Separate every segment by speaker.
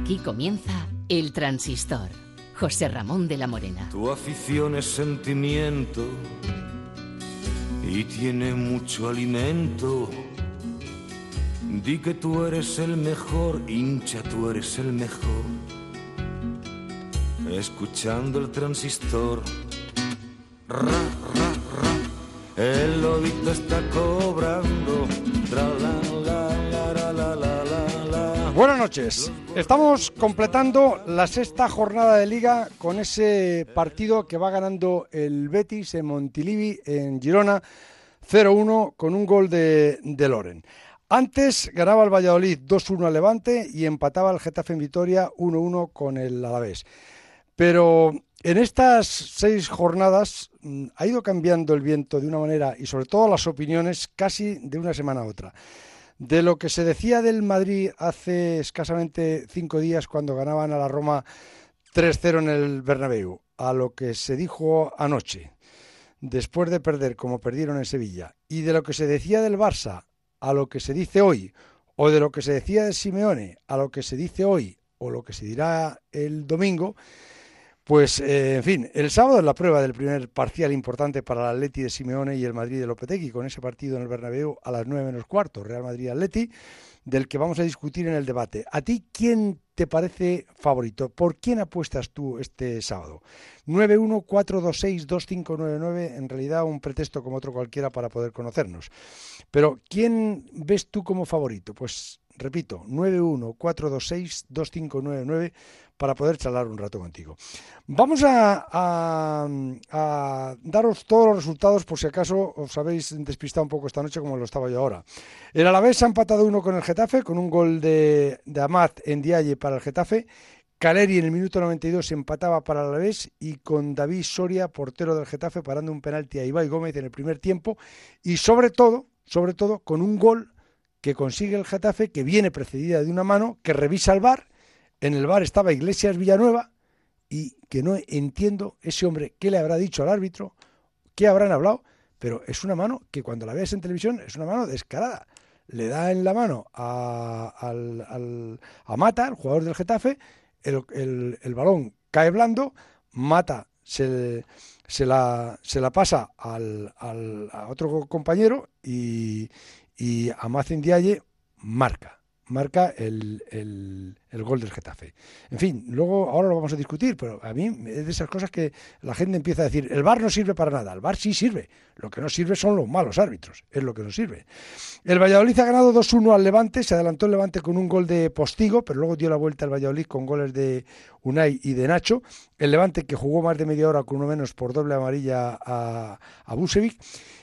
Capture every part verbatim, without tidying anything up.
Speaker 1: Aquí comienza El Transistor. José Ramón de la Morena.
Speaker 2: Tu afición es sentimiento y tiene mucho alimento. Di que tú eres el mejor, hincha, tú eres el mejor. Escuchando el transistor. Ra, ra, ra. El lobito está cobrando. Tra, la, la, la, la, la, la, la.
Speaker 3: Buenas noches. Estamos completando la sexta jornada de Liga con ese partido que va ganando el Betis en Montilivi, en Girona, cero uno con un gol de, de Loren. Antes ganaba el Valladolid dos uno al Levante y empataba el Getafe en Vitoria uno uno con el Alavés. Pero en estas seis jornadas mmm, ha ido cambiando el viento de una manera y sobre todo las opiniones casi de una semana a otra. De lo que se decía del Madrid hace escasamente cinco días cuando ganaban a la Roma tres cero en el Bernabéu, a lo que se dijo anoche, después de perder como perdieron en Sevilla, y de lo que se decía del Barça a lo que se dice hoy, o de lo que se decía de Simeone a lo que se dice hoy, o lo que se dirá el domingo, pues, eh, en fin, el sábado es la prueba del primer parcial importante para el Atleti de Simeone y el Madrid de Lopetegui, con ese partido en el Bernabéu a las nueve menos cuarto, Real Madrid-Atleti, del que vamos a discutir en el debate. ¿A ti quién te parece favorito? ¿Por quién apuestas tú este sábado? nueve uno cuatro dos seis dos cinco nueve nueve, en realidad un pretexto como otro cualquiera para poder conocernos. Pero, ¿quién ves tú como favorito? Pues, repito, nueve uno cuatro dos seis dos cinco nueve nueve para poder charlar un rato contigo. Vamos a, a, a daros todos los resultados por si acaso os habéis despistado un poco esta noche como lo estaba yo ahora. El Alavés ha empatado uno con el Getafe con un gol de, de Amat Ndiaye para el Getafe. Caleri en el minuto noventa y dos empataba para el Alavés y con David Soria, portero del Getafe, parando un penalti a Ibai Gómez en el primer tiempo y sobre todo, sobre todo con un gol que consigue el Getafe que viene precedida de una mano que revisa el V A R. En el V A R estaba Iglesias Villanueva y que no entiendo ese hombre qué le habrá dicho al árbitro, qué habrán hablado, pero es una mano que cuando la ves en televisión es una mano descarada. Le da en la mano a, al, al, a Mata, el jugador del Getafe, el, el, el balón cae blando, Mata se, se, la, se la pasa al, al, a otro compañero y, y Amat Ndiaye marca. marca el, el, el gol del Getafe. En fin, luego ahora lo vamos a discutir, pero a mí es de esas cosas que la gente empieza a decir, el V A R no sirve para nada, el V A R sí sirve, lo que no sirve son los malos árbitros, es lo que no sirve. El Valladolid ha ganado dos uno al Levante, se adelantó el Levante con un gol de Postigo, pero luego dio la vuelta al Valladolid con goles de Unai y de Nacho. El Levante que jugó más de media hora con uno menos por doble amarilla a, a Busevic.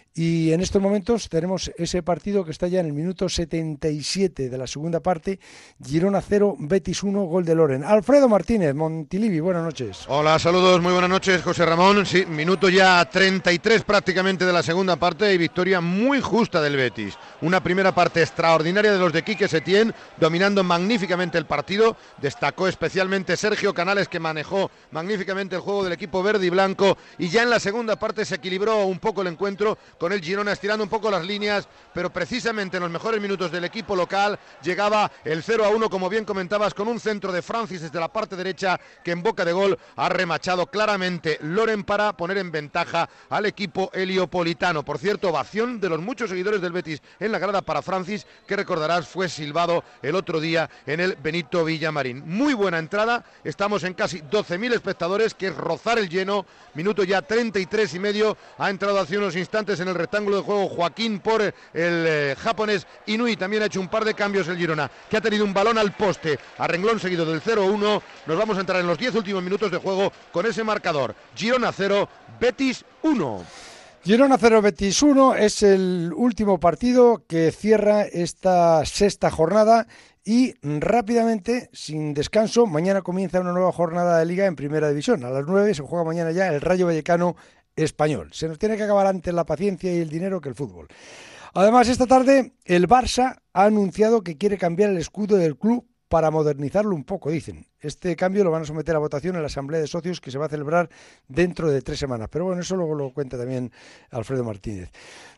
Speaker 3: Y en estos momentos tenemos ese partido que está ya en el minuto setenta y siete de la segunda parte. Girona cero, Betis uno, gol de Loren. Alfredo Martínez, Montilivi, buenas noches.
Speaker 4: Hola, saludos, muy buenas noches, José Ramón. Sí, minuto ya treinta y tres prácticamente de la segunda parte y victoria muy justa del Betis. Una primera parte extraordinaria de los de Quique Setién, dominando magníficamente el partido. Destacó especialmente Sergio Canales, que manejó magníficamente el juego del equipo verde y blanco. Y ya en la segunda parte se equilibró un poco el encuentro, con el Girona estirando un poco las líneas, pero precisamente en los mejores minutos del equipo local llegaba el cero a uno, como bien comentabas, con un centro de Francis desde la parte derecha que en boca de gol ha remachado claramente Loren para poner en ventaja al equipo heliopolitano. Por cierto, ovación de los muchos seguidores del Betis en la grada para Francis, que recordarás fue silbado el otro día en el Benito Villamarín. Muy buena entrada, estamos en casi doce mil espectadores, que es rozar el lleno. Minuto ya treinta y tres y medio, ha entrado hace unos instantes en el rectángulo de juego Joaquín por el eh, japonés Inui. También ha hecho un par de cambios el Girona, que ha tenido un balón al poste a renglón seguido del cero uno. Nos vamos a entrar en los diez últimos minutos de juego con ese marcador. Girona cero, Betis uno.
Speaker 3: Girona cero, Betis uno es el último partido que cierra esta sexta jornada. Y rápidamente, sin descanso, mañana comienza una nueva jornada de Liga en Primera División. A las nueve se juega mañana ya el Rayo Vallecano Español. Se nos tiene que acabar antes la paciencia y el dinero que el fútbol. Además, esta tarde el Barça ha anunciado que quiere cambiar el escudo del club para modernizarlo un poco, dicen. Este cambio lo van a someter a votación en la Asamblea de Socios, que se va a celebrar dentro de tres semanas. Pero bueno, eso luego lo cuenta también Alfredo Martínez.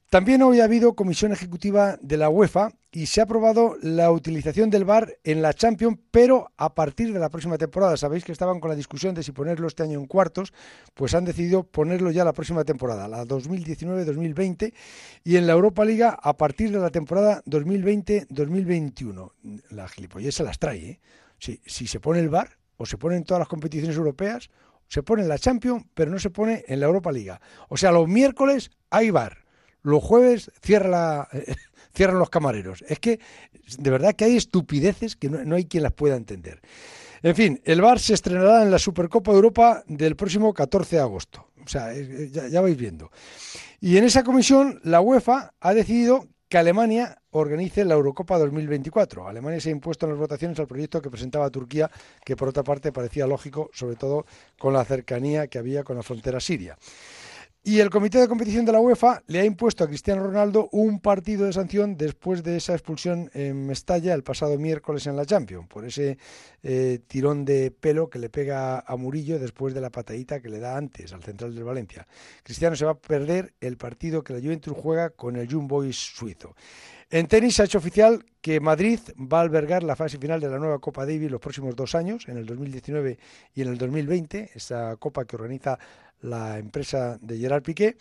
Speaker 3: También hoy ha habido comisión ejecutiva de la UEFA y se ha aprobado la utilización del V A R en la Champions, pero a partir de la próxima temporada. Sabéis que estaban con la discusión de si ponerlo este año en cuartos, pues han decidido ponerlo ya la próxima temporada, la dos mil diecinueve dos mil veinte, y en la Europa Liga a partir de la temporada dos mil veinte dos mil veintiuno. La gilipollez se las trae, ¿eh? Si, si se pone el V A R, o se pone en todas las competiciones europeas, se pone en la Champions, pero no se pone en la Europa Liga. O sea, los miércoles hay V A R. Los jueves cierra la, eh, cierran los camareros. Es que de verdad que hay estupideces que no, no hay quien las pueda entender. En fin, el V A R se estrenará en la Supercopa de Europa del próximo catorce de agosto. O sea, eh, ya, ya vais viendo. Y en esa comisión la UEFA ha decidido que Alemania organice la Eurocopa dos mil veinticuatro. Alemania se ha impuesto en las votaciones al proyecto que presentaba Turquía, que por otra parte parecía lógico, sobre todo con la cercanía que había con la frontera siria. Y el Comité de Competición de la UEFA le ha impuesto a Cristiano Ronaldo un partido de sanción después de esa expulsión en Mestalla el pasado miércoles en la Champions, por ese eh, tirón de pelo que le pega a Murillo después de la patadita que le da antes al central del Valencia. Cristiano se va a perder el partido que la Juventus juega con el Young Boys suizo. En tenis se ha hecho oficial que Madrid va a albergar la fase final de la nueva Copa Davis los próximos dos años, en el dos mil diecinueve y en el dos mil veinte, esa copa que organiza la empresa de Gerard Piqué.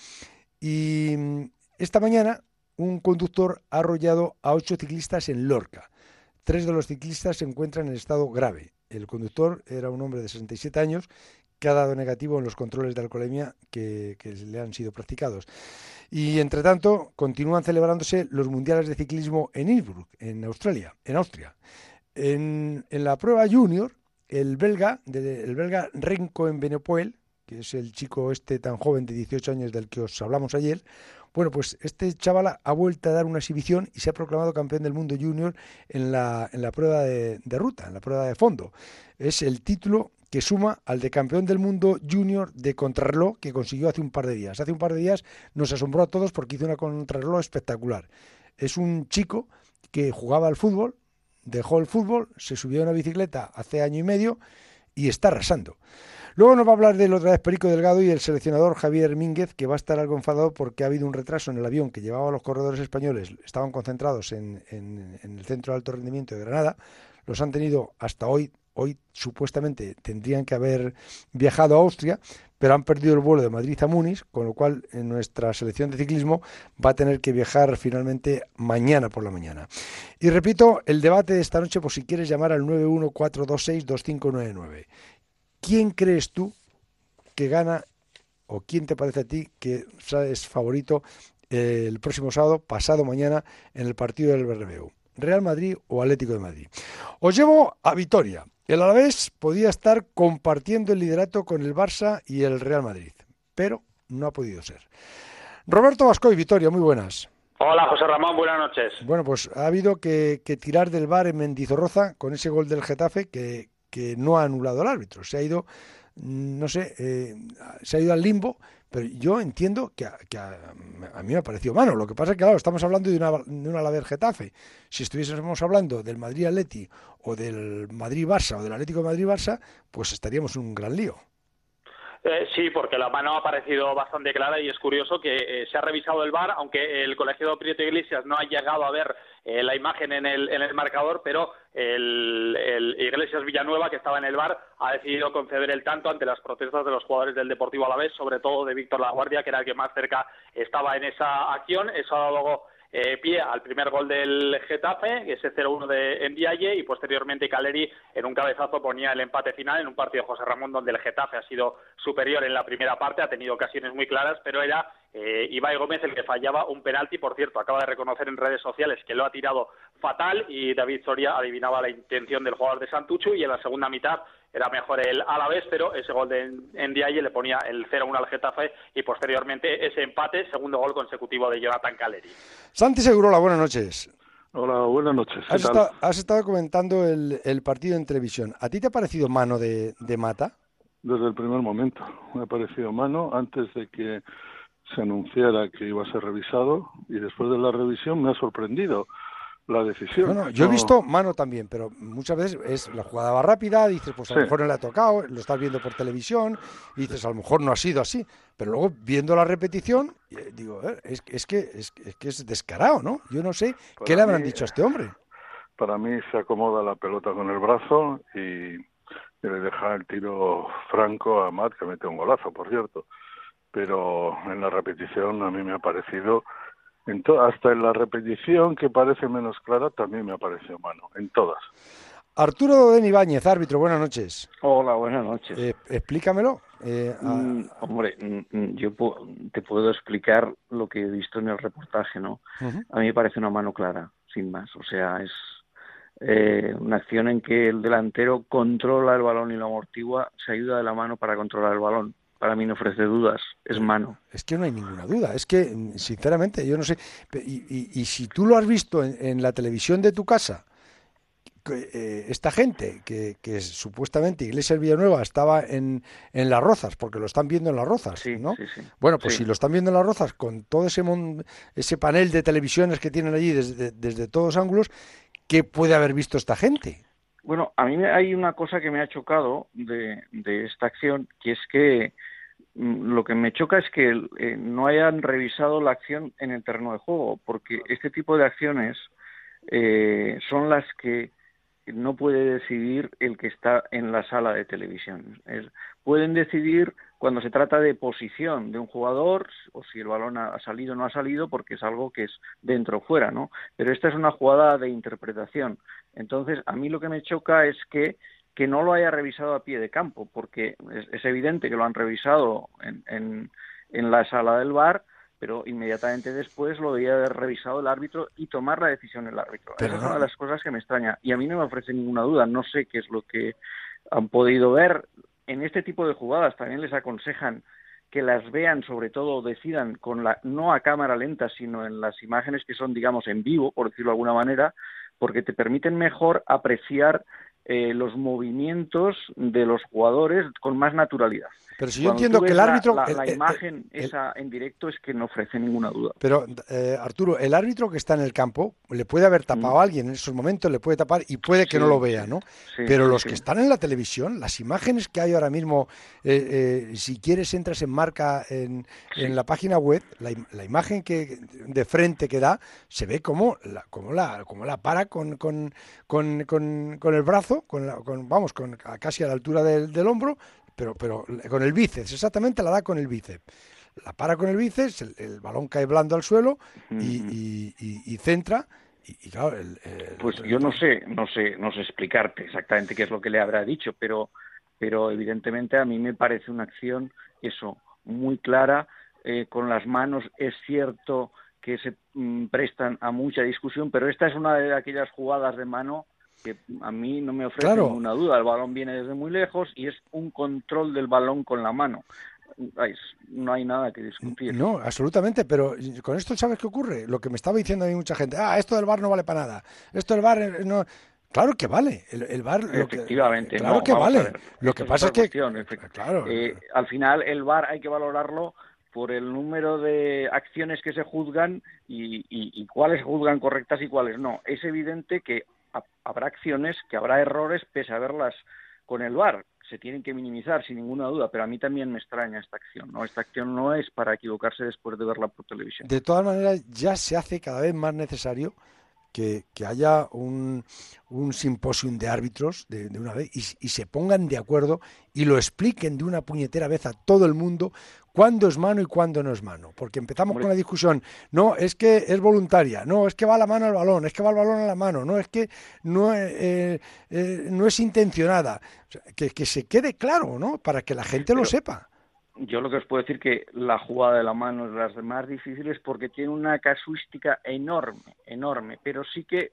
Speaker 3: Y esta mañana un conductor ha arrollado a ocho ciclistas en Lorca. Tres de los ciclistas se encuentran en estado grave. El conductor era un hombre de sesenta y siete años que ha dado negativo en los controles de alcoholemia que, que le han sido practicados. Y entre tanto continúan celebrándose los mundiales de ciclismo en Innsbruck, en Australia, en Austria. En, en la prueba junior, el belga, de, el belga Remco Evenepoel, que es el chico este tan joven de dieciocho años del que os hablamos ayer, bueno, pues este chaval ha vuelto a dar una exhibición y se ha proclamado campeón del mundo junior en la, en la prueba de, de ruta, en la prueba de fondo. Es el título que suma al de campeón del mundo junior de contrarreloj que consiguió hace un par de días. Hace un par de días nos asombró a todos porque hizo una contrarreloj espectacular. Es un chico que jugaba al fútbol, dejó el fútbol, se subió a una bicicleta hace año y medio y está arrasando. Luego nos va a hablar del otra vez Perico Delgado y el seleccionador Javier Mínguez, que va a estar algo enfadado porque ha habido un retraso en el avión que llevaba a los corredores españoles. Estaban concentrados en, en, en el Centro de Alto Rendimiento de Granada. Los han tenido hasta hoy. Hoy supuestamente tendrían que haber viajado a Austria, pero han perdido el vuelo de Madrid a Múnich, con lo cual en nuestra selección de ciclismo va a tener que viajar finalmente mañana por la mañana. Y repito, el debate de esta noche, por si quieres llamar al nueve uno cuatro dos seis dos cinco nueve nueve. ¿Quién crees tú que gana o quién te parece a ti que es favorito eh, el próximo sábado, pasado mañana, en el partido del Bernabéu? ¿Real Madrid o Atlético de Madrid? Os llevo a Vitoria. El Alavés podía estar compartiendo el liderato con el Barça y el Real Madrid, pero no ha podido ser. Roberto Bascoy, Vitoria, muy buenas.
Speaker 5: Hola, José Ramón, buenas noches.
Speaker 3: Bueno, pues ha habido que, que tirar del V A R en Mendizorroza con ese gol del Getafe que, que no ha anulado el árbitro. Se ha ido, no sé, eh, se ha ido al limbo, pero yo entiendo que, a, que a, a mí me ha parecido mano. Lo que pasa es que, claro, estamos hablando de, una, de un Alavés Getafe. Si estuviésemos hablando del Madrid Atleti o del Madrid Barça o del Atlético de Madrid Barça, pues estaríamos en un gran lío.
Speaker 5: Eh, sí, porque la mano ha parecido bastante clara y es curioso que eh, se ha revisado el V A R, aunque el colegiado Prieto Iglesias no ha llegado a ver eh, la imagen en el, en el marcador, pero el, el Iglesias Villanueva, que estaba en el V A R, ha decidido conceder el tanto ante las protestas de los jugadores del Deportivo Alavés, sobre todo de Víctor Laguardia, que era el que más cerca estaba en esa acción. Eso ha dado luego Eh, pie al primer gol del Getafe, ese cero uno de Ndiaye, y posteriormente Caleri en un cabezazo ponía el empate final en un partido de José Ramón donde el Getafe ha sido superior en la primera parte, ha tenido ocasiones muy claras, pero era eh, Ibai Gómez el que fallaba un penalti. Por cierto, acaba de reconocer en redes sociales que lo ha tirado fatal y David Soria adivinaba la intención del jugador de Santuchu, y en la segunda mitad era mejor el Alavés, pero ese gol de Ndiaye le ponía el cero uno al Getafe y posteriormente ese empate, segundo gol consecutivo de Jonathan Caleri.
Speaker 3: Santi Segurola, buenas noches.
Speaker 6: Hola, buenas noches. ¿Qué
Speaker 3: has,
Speaker 6: tal?
Speaker 3: Estado, has estado comentando el, el partido en televisión. ¿A ti te ha parecido mano de, de Mata?
Speaker 6: Desde el primer momento. Me ha parecido mano antes de que se anunciara que iba a ser revisado, y después de la revisión me ha sorprendido. la decisión.
Speaker 3: Bueno, yo he
Speaker 6: No-
Speaker 3: visto mano también, pero muchas veces es la jugada va rápida, dices, pues a lo
Speaker 6: Sí.
Speaker 3: mejor no le ha tocado, lo estás viendo por televisión, y dices, a lo mejor no ha sido así, pero luego viendo la repetición, eh, digo, eh, es, es, que, es, es que es descarado, ¿no? Yo no sé
Speaker 6: Para
Speaker 3: qué le habrán
Speaker 6: mí,
Speaker 3: dicho a este hombre.
Speaker 6: Para mí se acomoda la pelota con el brazo y, y le deja el tiro franco a Matt, que mete un golazo, por cierto. Pero en la repetición a mí me ha parecido, en to- hasta en la repetición que parece menos clara, también me ha parecido mano, en todas.
Speaker 3: Arturo Den Ibáñez, árbitro, buenas noches.
Speaker 7: Hola, buenas noches.
Speaker 3: Eh, explícamelo. Eh, a-
Speaker 7: Mm, hombre, mm, mm, yo pu- te puedo explicar lo que he visto en el reportaje, ¿no?
Speaker 3: Ujú.
Speaker 7: A mí me parece una mano clara, sin más. O sea, es eh, una acción en que el delantero controla el balón y lo amortigua, se ayuda de la mano para controlar el balón. Para mí no ofrece dudas, es mano.
Speaker 3: Es que no hay ninguna duda. Es que, mm, sinceramente, yo no sé. pe- Y, y- y si tú lo has visto en, en la televisión de tu casa, que, eh, esta gente que, que supuestamente Iglesias Villanueva estaba en, en Las Rozas, porque lo están viendo en Las Rozas,
Speaker 7: Sí,
Speaker 3: ¿no?
Speaker 7: sí, sí.
Speaker 3: Bueno, pues
Speaker 7: Sí.
Speaker 3: si lo están viendo en Las Rozas, con todo ese, mon- ese panel de televisiones que tienen allí desde, desde todos ángulos, ¿qué puede haber visto esta gente?
Speaker 7: Bueno, a mí me- hay una cosa que me ha chocado de, de esta acción, que es que mm, lo que me choca es que eh, no hayan revisado la acción en el terreno de juego, porque este tipo de acciones eh, son las que no puede decidir el que está en la sala de televisión. Es- pueden decidir cuando se trata de posición de un jugador o si el balón ha ha salido o no ha salido, porque es algo que es dentro o fuera, ¿no? Pero esta es una jugada de interpretación. Entonces, a mí lo que me choca es que que no lo haya revisado a pie de campo, porque es, es evidente que lo han revisado en, en, en la sala del V A R, pero inmediatamente después lo debía haber revisado el árbitro y tomar la decisión el árbitro.
Speaker 3: Pero
Speaker 7: Esa es
Speaker 3: no-
Speaker 7: una de las cosas que me extraña y a mí no me ofrece ninguna duda. No sé qué es lo que han podido ver. En este tipo de jugadas también les aconsejan que las vean, sobre todo decidan con la no a cámara lenta, sino en las imágenes que son, digamos, en vivo, por decirlo de alguna manera, porque te permiten mejor apreciar eh, los movimientos de los jugadores con más naturalidad.
Speaker 3: Pero si yo
Speaker 7: Cuando
Speaker 3: entiendo
Speaker 7: tú
Speaker 3: que
Speaker 7: ves
Speaker 3: el
Speaker 7: la-
Speaker 3: árbitro...
Speaker 7: La,
Speaker 3: el-
Speaker 7: la
Speaker 3: el-
Speaker 7: imagen
Speaker 3: el-
Speaker 7: esa en directo es que no ofrece ninguna duda.
Speaker 3: Pero, eh, Arturo, el árbitro que está en el campo le puede haber tapado
Speaker 7: Mm.
Speaker 3: a alguien en esos momentos, le puede tapar y puede que
Speaker 7: Sí,
Speaker 3: no lo vea,
Speaker 7: sí,
Speaker 3: ¿no?
Speaker 7: sí,
Speaker 3: Pero
Speaker 7: sí,
Speaker 3: los
Speaker 7: sí.
Speaker 3: que están en la televisión, las imágenes que hay ahora mismo, eh, eh, si quieres entras en marca en,
Speaker 7: Sí.
Speaker 3: en la página web, la, im- la imagen que de frente que da, se ve como la, como la, como la para con, con, con, con, con el brazo, con la, con, vamos, con a- casi a la altura del, del hombro, pero, pero con el bíceps, exactamente la da con el bíceps. La para con el bíceps, el, el balón cae blando al suelo y,
Speaker 7: Ujú.
Speaker 3: y, y- y centra. Y, y claro, el, el-
Speaker 7: Pues yo no sé, no sé, no sé explicarte exactamente qué es lo que le habrá dicho, pero, pero evidentemente a mí me parece una acción, eso, muy clara, eh, con las manos es cierto que se mm, prestan a mucha discusión, pero esta es una de aquellas jugadas de mano que a mí no me ofrece
Speaker 3: Claro.
Speaker 7: ninguna duda. El balón viene desde muy lejos y es un control del balón con la mano. Ay, no hay nada que discutir.
Speaker 3: No, absolutamente, pero con esto, ¿sabes qué ocurre? Lo que me estaba diciendo a mí mucha gente, ah, esto del V A R no vale para nada, esto del V A R no... Claro que vale, el, el V A R... Lo que-
Speaker 7: Efectivamente,
Speaker 3: claro
Speaker 7: no,
Speaker 3: que
Speaker 7: vamos a
Speaker 3: vale,
Speaker 7: ver,
Speaker 3: lo
Speaker 7: esto
Speaker 3: que
Speaker 7: es
Speaker 3: pasa es
Speaker 7: otra
Speaker 3: que...
Speaker 7: cuestión, efect-
Speaker 3: Claro,
Speaker 7: Eh, al final el V A R hay que valorarlo por el número de acciones que se juzgan y, y- y cuáles juzgan correctas y cuáles no. Es evidente que ha- habrá acciones, que habrá errores pese a verlas con el V A R. Se tienen que minimizar sin ninguna duda, pero a mí también me extraña esta acción, ¿no? Esta acción no es para equivocarse después de verla por televisión.
Speaker 3: de todas maneras, ya se hace cada vez más necesario que, que haya un, un simposium de árbitros de, de una vez y, y se pongan de acuerdo y lo expliquen de una puñetera vez a todo el mundo cuándo es mano y cuándo no es mano. Porque empezamos
Speaker 7: Hombre.
Speaker 3: con la discusión, no, es que es voluntaria, no, es que va la mano al balón, es que va el balón a la mano, no, es que no, eh, eh, no es intencionada. O sea, que, que se quede claro, ¿no? Para que la gente lo
Speaker 7: Pero-
Speaker 3: sepa.
Speaker 7: Yo lo que os puedo decir que la jugada de la mano es de las más difíciles porque tiene una casuística enorme, enorme, pero sí que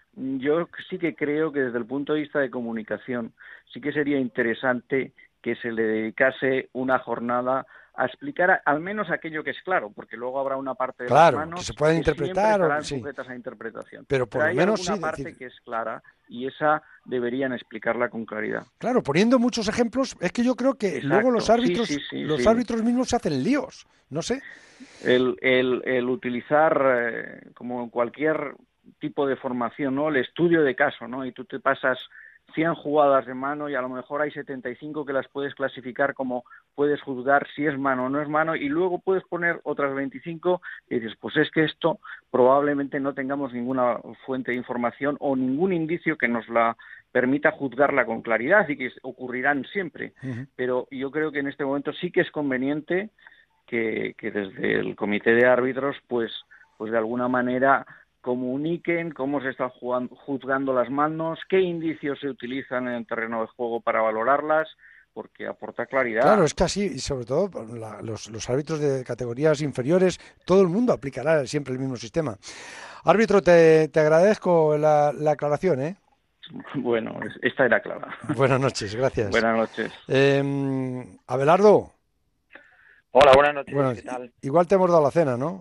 Speaker 7: yo sí que creo que desde el punto de vista de comunicación sí que sería interesante que se le dedicase una jornada a explicar a- al menos aquello que es claro, porque luego habrá una parte de
Speaker 3: Claro,
Speaker 7: las manos
Speaker 3: que se pueda interpretar,
Speaker 7: siempre estarán
Speaker 3: o- sí.
Speaker 7: sujetas a interpretación.
Speaker 3: Pero por lo
Speaker 7: hay
Speaker 3: menos
Speaker 7: alguna
Speaker 3: sí
Speaker 7: parte
Speaker 3: decir-
Speaker 7: que es clara y esa deberían explicarla con claridad.
Speaker 3: Claro, poniendo muchos ejemplos, es que yo creo que
Speaker 7: Exacto,
Speaker 3: luego los
Speaker 7: sí,
Speaker 3: árbitros,
Speaker 7: sí, sí,
Speaker 3: los
Speaker 7: sí.
Speaker 3: árbitros mismos se hacen líos, no sé.
Speaker 7: El, el, el utilizar, eh, como en cualquier tipo de formación, ¿no? El estudio de caso, ¿no? Y tú te pasas cien jugadas de mano y a lo mejor hay setenta y cinco que las puedes clasificar como puedes juzgar si es mano o no es mano, y luego puedes poner otras veinticinco y dices, pues es que esto probablemente no tengamos ninguna fuente de información o ningún indicio que nos la permita juzgarla con claridad, y que ocurrirán siempre. Uh-huh. Pero yo creo que en este momento sí que es conveniente que, que desde el comité de árbitros pues, pues de alguna manera comuniquen cómo se están jugando, juzgando las manos, qué indicios se utilizan en el terreno de juego para valorarlas, porque aporta claridad.
Speaker 3: Claro, es que así, y sobre todo la, los, los árbitros de categorías inferiores, todo el mundo aplicará siempre el mismo sistema. Árbitro, te, te agradezco la, la aclaración, ¿eh?
Speaker 7: Bueno, esta era clara.
Speaker 3: Buenas noches, gracias.
Speaker 7: Buenas noches.
Speaker 3: Eh, Abelardo.
Speaker 8: Hola, buenas noches,
Speaker 3: bueno,
Speaker 8: ¿qué tal?
Speaker 3: Igual te hemos dado la cena, ¿no?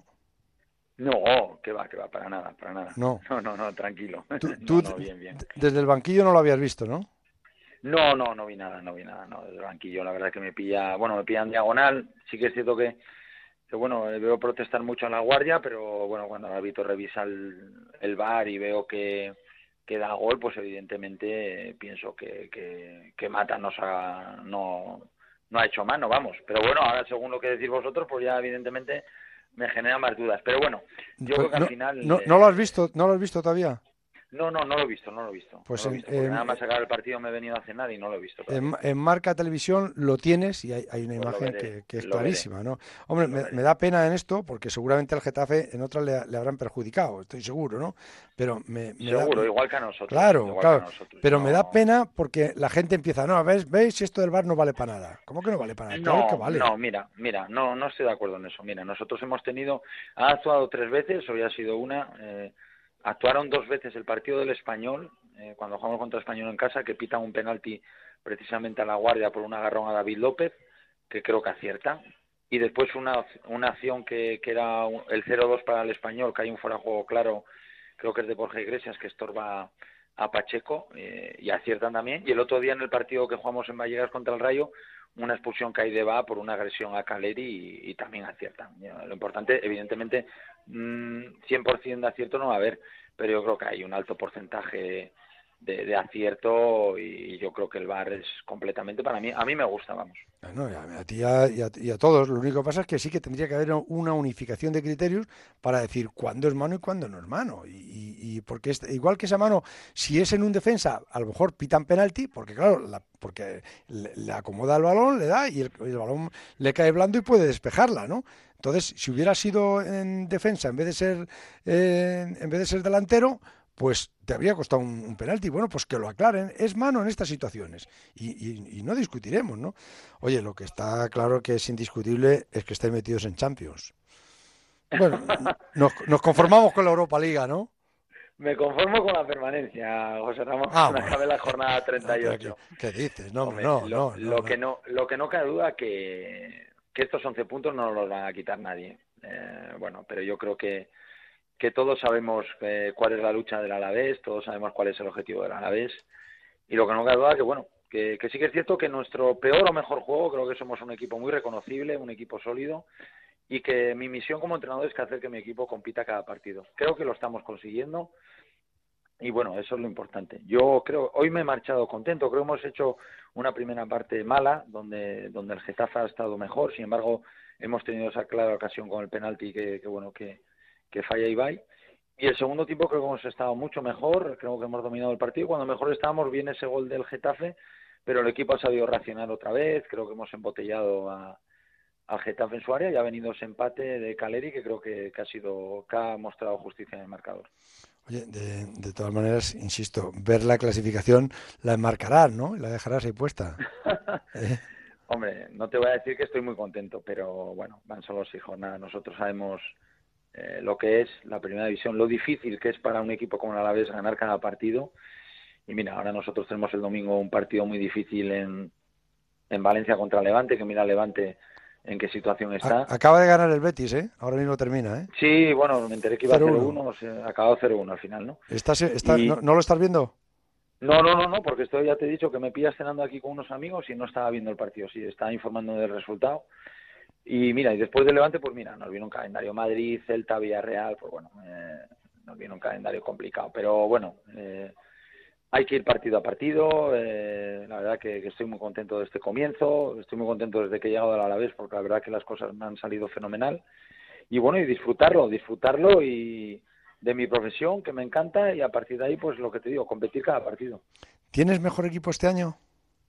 Speaker 8: No, que va, que va, para nada, para nada.
Speaker 3: No,
Speaker 8: no, no, no tranquilo.
Speaker 3: Tú,
Speaker 8: no,
Speaker 3: tú
Speaker 8: no, bien, bien.
Speaker 3: Desde el banquillo no lo habías visto, ¿no?
Speaker 8: No, no, no vi nada, no vi nada, no, desde el banquillo, la verdad que me pilla, bueno, me pilla en diagonal, sí que es cierto que, que bueno, veo protestar mucho en la guardia, pero bueno, cuando el árbitro revisa el, el V A R y veo que, que da gol, pues evidentemente eh, pienso que, que, que Mata nos ha, no, no ha hecho mano, vamos, pero bueno, ahora según lo que decís vosotros, pues ya evidentemente me genera más dudas, pero bueno, yo
Speaker 3: pues
Speaker 8: creo que
Speaker 3: no,
Speaker 8: al final...
Speaker 3: No,
Speaker 8: eh,
Speaker 3: ¿No lo has visto? ¿No lo has visto todavía?
Speaker 8: No, no, no lo he visto, no lo he visto.
Speaker 3: Pues
Speaker 8: no lo he visto, porque
Speaker 3: en,
Speaker 8: nada más acabar el partido me he venido a cenar y no lo he visto.
Speaker 3: En, en Marca Televisión lo tienes y hay, hay una
Speaker 8: pues
Speaker 3: imagen
Speaker 8: veré,
Speaker 3: que, que es
Speaker 8: lo
Speaker 3: clarísima,
Speaker 8: veré.
Speaker 3: ¿no? Hombre, me, me da pena en esto porque seguramente al Getafe en otras le, le habrán perjudicado, estoy seguro, ¿no? Pero me, me
Speaker 8: Seguro,
Speaker 3: da,
Speaker 8: igual que a nosotros.
Speaker 3: Claro,
Speaker 8: igual
Speaker 3: claro.
Speaker 8: Que a nosotros,
Speaker 3: pero
Speaker 8: no...
Speaker 3: me da pena porque la gente empieza, no, ¿ves? ¿Veis? Si esto del V A R no vale para nada. ¿Cómo que no vale para nada?
Speaker 8: No,
Speaker 3: Claro que vale.
Speaker 8: no, mira, mira, no, no estoy de acuerdo en eso. Mira, nosotros hemos tenido, ha actuado tres veces, hoy ha sido una, eh, actuaron dos veces el partido del Español, eh, cuando jugamos contra el Español en casa, que pitan un penalti precisamente a la guardia por un agarrón a David López, que creo que acierta, y después una, una acción que, que era el cero dos para el Español, que hay un fuera de juego claro, creo que es de Borja Iglesias, que estorba a Pacheco, eh, y aciertan también, y el otro día en el partido que jugamos en Vallecas contra el Rayo, una expulsión que hay de Va por una agresión a Caleri y, y también aciertan. Lo importante, evidentemente, mmm, cien por ciento de acierto no va a haber, pero yo creo que hay un alto porcentaje de, de acierto y yo creo que el V A R es completamente, para mí, a mí me gusta, vamos.
Speaker 3: No, a ti y a, y, a, y a todos, lo único que pasa es que sí que tendría que haber una unificación de criterios para decir cuándo es mano y cuándo no es mano. Y, y, y porque es, igual que esa mano, si es en un defensa, a lo mejor pitan penalti, porque claro, la, porque le, le acomoda el balón, le da y el, el balón le cae blando y puede despejarla, ¿no? Entonces, si hubiera sido en defensa en vez de ser eh, en vez de ser delantero, pues te habría costado un, un penalti. Bueno, pues que lo aclaren. Es mano en estas situaciones. Y, y, y no discutiremos, ¿no? Oye, lo que está claro que es indiscutible es que estáis metidos en Champions. Bueno, nos, nos conformamos con la Europa Liga, ¿no?
Speaker 8: Me conformo con la permanencia, José Ramón.
Speaker 3: Ah,
Speaker 8: me
Speaker 3: bueno.
Speaker 8: acabe la jornada treinta y ocho.
Speaker 3: ¿Qué, qué dices? No,
Speaker 8: Hombre,
Speaker 3: no,
Speaker 8: lo,
Speaker 3: no, no,
Speaker 8: lo
Speaker 3: no.
Speaker 8: que no, lo que no cabe duda que, que estos once puntos no los van a quitar nadie. Eh, bueno, pero yo creo que que todos sabemos eh, cuál es la lucha del Alavés, todos sabemos cuál es el objetivo del Alavés, y lo que no cabe duda que, bueno, que, que sí que es cierto que nuestro peor o mejor juego, creo que somos un equipo muy reconocible, un equipo sólido, y que mi misión como entrenador es que hacer que mi equipo compita cada partido. Creo que lo estamos consiguiendo, y bueno, eso es lo importante. Yo creo, hoy me he marchado contento, creo que hemos hecho una primera parte mala, donde, donde el Getafe ha estado mejor, sin embargo, hemos tenido esa clara ocasión con el penalti que, que bueno, que que falla Ibai, y el segundo tiempo creo que hemos estado mucho mejor, creo que hemos dominado el partido, cuando mejor estábamos viene ese gol del Getafe, pero el equipo ha sabido reaccionar otra vez, creo que hemos embotellado a, al Getafe en su área y ha venido ese empate de Caleri que creo que, que ha sido que ha mostrado justicia en el marcador.
Speaker 3: Oye, de, de todas maneras, insisto, ver la clasificación la enmarcarás, ¿no? La dejarás ahí puesta. ¿Eh?
Speaker 8: Hombre, no te voy a decir que estoy muy contento, pero bueno, van solo seis jornadas, nosotros sabemos Eh, lo que es la primera división, lo difícil que es para un equipo como el Alavés ganar cada partido. Y mira, ahora nosotros tenemos el domingo un partido muy difícil en, en Valencia contra Levante, que mira Levante en qué situación está.
Speaker 3: Acaba de ganar el Betis, ¿eh? Ahora mismo termina, ¿eh?
Speaker 8: Sí, bueno, me enteré que iba cero uno, o sea, ha acabado cero uno al final, ¿no?
Speaker 3: ¿Estás, está,
Speaker 8: y...
Speaker 3: ¿no, ¿No lo estás viendo?
Speaker 8: No, no, no, no, porque estoy, ya te he dicho que me pillas cenando aquí con unos amigos y no estaba viendo el partido, sí, estaba informando del resultado. Y mira, y después de Levante, pues mira, nos vino un calendario Madrid, Celta, Villarreal, pues bueno, eh, nos viene un calendario complicado. Pero bueno, eh, hay que ir partido a partido. Eh, la verdad que, que estoy muy contento de este comienzo. Estoy muy contento desde que he llegado al Alavés, porque la verdad que las cosas me han salido fenomenal. Y bueno, y disfrutarlo, disfrutarlo y de mi profesión, que me encanta, y a partir de ahí, pues lo que te digo, competir cada partido.
Speaker 3: ¿Tienes mejor equipo este año?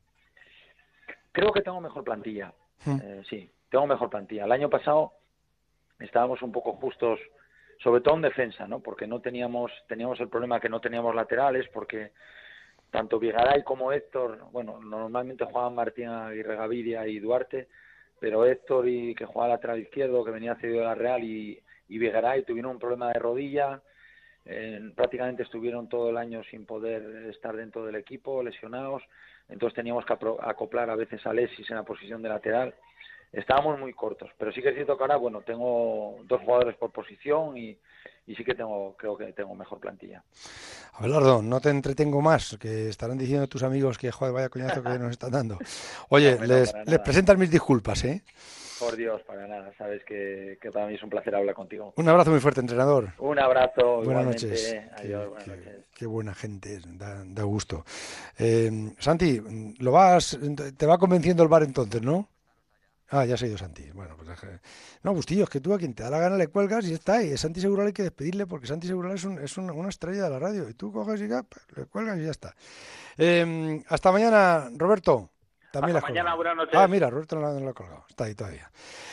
Speaker 8: Creo que tengo mejor plantilla.
Speaker 3: Hmm.
Speaker 8: Eh, sí, tengo mejor plantilla. El año pasado estábamos un poco justos, sobre todo en defensa, ¿no? Porque no teníamos, teníamos el problema que no teníamos laterales, porque tanto Vigaray como Héctor, bueno, normalmente jugaban Martín Aguirre Gaviria y Duarte, pero Héctor, y que jugaba lateral izquierdo, que venía cedido de la Real, y, y Vigaray tuvieron un problema de rodilla, eh, prácticamente estuvieron todo el año sin poder estar dentro del equipo, lesionados, entonces teníamos que acoplar a veces a Alexis en la posición de lateral. Estábamos muy cortos, pero sí que es cierto que ahora, bueno, tengo dos jugadores por posición y, y sí que tengo, creo que tengo mejor plantilla.
Speaker 3: Abelardo, no te entretengo más, que estarán diciendo tus amigos que, joder, vaya coñazo que nos están dando. Oye, no, no, les, les presentas mis disculpas, ¿eh?
Speaker 8: Por Dios, para nada, sabes que, que para mí es un placer hablar contigo.
Speaker 3: Un abrazo muy fuerte, entrenador.
Speaker 8: Un abrazo,
Speaker 3: buenas noches.
Speaker 8: Adiós,
Speaker 3: qué,
Speaker 8: buenas
Speaker 3: qué,
Speaker 8: noches.
Speaker 3: Qué buena gente es, da, da gusto. Eh, Santi, lo vas, te va convenciendo el bar entonces, ¿no? Ah, ya se ha ido Santi. Bueno, pues no, Bustillo, es que tú a quien te da la gana le cuelgas y está ahí. Santi Segural hay que despedirle porque Santi Segural es, un, es una, una estrella de la radio. Y tú coges y ya, le cuelgas y ya está. Eh, hasta mañana, Roberto. También
Speaker 5: hasta mañana, buenas noches.
Speaker 3: Ah, mira, Roberto no lo ha colgado. Está ahí todavía.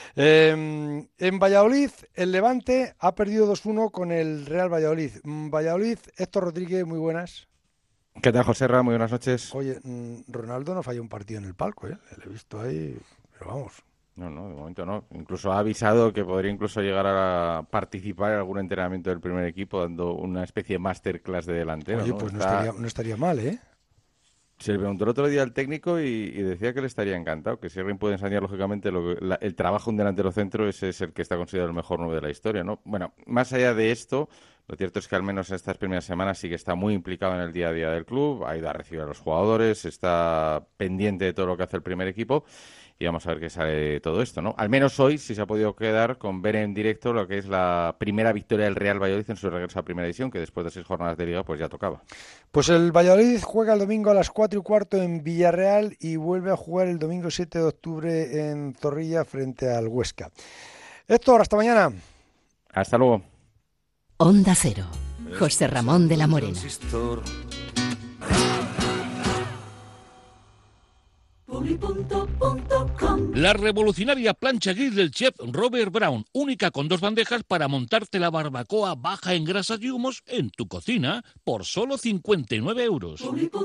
Speaker 3: Eh, en Valladolid, el Levante ha perdido dos uno con el Real Valladolid. Valladolid, Héctor Rodríguez, muy buenas.
Speaker 9: ¿Qué tal, José Ra? Muy buenas noches.
Speaker 3: Oye, Ronaldo no falló un partido en el palco, ¿eh? Le he visto ahí... Pero vamos.
Speaker 9: No, no, de momento no. Incluso ha avisado que podría incluso llegar a participar en algún entrenamiento del primer equipo, dando una especie de masterclass de delantero.
Speaker 3: Oye,
Speaker 9: ¿no?
Speaker 3: pues
Speaker 9: Está...
Speaker 3: no, estaría, no estaría mal, ¿eh?
Speaker 9: Se le preguntó el otro día al técnico y, y decía que le estaría encantado, que si alguien puede enseñar, lógicamente, lo que, la, el trabajo de un delantero centro, ese es el que está considerado el mejor nueve de la historia, ¿no? Bueno, más allá de esto, lo cierto es que al menos en estas primeras semanas sí que está muy implicado en el día a día del club, ha ido a recibir a los jugadores, está pendiente de todo lo que hace el primer equipo. Y vamos a ver qué sale de todo esto, ¿no? Al menos hoy sí se ha podido quedar con ver en directo lo que es la primera victoria del Real Valladolid en su regreso a Primera División, que después de seis jornadas de Liga pues ya tocaba.
Speaker 3: Pues el Valladolid juega el domingo a las cuatro y cuarto en Villarreal y vuelve a jugar el domingo siete de octubre en Zorrilla frente al Huesca. Héctor, hasta mañana.
Speaker 9: Hasta luego.
Speaker 1: Onda Cero. José Ramón de la Morena.
Speaker 10: La revolucionaria plancha gris del chef Robert Brown, única con dos bandejas para montarte la barbacoa baja en grasas y humos en tu cocina por solo cincuenta y nueve euros.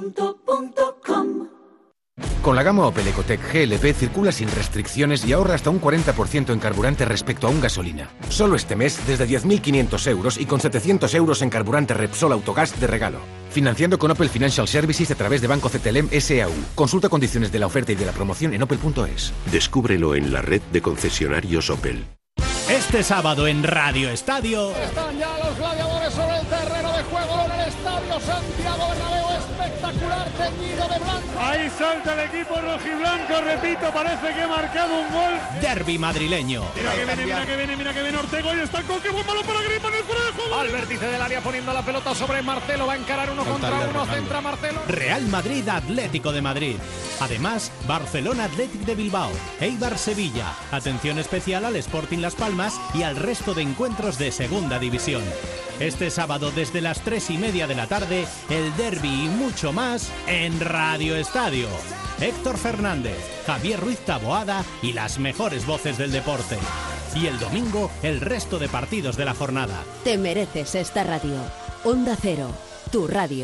Speaker 11: Con la gama Opel Ecotec G L P circula sin restricciones y ahorra hasta un cuarenta por ciento en carburante respecto a un gasolina. Solo este mes desde diez mil quinientos euros y con setecientos euros en carburante Repsol Autogas de regalo. Financiando con Opel Financial Services a través de Banco C T L M S A U. Consulta condiciones de la oferta y de la promoción en opel punto es.
Speaker 12: Descúbrelo en la red de concesionarios Opel.
Speaker 13: Este sábado en Radio Estadio...
Speaker 14: Están ya los gladiadores sobre el terreno de juego en el Estadio Santiago Bernabéu, espectacular, teñido de blanco.
Speaker 15: Ahí salta el equipo rojiblanco, repito, parece que ha marcado un gol.
Speaker 13: Derbi madrileño.
Speaker 15: Mira que viene, mira que viene, mira que viene Ortega, y está el gol, qué buen balón para Griezmann, el fuera de juego.
Speaker 14: Al vértice del área poniendo la pelota sobre Marcelo, va a encarar uno contra uno, centra Marcelo.
Speaker 13: Real Madrid Atlético de Madrid. Además, Barcelona Athletic de Bilbao, Eibar Sevilla. Atención especial al Sporting Las Palmas y al resto de encuentros de Segunda División. Este sábado desde las tres y media de la tarde, el derbi y mucho más en Radio Estadio. Héctor Fernández, Javier Ruiz Taboada y las mejores voces del deporte. Y el domingo, el resto de partidos de la jornada.
Speaker 16: Te mereces esta radio. Onda Cero, tu radio.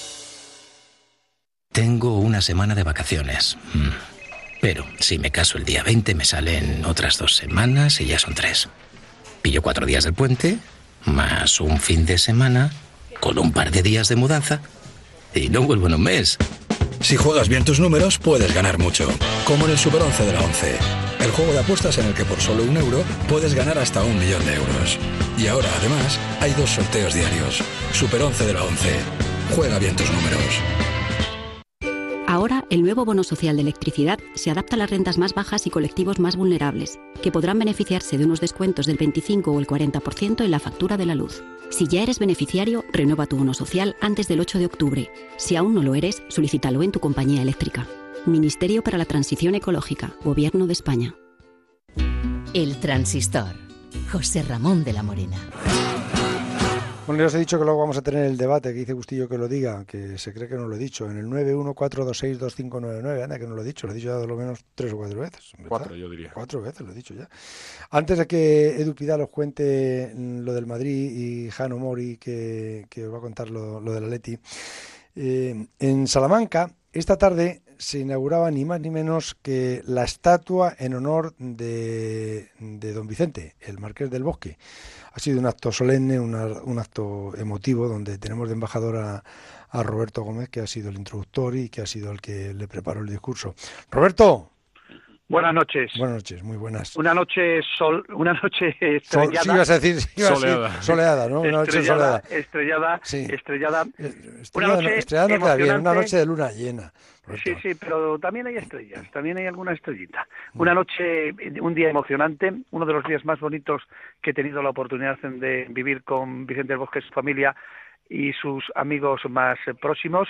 Speaker 17: Tengo una semana de vacaciones. Pero si me caso el día veinte me salen otras dos semanas y ya son tres. Pillo cuatro días del puente, más un fin de semana, con un par de días de mudanza, y no vuelvo en un mes.
Speaker 18: Si juegas bien tus números, puedes ganar mucho. Como en el Super once de la ONCE. El juego de apuestas en el que por solo un euro puedes ganar hasta un millón de euros. Y ahora, además, hay dos sorteos diarios. Super once de la ONCE. Juega bien tus números.
Speaker 19: Ahora, el nuevo bono social de electricidad se adapta a las rentas más bajas y colectivos más vulnerables, que podrán beneficiarse de unos descuentos del veinticinco o el cuarenta por ciento en la factura de la luz. Si ya eres beneficiario, renueva tu bono social antes del ocho de octubre. Si aún no lo eres, solicítalo en tu compañía eléctrica. Ministerio para la Transición Ecológica, Gobierno de España.
Speaker 1: El Transistor. José Ramón de la Morena.
Speaker 3: Bueno, ya os he dicho que luego vamos a tener el debate, que dice Bustillo que lo diga, que se cree que no lo he dicho, en el nueve uno cuatro dos seis dos cinco nueve nueve, anda que no lo he dicho, lo he dicho ya de lo menos tres o cuatro veces. ¿Verdad?
Speaker 20: Cuatro, yo diría.
Speaker 3: Cuatro veces lo he dicho ya. Antes de que Edu Pidal os cuente lo del Madrid y Jano Mori, que, que os va a contar lo, lo del Atleti, eh, en Salamanca, esta tarde se inauguraba ni más ni menos que la estatua en honor de, de don Vicente, el Marqués del Bosque. Ha sido un acto solemne, una, un acto emotivo, donde tenemos de embajador a, a Roberto Gómez, que ha sido el introductor y que ha sido el que le preparó el discurso. Roberto.
Speaker 21: Buenas noches.
Speaker 3: Buenas noches, muy buenas.
Speaker 21: Una noche sol, una noche estrellada.
Speaker 3: Sol, sí, ibas a decir, sí, ibas soleada. A decir soleada, ¿no? Una noche soleada.
Speaker 21: Estrellada,
Speaker 3: sí.
Speaker 21: estrellada.
Speaker 3: Estrellada, una noche estrellada no queda bien, una noche de luna llena. Roberto.
Speaker 21: Sí, sí, pero también hay estrellas, también hay alguna estrellita. Una noche, un día emocionante, uno de los días más bonitos que he tenido la oportunidad de vivir con Vicente del Bosque, su familia y sus amigos más próximos.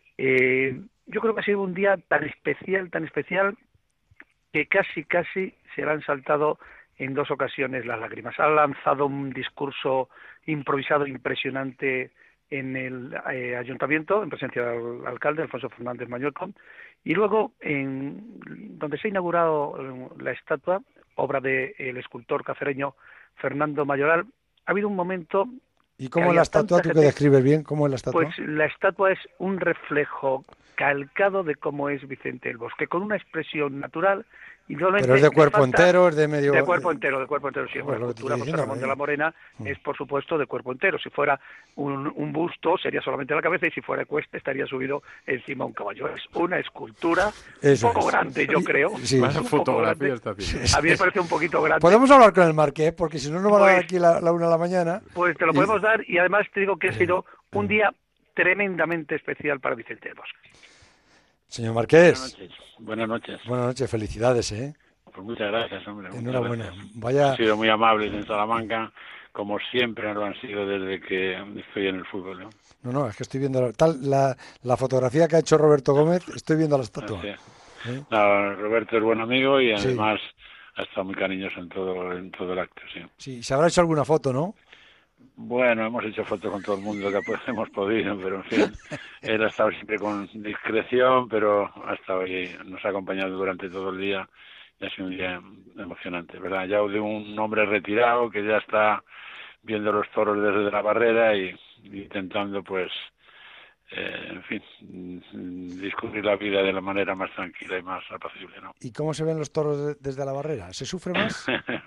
Speaker 21: Eh, yo creo que ha sido un día tan especial, tan especial, que casi, casi se le han saltado en dos ocasiones las lágrimas. Ha lanzado un discurso improvisado impresionante en el eh, ayuntamiento, en presencia del alcalde, Alfonso Fernández Mañueco, y luego, en donde se ha inaugurado la estatua, obra del escultor cacereño Fernando Mayoral, ha habido un momento...
Speaker 3: ¿Y cómo es la estatua, tú que describes bien, cómo es la estatua?
Speaker 21: Pues la estatua es un reflejo calcado de cómo es Vicente del Bosque, con una expresión natural. Y
Speaker 3: pero es de cuerpo entero, es de medio...
Speaker 21: De cuerpo entero, de cuerpo entero, sí. Bueno, la escultura José Ramón de la Morena mm. es, por supuesto, de cuerpo entero. Si fuera un, un busto, sería solamente la cabeza, y si fuera ecuestre, estaría subido encima un caballo. Es una escultura
Speaker 3: Eso
Speaker 21: un poco
Speaker 3: es.
Speaker 21: grande, yo creo.
Speaker 3: Sí,
Speaker 21: más fotografía está haciendo. A mí me parece un poquito grande.
Speaker 3: Podemos hablar con el Marqués, porque si no nos van
Speaker 21: pues,
Speaker 3: a dar aquí la, la una de la mañana.
Speaker 21: Pues te lo y... podemos dar, y además te digo que ha sido un día tremendamente especial para Vicente del Bosque.
Speaker 3: Señor Marqués.
Speaker 22: Buenas noches. Buenas noches.
Speaker 3: Buenas noches, felicidades, ¿eh?
Speaker 22: Pues muchas gracias, hombre.
Speaker 3: Enhorabuena.
Speaker 22: Gracias.
Speaker 3: Vaya...
Speaker 22: Han sido muy amables en Salamanca, como siempre lo han sido desde que estoy en el fútbol, ¿no?
Speaker 3: No, no, es que estoy viendo tal la, la fotografía que ha hecho Roberto Gómez, estoy viendo la estatua.
Speaker 22: Sí. ¿Eh? No, Roberto es buen amigo y además
Speaker 3: sí.
Speaker 22: ha estado muy cariñoso en todo, en todo el acto, sí.
Speaker 3: Sí, se habrá hecho alguna foto, ¿no?
Speaker 22: Bueno, hemos hecho fotos con todo el mundo que hemos podido, pero en fin, él ha estado siempre con discreción, pero ha estado ahí, nos ha acompañado durante todo el día y ha sido un día emocionante, ¿verdad? Ya de un hombre retirado que ya está viendo los toros desde la barrera y, y intentando, pues, eh, en fin, discutir la vida de la manera más tranquila y más apacible, ¿no?
Speaker 3: ¿Y cómo se ven los toros de, desde la barrera? ¿Se sufre más?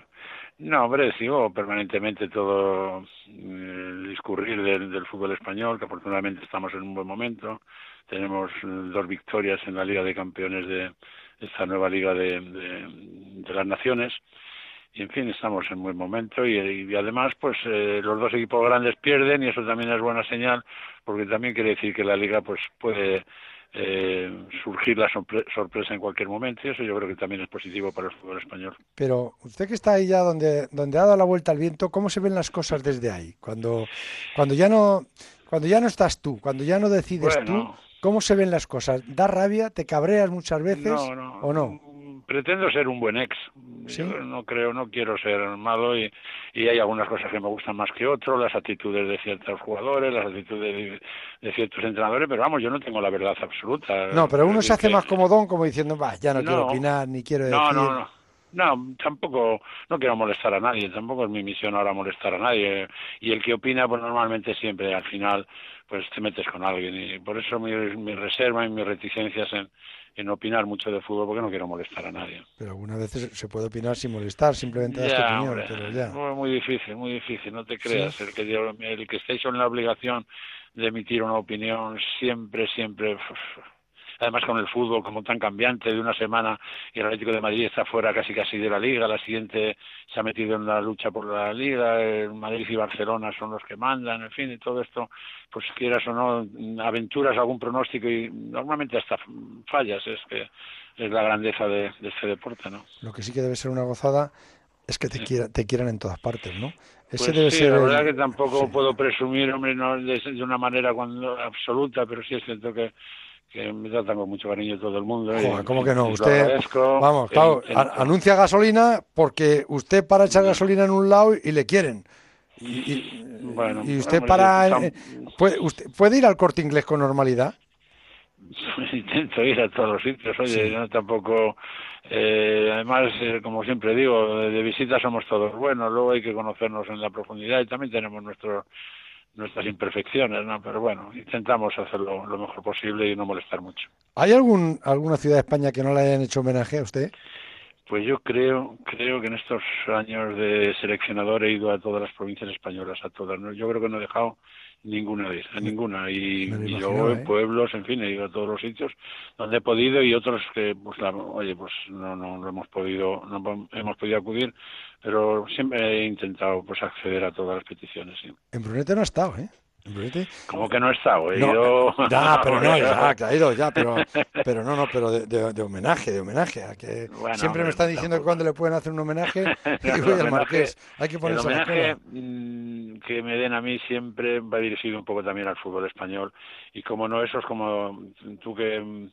Speaker 22: No, hombre, sigo permanentemente todo el discurrir del, del fútbol español, que afortunadamente estamos en un buen momento. Tenemos dos victorias en la Liga de Campeones de esta nueva Liga de, de, de las Naciones. Y, en fin, estamos en buen momento. Y, y además, pues, eh, los dos equipos grandes pierden y eso también es buena señal, porque también quiere decir que la Liga, pues, puede... Eh, surgir la sorpre- sorpresa en cualquier momento, y eso yo creo que también es positivo para el fútbol español.
Speaker 3: Pero usted que está ahí ya donde donde ha dado la vuelta al viento, ¿cómo se ven las cosas desde ahí? Cuando cuando ya no cuando ya no estás tú, cuando ya no decides
Speaker 22: bueno,
Speaker 3: tú, ¿cómo se ven las cosas? ¿Da rabia? ¿Te cabreas muchas veces
Speaker 22: no, no,
Speaker 3: o no?
Speaker 22: Pretendo ser un buen ex.
Speaker 3: ¿Sí?
Speaker 22: Yo no creo, no quiero ser malo y, y hay algunas cosas que me gustan más que otros, las actitudes de ciertos jugadores, las actitudes de, de ciertos entrenadores, pero vamos, yo no tengo la verdad absoluta.
Speaker 3: No, pero uno se hace
Speaker 22: que...
Speaker 3: más comodón como diciendo, va, ya no, no quiero opinar, ni quiero decir...
Speaker 22: No, no, no. No, tampoco, no quiero molestar a nadie, tampoco es mi misión ahora molestar a nadie. Y el que opina, pues normalmente siempre al final, pues te metes con alguien. Y por eso mi, mi reserva y mis reticencias en, en opinar mucho de fútbol, porque no quiero molestar a nadie.
Speaker 3: Pero algunas veces se puede opinar sin molestar, simplemente das tu opinión.
Speaker 22: Hombre,
Speaker 3: pero ya.
Speaker 22: Muy, muy difícil, muy difícil, no te creas.
Speaker 3: ¿Sí?
Speaker 22: El que, el que estéis en la obligación de emitir una opinión siempre, siempre... Además con el fútbol como tan cambiante de una semana y el Atlético de Madrid está fuera casi casi de la Liga, la siguiente se ha metido en la lucha por la Liga, el Madrid y Barcelona son los que mandan, en fin, y todo esto, pues quieras o no, aventuras algún pronóstico y normalmente hasta fallas, es que es la grandeza de, de este deporte, ¿no?
Speaker 3: Lo que sí que debe ser una gozada es que te, quiera, te quieran en todas partes, ¿no? Ese
Speaker 22: Pues
Speaker 3: debe
Speaker 22: sí,
Speaker 3: ser
Speaker 22: la
Speaker 3: el...
Speaker 22: verdad que tampoco
Speaker 3: sí.
Speaker 22: puedo presumir, hombre, no de, de una manera cuando, absoluta, pero sí es cierto que, que me tratan con mucho cariño todo el mundo.
Speaker 3: Joder,
Speaker 22: y,
Speaker 3: ¿cómo que no?
Speaker 22: y
Speaker 3: Usted,
Speaker 22: agradezco,
Speaker 3: vamos, claro,
Speaker 22: e
Speaker 3: a, anuncia gasolina porque usted para echar gasolina en un lado y le quieren. Y, y,
Speaker 22: bueno,
Speaker 3: y usted
Speaker 22: hombre,
Speaker 3: para...
Speaker 22: tam...
Speaker 3: Eh, ¿puede, usted, ¿Puede ir al Corte Inglés con normalidad?
Speaker 22: Intento ir a todos los sitios, oye, sí. no tampoco... Eh, además, eh, como siempre digo, de visita somos todos buenos, luego hay que conocernos en la profundidad y también tenemos nuestro, nuestras imperfecciones, ¿no? Pero bueno, intentamos hacerlo lo mejor posible y no molestar mucho.
Speaker 3: ¿Hay algún alguna ciudad de España que no le hayan hecho homenaje a usted?
Speaker 22: Pues yo creo creo que en estos años de seleccionador he ido a todas las provincias españolas, a todas, ¿no? Yo creo que no he dejado ninguna de a ninguna y, y luego en ¿eh? pueblos, en fin, he ido a todos los sitios donde he podido y otros que pues la, oye pues no no no hemos podido no hemos podido acudir, pero siempre he intentado pues acceder a todas las peticiones. ¿Sí?
Speaker 3: En Brunete no ha estado, ¿eh? ¿Brunete?
Speaker 22: ¿Cómo que no he estado? He
Speaker 3: no,
Speaker 22: ido...
Speaker 3: Ya, pero no, ya, que ha ido ya, pero, pero no, no, pero de, de, de homenaje, de homenaje. A que bueno, siempre me están diciendo tampoco. Que cuando le pueden hacer un homenaje, y voy al Marqués. Hay que ponerse
Speaker 22: el homenaje que me den a mí siempre va dirigido un poco también al fútbol español. Y como no, eso es como tú que...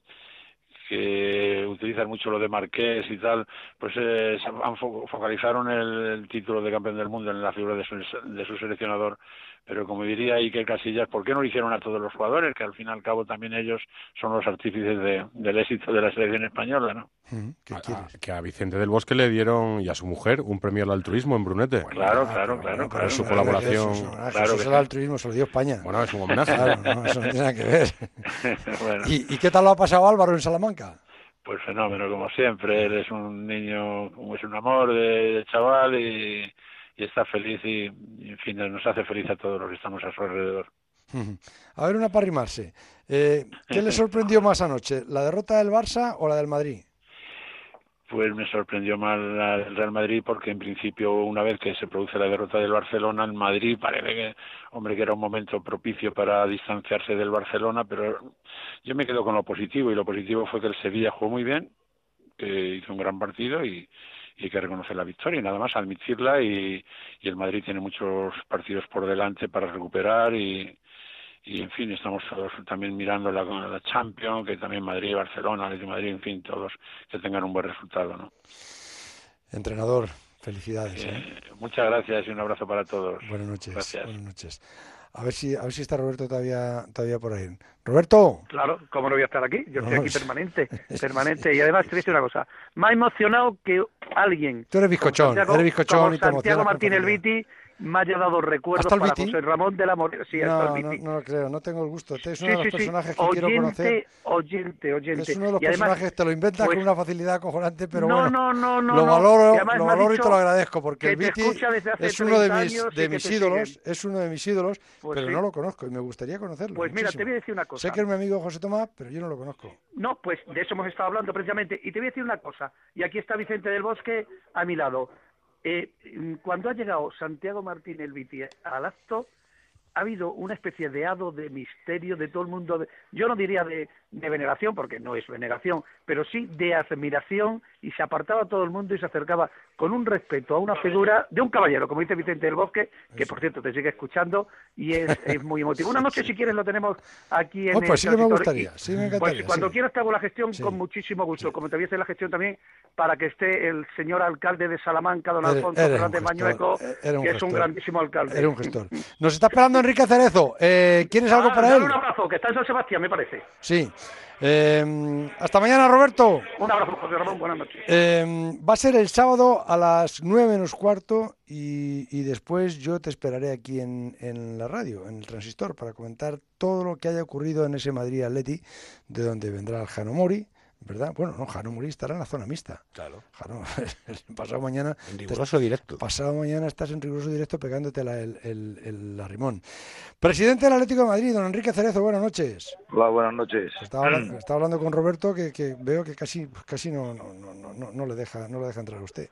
Speaker 22: que utilizan mucho lo de Marqués y tal, pues eh, han fo focalizaron el, el título de campeón del mundo en la figura de su, de su seleccionador, pero como diría Iker Casillas, ¿por qué no lo hicieron a todos los jugadores? Que al fin y al cabo también ellos son los artífices de, del éxito de la selección española, ¿no?
Speaker 2: ¿Qué quieres? A, que a Vicente del Bosque le dieron, y a su mujer, un premio al altruismo en Brunete.
Speaker 22: Bueno, claro, claro, claro.
Speaker 2: Por
Speaker 22: claro,
Speaker 2: su
Speaker 22: claro,
Speaker 2: colaboración.
Speaker 3: Eso, claro,
Speaker 22: claro
Speaker 3: eso
Speaker 22: que
Speaker 3: es el
Speaker 22: sí.
Speaker 3: altruismo, se lo dio España.
Speaker 2: Bueno, es un homenaje.
Speaker 3: Claro, no, eso no tiene nada que ver.
Speaker 22: Bueno.
Speaker 3: ¿Y, ¿Y qué tal lo ha pasado Álvaro en Salamanca?
Speaker 22: Pues fenómeno, como siempre. Él es un niño, como es un amor de, de chaval y, y está feliz y, y, en fin, nos hace feliz a todos los que estamos a su alrededor.
Speaker 3: A ver, una para rimarse. Eh, ¿Qué le sorprendió más anoche? ¿La derrota del Barça o la del Madrid?
Speaker 22: Pues me sorprendió más la del Real Madrid porque en principio una vez que se produce la derrota del Barcelona, el Madrid parece que, hombre, que era un momento propicio para distanciarse del Barcelona, pero yo me quedo con lo positivo y lo positivo fue que el Sevilla jugó muy bien, que hizo un gran partido y, y hay que reconocer la victoria y nada más admitirla y, y el Madrid tiene muchos partidos por delante para recuperar y y en fin, estamos todos también mirando la, la Champions, que también Madrid, Barcelona, Atlético de Madrid, en fin, todos que tengan un buen resultado, ¿no?
Speaker 3: Entrenador, felicidades. ¿eh?
Speaker 22: Eh, muchas gracias y un abrazo para todos.
Speaker 3: Buenas noches.
Speaker 22: Gracias.
Speaker 3: Buenas noches. A ver si a ver si está Roberto todavía todavía por ahí. Roberto.
Speaker 21: Claro, ¿cómo no voy a estar aquí? Yo
Speaker 3: no,
Speaker 21: estoy aquí permanente, permanente. Y además te voy a decir una cosa, me ha emocionado que alguien...
Speaker 3: Tú eres bizcochón,
Speaker 21: Santiago,
Speaker 3: eres bizcochón
Speaker 21: como
Speaker 3: y te
Speaker 21: Santiago
Speaker 3: emocionas
Speaker 21: Martín
Speaker 3: con
Speaker 21: el Viti me haya dado recuerdos
Speaker 3: el
Speaker 21: para
Speaker 3: Viti?
Speaker 21: José Ramón de la Morena. Sí,
Speaker 3: no,
Speaker 21: el
Speaker 3: no,
Speaker 21: Viti.
Speaker 3: no lo creo, no tengo el gusto. Este es
Speaker 21: Sí,
Speaker 3: uno de los
Speaker 21: sí, sí.
Speaker 3: personajes que
Speaker 21: oyente,
Speaker 3: quiero conocer.
Speaker 21: Oyente, oyente.
Speaker 3: Es uno de los
Speaker 21: y además,
Speaker 3: personajes, te lo inventas
Speaker 21: pues,
Speaker 3: con una facilidad acojonante, pero
Speaker 21: no,
Speaker 3: bueno,
Speaker 21: no, no, no,
Speaker 3: lo
Speaker 21: no.
Speaker 3: valoro,
Speaker 21: Y además
Speaker 3: lo
Speaker 21: me ha
Speaker 3: valoro y
Speaker 21: dicho
Speaker 3: te lo agradezco, porque
Speaker 21: que
Speaker 3: el
Speaker 21: te
Speaker 3: Viti
Speaker 21: escucha desde hace
Speaker 3: es uno de mis,
Speaker 21: años
Speaker 3: de
Speaker 21: y
Speaker 3: mis
Speaker 21: que te
Speaker 3: ídolos,
Speaker 21: siguen.
Speaker 3: es uno de mis ídolos,
Speaker 21: Pues
Speaker 3: pero
Speaker 21: sí.
Speaker 3: no lo conozco y me gustaría conocerlo.
Speaker 21: Pues mira,
Speaker 3: muchísimo.
Speaker 21: te voy a decir una cosa.
Speaker 3: Sé que es mi amigo José Tomás, pero yo no lo conozco.
Speaker 21: No, pues de eso hemos estado hablando precisamente. Y te voy a decir una cosa. Y aquí está Vicente del Bosque a mi lado. Eh, cuando ha llegado Santiago Martín el Viti al acto, ha habido una especie de halo de misterio de todo el mundo. De, yo no diría de, de veneración, porque no es veneración, pero sí de admiración, y se apartaba todo el mundo y se acercaba con un respeto a una figura de un caballero, como dice Vicente del Bosque, que por cierto te sigue escuchando y es, es muy emotivo. Una noche, si quieres, lo tenemos aquí en
Speaker 3: oh, pues
Speaker 21: el
Speaker 3: sí que me gustaría,
Speaker 21: y,
Speaker 3: sí me encantaría.
Speaker 21: Pues cuando
Speaker 3: sí.
Speaker 21: quieras te hago la gestión
Speaker 3: sí.
Speaker 21: con muchísimo gusto, sí. como te voy a hacer la gestión también para que esté el señor alcalde de Salamanca, don Alfonso
Speaker 3: eres
Speaker 21: Fernández Mañueco, que
Speaker 3: gestor.
Speaker 21: es un grandísimo alcalde.
Speaker 3: Era un gestor. Nos está esperando Enrique Cerezo. Eh, ¿Quieres algo
Speaker 21: ah,
Speaker 3: para
Speaker 21: dale
Speaker 3: él?
Speaker 21: Un abrazo, que está en San Sebastián, me parece.
Speaker 3: Sí. Eh, hasta mañana, Roberto.
Speaker 21: Un abrazo, José Ramón, buenas noches.
Speaker 3: Eh, va a ser el sábado a las nueve menos cuarto y, y después yo te esperaré aquí en, en la radio, en el Transistor, para comentar todo lo que haya ocurrido en ese Madrid Atleti, de donde vendrá el Jano Mori, ¿verdad? Bueno, no, Jano Mori estará en la zona mixta.
Speaker 2: Claro.
Speaker 3: Jano, pasado mañana...
Speaker 2: En riguroso directo.
Speaker 3: Pasado mañana estás en riguroso directo pegándote la, el, el, el arrimón. Presidente del Atlético de Madrid, don Enrique Cerezo, buenas noches.
Speaker 20: Hola, buenas noches.
Speaker 3: Estaba hablando, estaba hablando con Roberto que, que veo que casi casi no no, no, no, no le deja no le deja entrar a usted.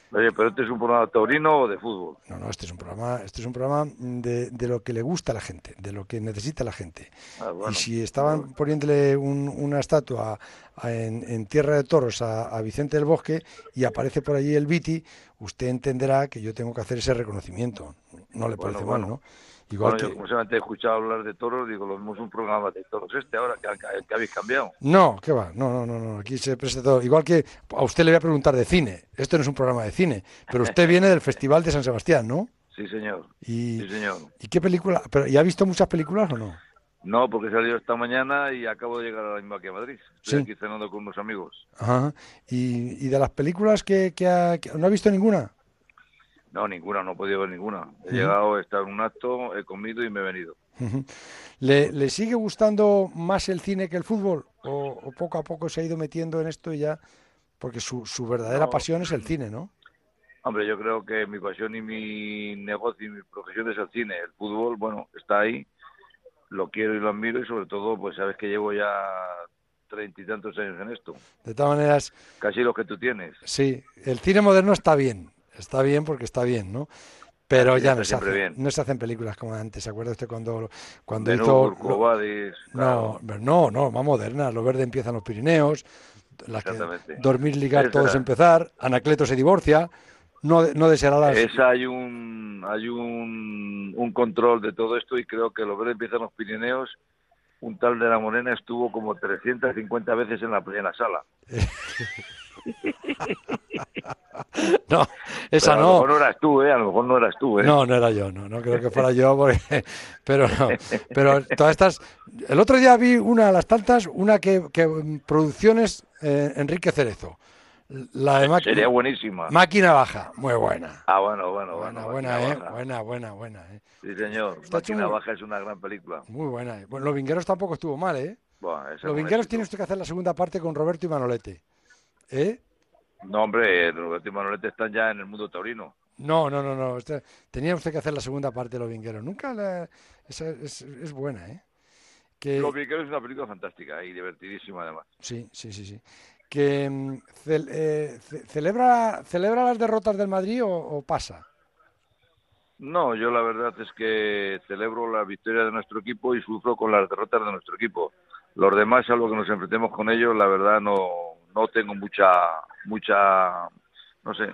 Speaker 4: Oye, pero este es un programa taurino o de fútbol.
Speaker 3: No, no, este es un programa, este es un programa de, de lo que le gusta a la gente, de lo que necesita la gente.
Speaker 4: Ah, bueno.
Speaker 3: Y si estaban poniéndole un, una estatua a, en, en Tierra de Toros a, a Vicente del Bosque y aparece por allí el Viti, usted entenderá que yo tengo que hacer ese reconocimiento. No le
Speaker 4: Bueno,
Speaker 3: parece
Speaker 4: bueno.
Speaker 3: mal, ¿no? Igual
Speaker 4: Bueno,
Speaker 3: que...
Speaker 4: yo como solamente he escuchado hablar de toros, digo, lo mismo es un programa de toros este ahora, que, que, que habéis cambiado.
Speaker 3: No, ¿qué va? No, no, no, no, aquí se presta todo. Igual que a usted le voy a preguntar de cine. Esto no es un programa de cine, pero usted viene del Festival de San Sebastián, ¿no?
Speaker 4: Sí, señor.
Speaker 3: Y,
Speaker 4: sí, señor.
Speaker 3: ¿Y qué película? Pero, ¿y ha visto muchas películas o no?
Speaker 4: No, porque he salido esta mañana y acabo de llegar a la misma que a Madrid. Estoy
Speaker 3: Sí.
Speaker 4: aquí cenando con unos amigos.
Speaker 3: Ajá. ¿Y, y de las películas que, que, ha, que no ha visto ninguna?
Speaker 4: No, ninguna, no he podido ver ninguna. He
Speaker 3: Ujú.
Speaker 4: llegado, he estado en un acto, he comido y me he venido.
Speaker 3: Ujú. ¿Le, ¿Le sigue gustando más el cine que el fútbol? ¿O, o poco a poco se ha ido metiendo en esto y ya? Porque su, su verdadera
Speaker 4: No.
Speaker 3: pasión es el cine, ¿no?
Speaker 4: Hombre, yo creo que mi pasión y mi negocio y mi profesión es el cine. El fútbol, bueno, está ahí, lo quiero y lo admiro y sobre todo, pues sabes que llevo ya treinta y tantos años en esto.
Speaker 3: De todas maneras,
Speaker 4: Casi lo que tú tienes.
Speaker 3: sí, el cine moderno está bien. Está bien porque está bien, ¿no? Pero
Speaker 4: Sí,
Speaker 3: ya
Speaker 4: está
Speaker 3: no se,
Speaker 4: siempre
Speaker 3: hace,
Speaker 4: bien.
Speaker 3: no se hacen películas como antes. ¿Se acuerda usted cuando, cuando
Speaker 4: Menú,
Speaker 3: hizo...
Speaker 4: Curcovadis,
Speaker 3: No, no, no, más modernas. Lo verde empiezan los Pirineos, las que
Speaker 4: Exactamente.
Speaker 3: dormir, ligar,
Speaker 4: Esa-
Speaker 3: todos empezar, Anacleto se divorcia, no, de- no deseará las...
Speaker 4: Esa hay un hay un, un control de todo esto y creo que lo que empiezan los Pirineos, un tal de la Morena estuvo como trescientas cincuenta veces en la plena sala.
Speaker 3: No, esa
Speaker 4: Pero a lo
Speaker 3: no.
Speaker 4: mejor no eras tú, ¿eh? A lo mejor no eras tú, ¿eh?
Speaker 3: No, no era yo, no, no creo que fuera yo, porque, pero no, pero todas estas, el otro día vi una de las tantas, una que, que mm, producciones eh, Enrique Cerezo, la de Máquina,
Speaker 4: Sería buenísima.
Speaker 3: Máquina Baja, muy buena,
Speaker 4: Ah, bueno, bueno,
Speaker 3: buena,
Speaker 4: bueno.
Speaker 3: buena,
Speaker 4: Máquina
Speaker 3: eh,
Speaker 4: Baja.
Speaker 3: buena, buena, buena, eh.
Speaker 4: Sí, señor.
Speaker 3: Está hecho
Speaker 4: Máquina
Speaker 3: muy-
Speaker 4: Baja es una gran película.
Speaker 3: Muy buena, eh. Bueno, Los Vingueros tampoco estuvo mal, eh.
Speaker 4: Buah, esa es
Speaker 3: Los
Speaker 4: un
Speaker 3: Vingueros
Speaker 4: éxito.
Speaker 3: tiene usted que hacer la segunda parte con Roberto y Manolete, ¿eh?
Speaker 4: No, hombre, Roberto y Manolete están ya en el mundo taurino.
Speaker 3: No, no, no, no. Usted, tenía usted que hacer la segunda parte de Los Vingueros. Nunca la, esa es, es buena, ¿eh? Que,
Speaker 4: Los Viqueros es una película fantástica y divertidísima además.
Speaker 3: sí, sí, sí, sí. Que mm, cel- eh, ce- celebra, celebra las derrotas del Madrid o, o pasa.
Speaker 4: No, yo la verdad es que celebro la victoria de nuestro equipo y sufro con las derrotas de nuestro equipo. Los demás, salvo que nos enfrentemos con ellos, la verdad no, no tengo mucha, mucha, no sé,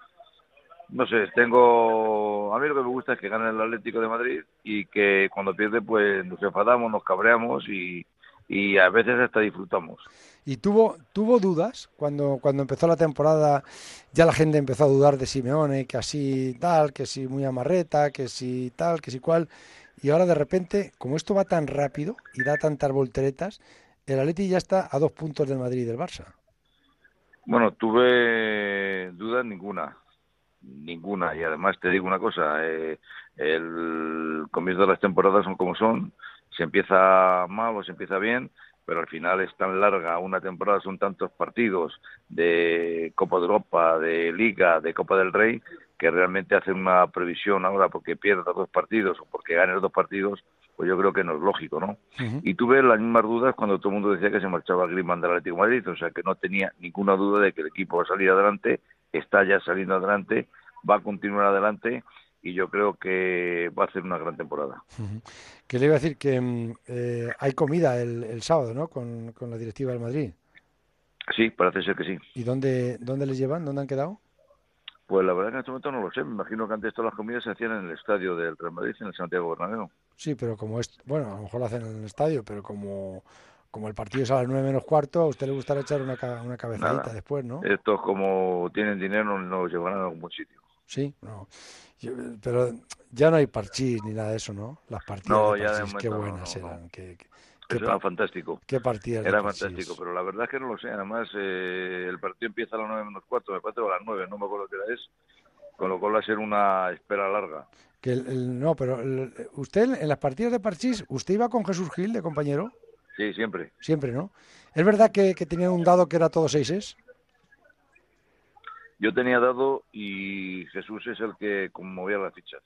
Speaker 4: no sé, tengo, a mí lo que me gusta es que gane el Atlético de Madrid y que cuando pierde pues nos enfadamos, nos cabreamos y, y a veces hasta disfrutamos.
Speaker 3: Y tuvo, tuvo dudas cuando, cuando empezó la temporada, ya la gente empezó a dudar de Simeone, que así tal, que si muy amarreta, que si tal, que si cual. Y ahora de repente, como esto va tan rápido y da tantas volteretas, el Atleti ya está a dos puntos del Madrid y del Barça.
Speaker 4: Bueno, tuve dudas ninguna, ninguna. Y además te digo una cosa, eh, el comienzo de las temporadas son como son, se empieza mal o se empieza bien, pero al final es tan larga una temporada, son tantos partidos de Copa de Europa, de Liga, de Copa del Rey, que realmente hacer una previsión ahora porque pierdas dos partidos o porque ganes dos partidos, pues yo creo que no es lógico, ¿no?
Speaker 3: Uh-huh.
Speaker 4: Y tuve las mismas dudas cuando todo el mundo decía que se marchaba Griezmann del Atlético de Madrid, o sea que no tenía ninguna duda de que el equipo va a salir adelante, está ya saliendo adelante, va a continuar adelante y yo creo que va a hacer una gran temporada.
Speaker 3: Uh-huh. Que le iba a decir que mm, eh, hay comida el, el sábado, ¿no? Con, con la directiva del Madrid.
Speaker 4: Sí, parece ser que sí.
Speaker 3: ¿Y dónde, dónde les llevan? ¿Dónde han quedado?
Speaker 4: Pues la verdad que en este momento no lo sé. Me imagino que antes todas las comidas se hacían en el estadio del Real Madrid, en el Santiago Bernabéu.
Speaker 3: Sí, pero como es, bueno, a lo mejor lo hacen en el estadio, pero como, como el partido es a las nueve menos cuarto, a usted le gustará echar una, ca- una cabezadita
Speaker 4: Nada.
Speaker 3: después, ¿no?
Speaker 4: Estos, como tienen dinero, no los llevarán a algún sitio.
Speaker 3: Sí, no. Yo- pero ya no hay parchís ni nada de eso, ¿no? Las partidas
Speaker 4: No,
Speaker 3: de
Speaker 4: ya de
Speaker 3: parchís, qué
Speaker 4: momento no,
Speaker 3: buenas
Speaker 4: no, no.
Speaker 3: eran. Qué, qué- qué
Speaker 4: Eso era
Speaker 3: pa-
Speaker 4: fantástico.
Speaker 3: qué partidas de
Speaker 4: Era
Speaker 3: parchís.
Speaker 4: fantástico, pero la verdad es que no lo sé. Además, eh, el partido empieza a las nueve menos cuatro, me parece, o a las nueve, no me acuerdo qué hora es. Con lo cual va a ser una espera larga.
Speaker 3: Que el- el- no, pero el- usted en las partidas de parchís, ¿usted iba con Jesús Gil de compañero?
Speaker 4: Sí, siempre.
Speaker 3: Siempre, ¿no? ¿Es verdad que, que tenían un dado que era todo seises?
Speaker 4: Yo tenía dado y Jesús es el que conmovía las fichas.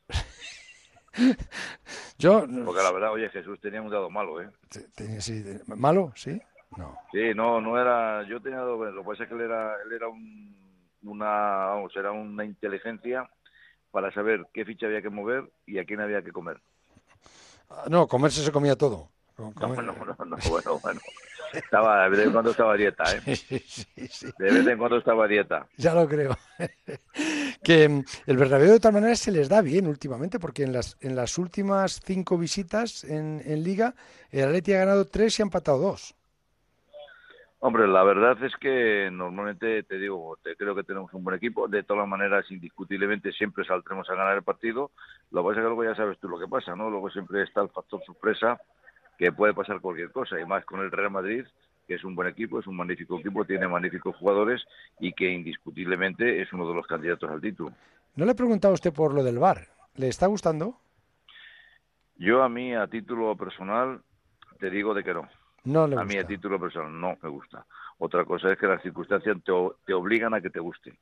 Speaker 3: Yo...
Speaker 4: Porque la verdad, oye, Jesús tenía un dado malo, ¿eh?
Speaker 3: Tenía, sí, de- ¿malo? ¿Sí? No.
Speaker 4: Sí, no, no era... Yo tenía dado... Lo que pasa es que él era, él era un, una, vamos, era una inteligencia para saber qué ficha había que mover y a quién había que comer.
Speaker 3: No, comerse se comía todo.
Speaker 4: No, no, no, no, bueno, bueno. Estaba, de vez en cuando estaba a dieta, ¿eh?
Speaker 3: Sí, sí, sí.
Speaker 4: De vez en cuando estaba a dieta.
Speaker 3: Ya lo creo. Que mm, el Bernabéu de todas maneras se les da bien últimamente, porque en las en las últimas cinco visitas en, en Liga, el Atleti ha ganado tres y ha empatado dos.
Speaker 4: Hombre, la verdad es que normalmente, te digo, te, creo que tenemos un buen equipo. De todas maneras, indiscutiblemente, siempre saldremos a ganar el partido. Lo que pasa es que luego ya sabes tú lo que pasa, ¿no? Luego siempre está el factor sorpresa, que puede pasar cualquier cosa, y más con el Real Madrid, que es un buen equipo, es un magnífico equipo, tiene magníficos jugadores y que indiscutiblemente es uno de los candidatos al título.
Speaker 3: No le he preguntado a usted por lo del V A R. ¿Le está gustando?
Speaker 4: Yo a mí, a título personal, te digo de que no.
Speaker 3: No le
Speaker 4: a
Speaker 3: gusta.
Speaker 4: mí, a título personal, no me gusta. Otra cosa es que las circunstancias te, te obligan a que te guste.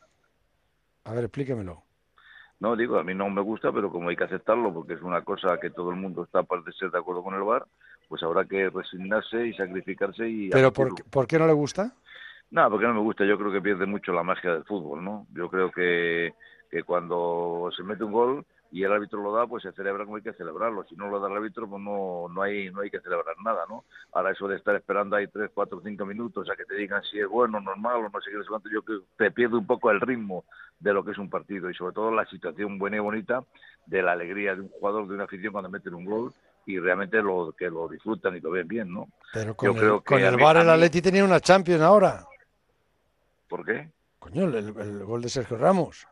Speaker 3: A ver, explíquemelo.
Speaker 4: No, digo, a mí no me gusta, pero como hay que aceptarlo, porque es una cosa que todo el mundo está, parece ser, de acuerdo con el V A R, pues habrá que resignarse y sacrificarse. y
Speaker 3: ¿Pero por, por qué no le gusta?
Speaker 4: No, porque no me gusta. Yo creo que pierde mucho la magia del fútbol, ¿no? Yo creo que, que cuando se mete un gol y el árbitro lo da, pues se celebra como hay que celebrarlo. Si no lo da el árbitro, pues no no hay no hay que celebrar nada, ¿no? Ahora eso de estar esperando ahí tres, cuatro, cinco minutos a que te digan si es bueno, normal o no sé qué, no sé cuánto, yo creo que te pierde un poco el ritmo de lo que es un partido y sobre todo la situación buena y bonita de la alegría de un jugador, de una afición cuando meten un gol y realmente lo que lo disfrutan y lo ven bien, ¿no?
Speaker 3: Pero con
Speaker 4: yo
Speaker 3: el,
Speaker 4: creo que
Speaker 3: con el
Speaker 4: mí,
Speaker 3: V A R el
Speaker 4: mí...
Speaker 3: Atleti tenía una Champions ahora.
Speaker 4: ¿Por qué?
Speaker 3: Coño, el, el gol de Sergio Ramos.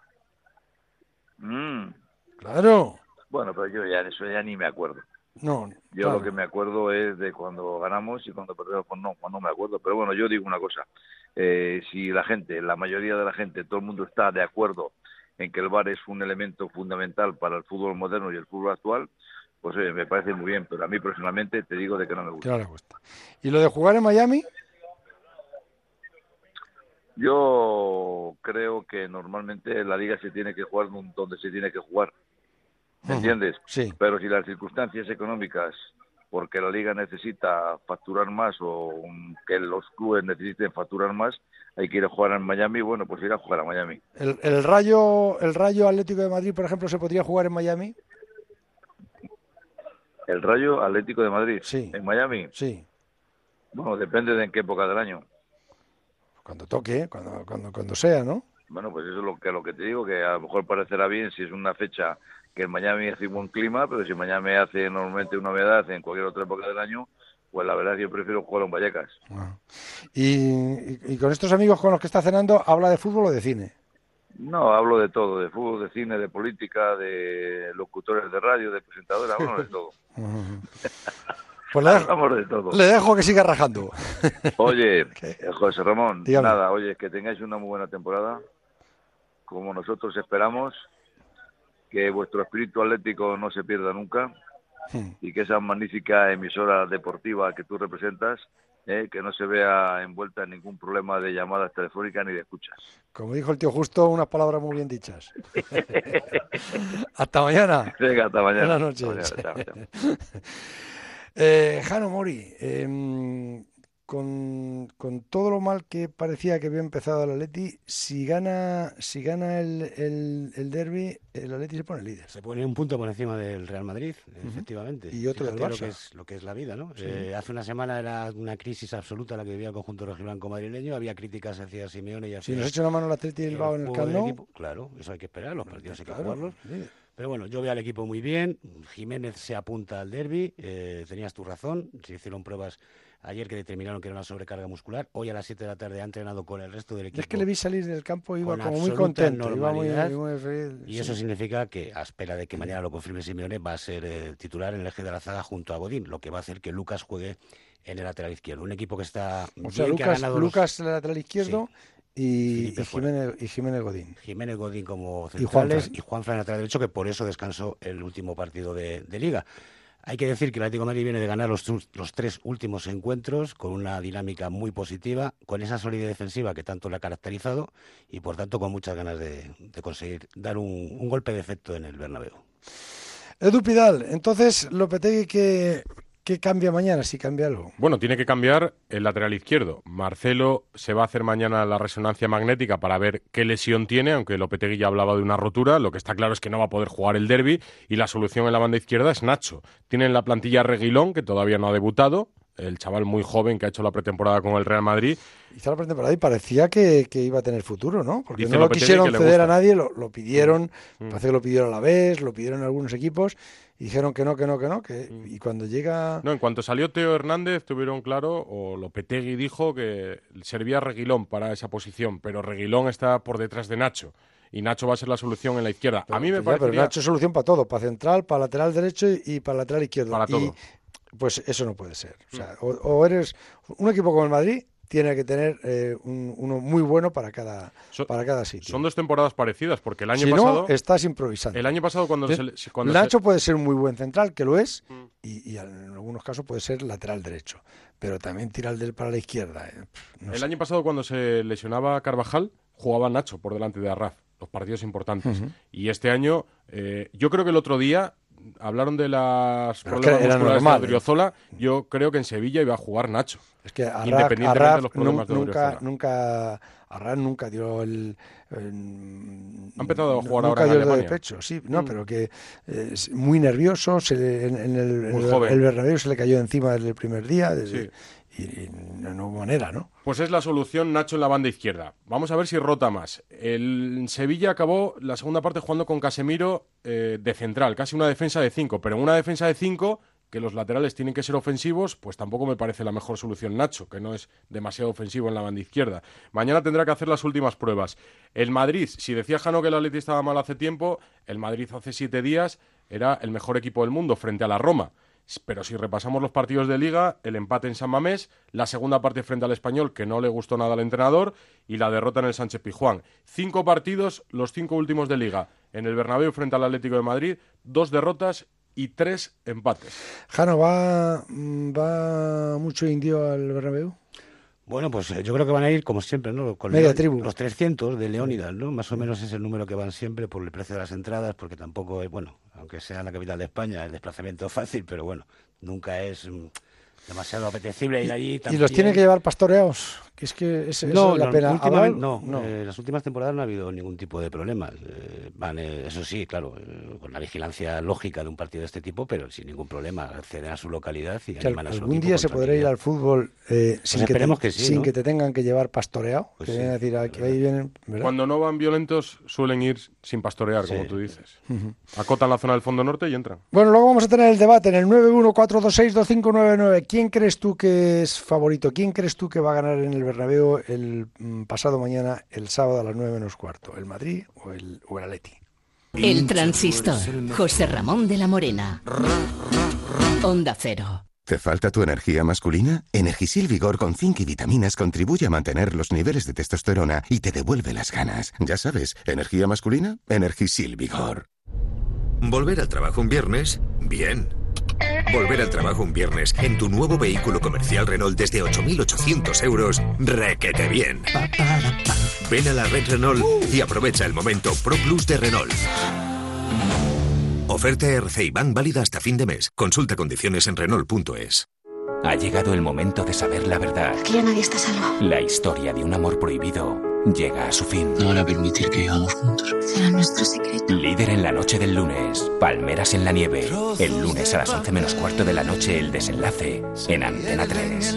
Speaker 4: Mm.
Speaker 3: Claro.
Speaker 4: Bueno, pero yo ya eso ya ni me acuerdo.
Speaker 3: No.
Speaker 4: Yo
Speaker 3: claro.
Speaker 4: lo que me acuerdo es de cuando ganamos y cuando perdemos, pues no, pues no me acuerdo. Pero bueno, yo digo una cosa. Eh, si la gente, la mayoría de la gente, todo el mundo está de acuerdo en que el V A R es un elemento fundamental para el fútbol moderno y el fútbol actual, pues eh, me parece muy bien. Pero a mí personalmente te digo de que no me gusta.
Speaker 3: Que no le gusta. ¿Y lo de jugar en Miami?
Speaker 4: Yo creo que normalmente la liga se tiene que jugar donde se tiene que jugar. ¿Me entiendes?
Speaker 3: Sí.
Speaker 4: Pero si las circunstancias económicas, porque la liga necesita facturar más o que los clubes necesiten facturar más, hay que ir a jugar en Miami, bueno, pues ir a jugar a Miami.
Speaker 3: ¿El, el Rayo el Rayo Atlético de Madrid, por ejemplo, se podría jugar en Miami?
Speaker 4: ¿El Rayo Atlético de Madrid?
Speaker 3: Sí.
Speaker 4: ¿En Miami?
Speaker 3: Sí.
Speaker 4: Bueno, depende de en qué época del año.
Speaker 3: Cuando toque, cuando cuando cuando sea, ¿no?
Speaker 4: Bueno, pues eso es lo que, lo que te digo, que a lo mejor parecerá bien si es una fecha que en Miami hace un buen clima, pero si Miami hace normalmente una humedad en cualquier otra época del año, pues la verdad es que yo prefiero jugar en Vallecas.
Speaker 3: Ah. Y, y, y con estos amigos con los que está cenando, ¿habla de fútbol o de cine?
Speaker 4: No, hablo de todo, de fútbol, de cine, de política, de locutores de radio, de presentadores, hablo de todo.
Speaker 3: Pues le dejo,
Speaker 4: Hablamos de todo.
Speaker 3: le dejo que siga rajando.
Speaker 4: Oye, José Ramón,
Speaker 3: Dígame.
Speaker 4: nada, oye, que tengáis una muy buena temporada, como nosotros esperamos, que vuestro espíritu atlético no se pierda nunca y que esa magnífica emisora deportiva que tú representas, eh, que no se vea envuelta en ningún problema de llamadas telefónicas ni de escuchas.
Speaker 3: Como dijo el tío Justo, unas palabras muy bien dichas. Hasta mañana.
Speaker 4: Venga, hasta mañana.
Speaker 3: Buenas noches.
Speaker 4: Hasta mañana, chao, chao.
Speaker 3: eh, Jano Mori, eh, con, con todo lo mal que parecía que había empezado el Atleti, si gana si gana el, el, el derbi, el Atleti se pone líder.
Speaker 6: Se pone un punto por encima del Real Madrid, uh-huh. efectivamente.
Speaker 3: Y otro
Speaker 6: Fíjate
Speaker 3: del
Speaker 6: lo
Speaker 3: Barça.
Speaker 6: que es lo que es la vida, ¿no?
Speaker 3: Sí.
Speaker 6: Eh, hace una semana era una crisis absoluta la que vivía el conjunto rojiblanco madrileño. Había críticas hacia Simeone y hacia...
Speaker 3: Si nos echa una mano el Atleti Bilbao en el Camp Nou...
Speaker 6: Claro, eso hay que esperar, los partidos hay que
Speaker 3: Claro,
Speaker 6: jugarlos.
Speaker 3: sí.
Speaker 6: Pero bueno, yo veo al equipo muy bien. Jiménez se apunta al derbi. Eh, tenías tu razón. Se hicieron pruebas ayer que determinaron que era una sobrecarga muscular. Hoy a las siete de la tarde ha entrenado con el resto del equipo.
Speaker 3: Es que le vi salir del campo y iba
Speaker 6: con
Speaker 3: como muy
Speaker 6: absoluta
Speaker 3: contento. Iba muy,
Speaker 6: normalidad.
Speaker 3: muy feliz.
Speaker 6: Y
Speaker 3: Sí.
Speaker 6: eso significa que, a espera de que mañana lo confirme Simeone, va a ser eh, titular en el eje de la zaga junto a Godín, lo que va a hacer que Lucas juegue en el lateral izquierdo. Un equipo que está
Speaker 3: O sea,
Speaker 6: bien, que ha
Speaker 3: Lucas,
Speaker 6: ganado
Speaker 3: Lucas
Speaker 6: los...
Speaker 3: el lateral izquierdo y,
Speaker 6: Felipe
Speaker 3: y,
Speaker 6: fuera.
Speaker 3: Jiménez, y Jiménez Godín.
Speaker 6: Jiménez Godín como
Speaker 3: Y Juanfran.
Speaker 6: centrales y Juanfran lateral derecho, que por eso descansó el último partido de, de Liga. Hay que decir que el Atlético de Madrid viene de ganar los, los tres últimos encuentros con una dinámica muy positiva, con esa solidez defensiva que tanto le ha caracterizado y por tanto con muchas ganas de, de conseguir dar un, un golpe de efecto en el Bernabéu.
Speaker 3: Edu Pidal, entonces Lopetegui, ¿qué, ¿qué cambia mañana, si cambia algo?
Speaker 2: Bueno, tiene que cambiar el lateral izquierdo. Marcelo se va a hacer mañana la resonancia magnética para ver qué lesión tiene, aunque Lopetegui ya hablaba de una rotura. Lo que está claro es que no va a poder jugar el derbi y la solución en la banda izquierda es Nacho. Tienen la plantilla Reguilón, que todavía no ha debutado, el chaval muy joven que ha hecho la pretemporada con el Real Madrid.
Speaker 3: Hizo la pretemporada y parecía que, que iba a tener futuro, ¿no? Porque
Speaker 2: Dice
Speaker 3: no lo
Speaker 2: Lopetegui
Speaker 3: quisieron
Speaker 2: que
Speaker 3: ceder a nadie, lo, lo pidieron,
Speaker 2: Mm.
Speaker 3: parece que lo pidieron a la vez, lo pidieron algunos equipos, y dijeron que no, que no, que no, que y cuando llega...
Speaker 2: No, en cuanto salió Teo Hernández, tuvieron claro, o Lopetegui dijo que servía Reguilón para esa posición, pero Reguilón está por detrás de Nacho. Y Nacho va a ser la solución en la izquierda. A mí me
Speaker 3: Ya,
Speaker 2: parece.
Speaker 3: pero Nacho es solución para todo, para central, para lateral derecho y, y para lateral izquierdo.
Speaker 2: Para todo.
Speaker 3: Y pues eso no puede ser. O sea, o, o eres un equipo como el Madrid, tiene que tener eh, un, uno muy bueno para cada,
Speaker 2: So,
Speaker 3: para cada sitio.
Speaker 2: Son dos temporadas parecidas, porque el año
Speaker 3: si
Speaker 2: pasado.
Speaker 3: no, estás improvisando.
Speaker 2: El año pasado, cuando
Speaker 3: Entonces,
Speaker 2: se. Cuando
Speaker 3: Nacho
Speaker 2: se...
Speaker 3: puede ser un muy buen central, que lo es, mm. y, y en algunos casos puede ser lateral derecho, pero también tira el para la izquierda. Eh. No
Speaker 2: el
Speaker 3: sé.
Speaker 2: año pasado, cuando se lesionaba Carvajal, jugaba Nacho por delante de Arraf, los partidos importantes. Uh-huh. Y este año, eh, yo creo que el otro día hablaron de las
Speaker 3: pero
Speaker 2: problemas
Speaker 3: era
Speaker 2: musculares
Speaker 3: normal,
Speaker 2: de Odriozola. ¿eh? Yo creo que en Sevilla iba a jugar Nacho.
Speaker 3: Es que Arraf,
Speaker 2: independientemente
Speaker 3: Arraf
Speaker 2: de los problemas
Speaker 3: nunca,
Speaker 2: de Odriozola.
Speaker 3: nunca, Arraf nunca dio el... el
Speaker 2: ha empezado a jugar
Speaker 3: nunca
Speaker 2: ahora en
Speaker 3: dio
Speaker 2: Alemania.
Speaker 3: De pecho, sí, no,
Speaker 2: mm.
Speaker 3: pero que eh, es muy nervioso, se le, en, en el,
Speaker 2: muy
Speaker 3: el,
Speaker 2: joven.
Speaker 3: el Bernabéu se le cayó encima desde el primer día, desde,
Speaker 2: sí.
Speaker 3: y, y no hubo manera, ¿no?
Speaker 2: Pues es la solución Nacho en la banda izquierda. Vamos a ver si rota más. El Sevilla acabó la segunda parte jugando con Casemiro eh, de central, casi una defensa de cinco, pero en una defensa de cinco, que los laterales tienen que ser ofensivos, pues tampoco me parece la mejor solución Nacho, que no es demasiado ofensivo en la banda izquierda. Mañana tendrá que hacer las últimas pruebas. El Madrid, si decía Jano que el Atleti estaba mal hace tiempo, el Madrid hace siete días era el mejor equipo del mundo frente a la Roma. Pero si repasamos los partidos de Liga, el empate en San Mamés, la segunda parte frente al Español, que no le gustó nada al entrenador, y la derrota en el Sánchez Pizjuán. Cinco partidos, los cinco últimos de Liga. En el Bernabéu frente al Atlético de Madrid, dos derrotas y tres empates.
Speaker 3: Jano, ¿va, va mucho indio al Bernabéu?
Speaker 6: Bueno, pues yo creo que van a ir, como siempre, ¿no? Con
Speaker 3: media
Speaker 6: León,
Speaker 3: tribu.
Speaker 6: Los trescientos de Leónidas, ¿no? Más o menos es el número que van siempre por el precio de las entradas, porque tampoco es, bueno, aunque sea en la capital de España, el desplazamiento es fácil, pero bueno, nunca es mm, demasiado apetecible ir allí.
Speaker 3: ¿Y los tienen que llevar pastoreados? Que es que es,
Speaker 6: no,
Speaker 3: es la
Speaker 6: no,
Speaker 3: pena.
Speaker 6: Últimamente, no,
Speaker 3: no.
Speaker 6: Eh, las últimas temporadas no ha habido ningún tipo de problemas. Eh, van, eh, eso sí, claro, eh, con la vigilancia lógica de un partido de este tipo, pero sin ningún problema. Acceden a su localidad y
Speaker 3: que
Speaker 6: animan a su
Speaker 3: algún
Speaker 6: equipo
Speaker 3: día
Speaker 6: con
Speaker 3: se podrá ir al fútbol eh,
Speaker 6: pues
Speaker 3: sin, que te,
Speaker 6: que sí,
Speaker 3: sin
Speaker 6: ¿no?
Speaker 3: que te tengan que llevar pastoreado.
Speaker 6: Pues
Speaker 3: que
Speaker 6: sí,
Speaker 3: vienen a decir, aquí ahí vienen, ¿verdad?
Speaker 2: Cuando no van violentos, suelen ir sin pastorear,
Speaker 6: sí.
Speaker 2: como tú dices.
Speaker 3: Uh-huh.
Speaker 2: Acotan la zona del fondo norte y entran.
Speaker 3: Bueno, luego vamos a tener el debate en el nueve uno cuatro dos seis dos cinco nueve nueve. ¿Quién crees tú que es favorito? ¿Quién crees tú que va a ganar en el Bernabéu el mm, pasado mañana, el sábado a las nueve menos cuarto? ¿El Madrid o el, o el Atleti?
Speaker 1: El Transistor. José Ramón de la Morena. Onda Cero.
Speaker 7: ¿Te falta tu energía masculina? Energisil Vigor con zinc y vitaminas contribuye a mantener los niveles de testosterona y te devuelve las ganas. Ya sabes, ¿energía masculina? Energisil Vigor.
Speaker 12: ¿Volver al trabajo un viernes? Bien. Volver al trabajo un viernes en tu nuevo vehículo comercial Renault desde ocho mil ochocientos euros, requete bien. Ven a la red Renault y aprovecha el momento Pro Plus de Renault. Oferta R C I Bank válida hasta fin de mes. Consulta condiciones en Renault punto es.
Speaker 20: Ha llegado el momento de saber la verdad.
Speaker 23: Aquí ya nadie está salvo.
Speaker 20: La historia de un amor prohibido llega a su fin.
Speaker 23: No van a permitir que vivamos juntos. Será nuestro secreto.
Speaker 20: Líder en la noche del lunes. Palmeras en la nieve. El lunes a las once menos cuarto de la noche, el desenlace en Antena tres.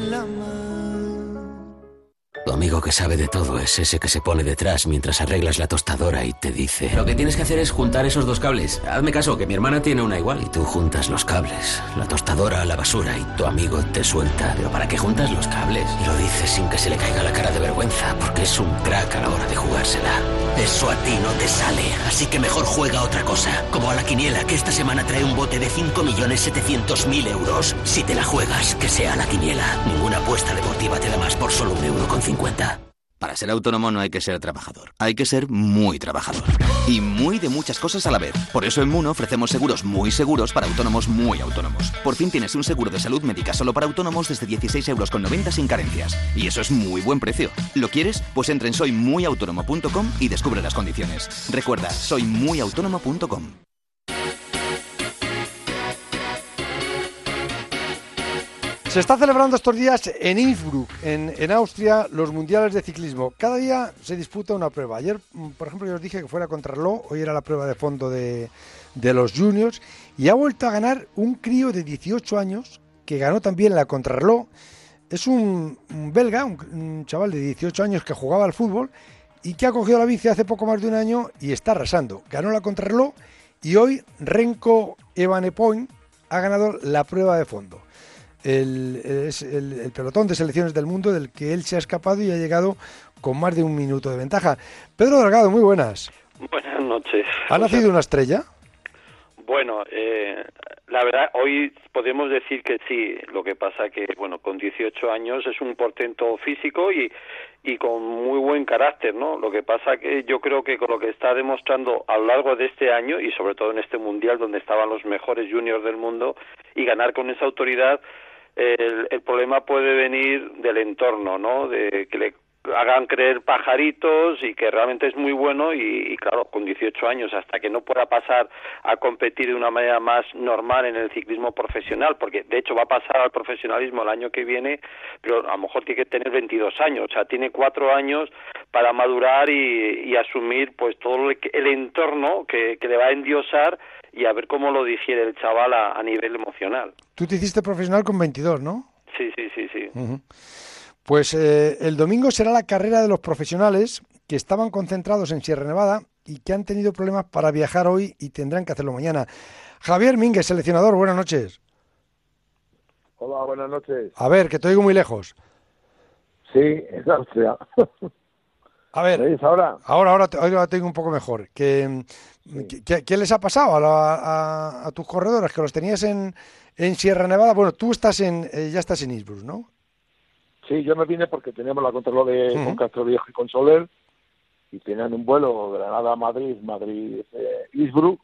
Speaker 24: Tu amigo que sabe de todo es ese que se pone detrás mientras arreglas la tostadora y te dice:
Speaker 20: Lo que tienes que hacer es juntar esos dos cables. Hazme caso, que mi hermana tiene una igual.
Speaker 24: Y tú juntas los cables, la tostadora a la basura y tu amigo te suelta.
Speaker 20: ¿Pero para qué juntas los cables?
Speaker 24: Y lo dice sin que se le caiga la cara de vergüenza, porque es un crack a la hora de jugársela. Eso a ti no te sale, así que mejor juega a otra cosa, como a la quiniela, que esta semana trae un bote de cinco millones setecientos mil euros. Si te la juegas, que sea la quiniela. Ninguna apuesta deportiva te da más por solo un euro con cincuenta.
Speaker 25: Para ser autónomo no hay que ser trabajador, hay que ser muy trabajador. Y muy de muchas cosas a la vez. Por eso en Muno ofrecemos seguros muy seguros para autónomos muy autónomos. Por fin tienes un seguro de salud médica solo para autónomos desde dieciséis euros con noventa sin carencias. Y eso es muy buen precio. ¿Lo quieres? Pues entra en soy muy autónomo punto com y descubre las condiciones. Recuerda, soy muy autónomo punto com.
Speaker 3: Se está celebrando estos días en Innsbruck, en, en Austria, los mundiales de ciclismo. Cada día se disputa una prueba. Ayer, por ejemplo, yo os dije que fuera contrarreloj, hoy era la prueba de fondo de, de los juniors, y ha vuelto a ganar un crío de dieciocho años, que ganó también la contrarreloj. Es un, un belga, un, un chaval de dieciocho años que jugaba al fútbol y que ha cogido la bici hace poco más de un año y está arrasando. Ganó la contrarreloj y hoy Renko Evenepoel ha ganado la prueba de fondo. El, es el, el pelotón de selecciones del mundo del que él se ha escapado y ha llegado con más de un minuto de ventaja. Pedro Delgado, muy buenas.
Speaker 5: Buenas noches.
Speaker 3: ¿Ha nacido una estrella?
Speaker 5: Bueno, eh, la verdad, hoy podemos decir que sí. Lo que pasa que, bueno, con dieciocho años es un portento físico y, y con muy buen carácter, ¿no? Lo que pasa que yo creo que con lo que está demostrando a lo largo de este año y sobre todo en este mundial donde estaban los mejores juniors del mundo y ganar con esa autoridad, El, el problema puede venir del entorno, ¿no? De que le hagan creer pajaritos y que realmente es muy bueno y, y claro, con dieciocho años, hasta que no pueda pasar a competir de una manera más normal en el ciclismo profesional, porque de hecho va a pasar al profesionalismo el año que viene, pero a lo mejor tiene que tener veintidós años, o sea, tiene cuatro años para madurar y, y asumir pues todo el, el entorno que, que le va a endiosar y a ver cómo lo digiere el chaval a, a nivel emocional.
Speaker 3: Tú te hiciste profesional con veintidós, ¿no?
Speaker 5: Sí, sí, sí, sí.
Speaker 3: Uh-huh. Pues eh, el domingo será la carrera de los profesionales que estaban concentrados en Sierra Nevada y que han tenido problemas para viajar hoy y tendrán que hacerlo mañana. Javier Mínguez, seleccionador, buenas noches.
Speaker 8: Hola, buenas noches.
Speaker 3: A ver, que te oigo muy lejos.
Speaker 8: Sí, es Austria.
Speaker 3: A ver,
Speaker 8: ¿Me ahora?
Speaker 3: ahora, ahora te, ahora te oigo un poco mejor. ¿Qué, sí. ¿qué, qué les ha pasado a, la, a, a tus corredores? Que los tenías en, en Sierra Nevada. Bueno, tú estás en, eh, ya estás en Innsbruck, ¿no?
Speaker 8: Sí, yo me vine porque teníamos la contrarreloj de
Speaker 3: Uh-huh.
Speaker 8: con Castro Viejo y con Soler y tenían un vuelo Granada-Madrid, Madrid-Innsbruck.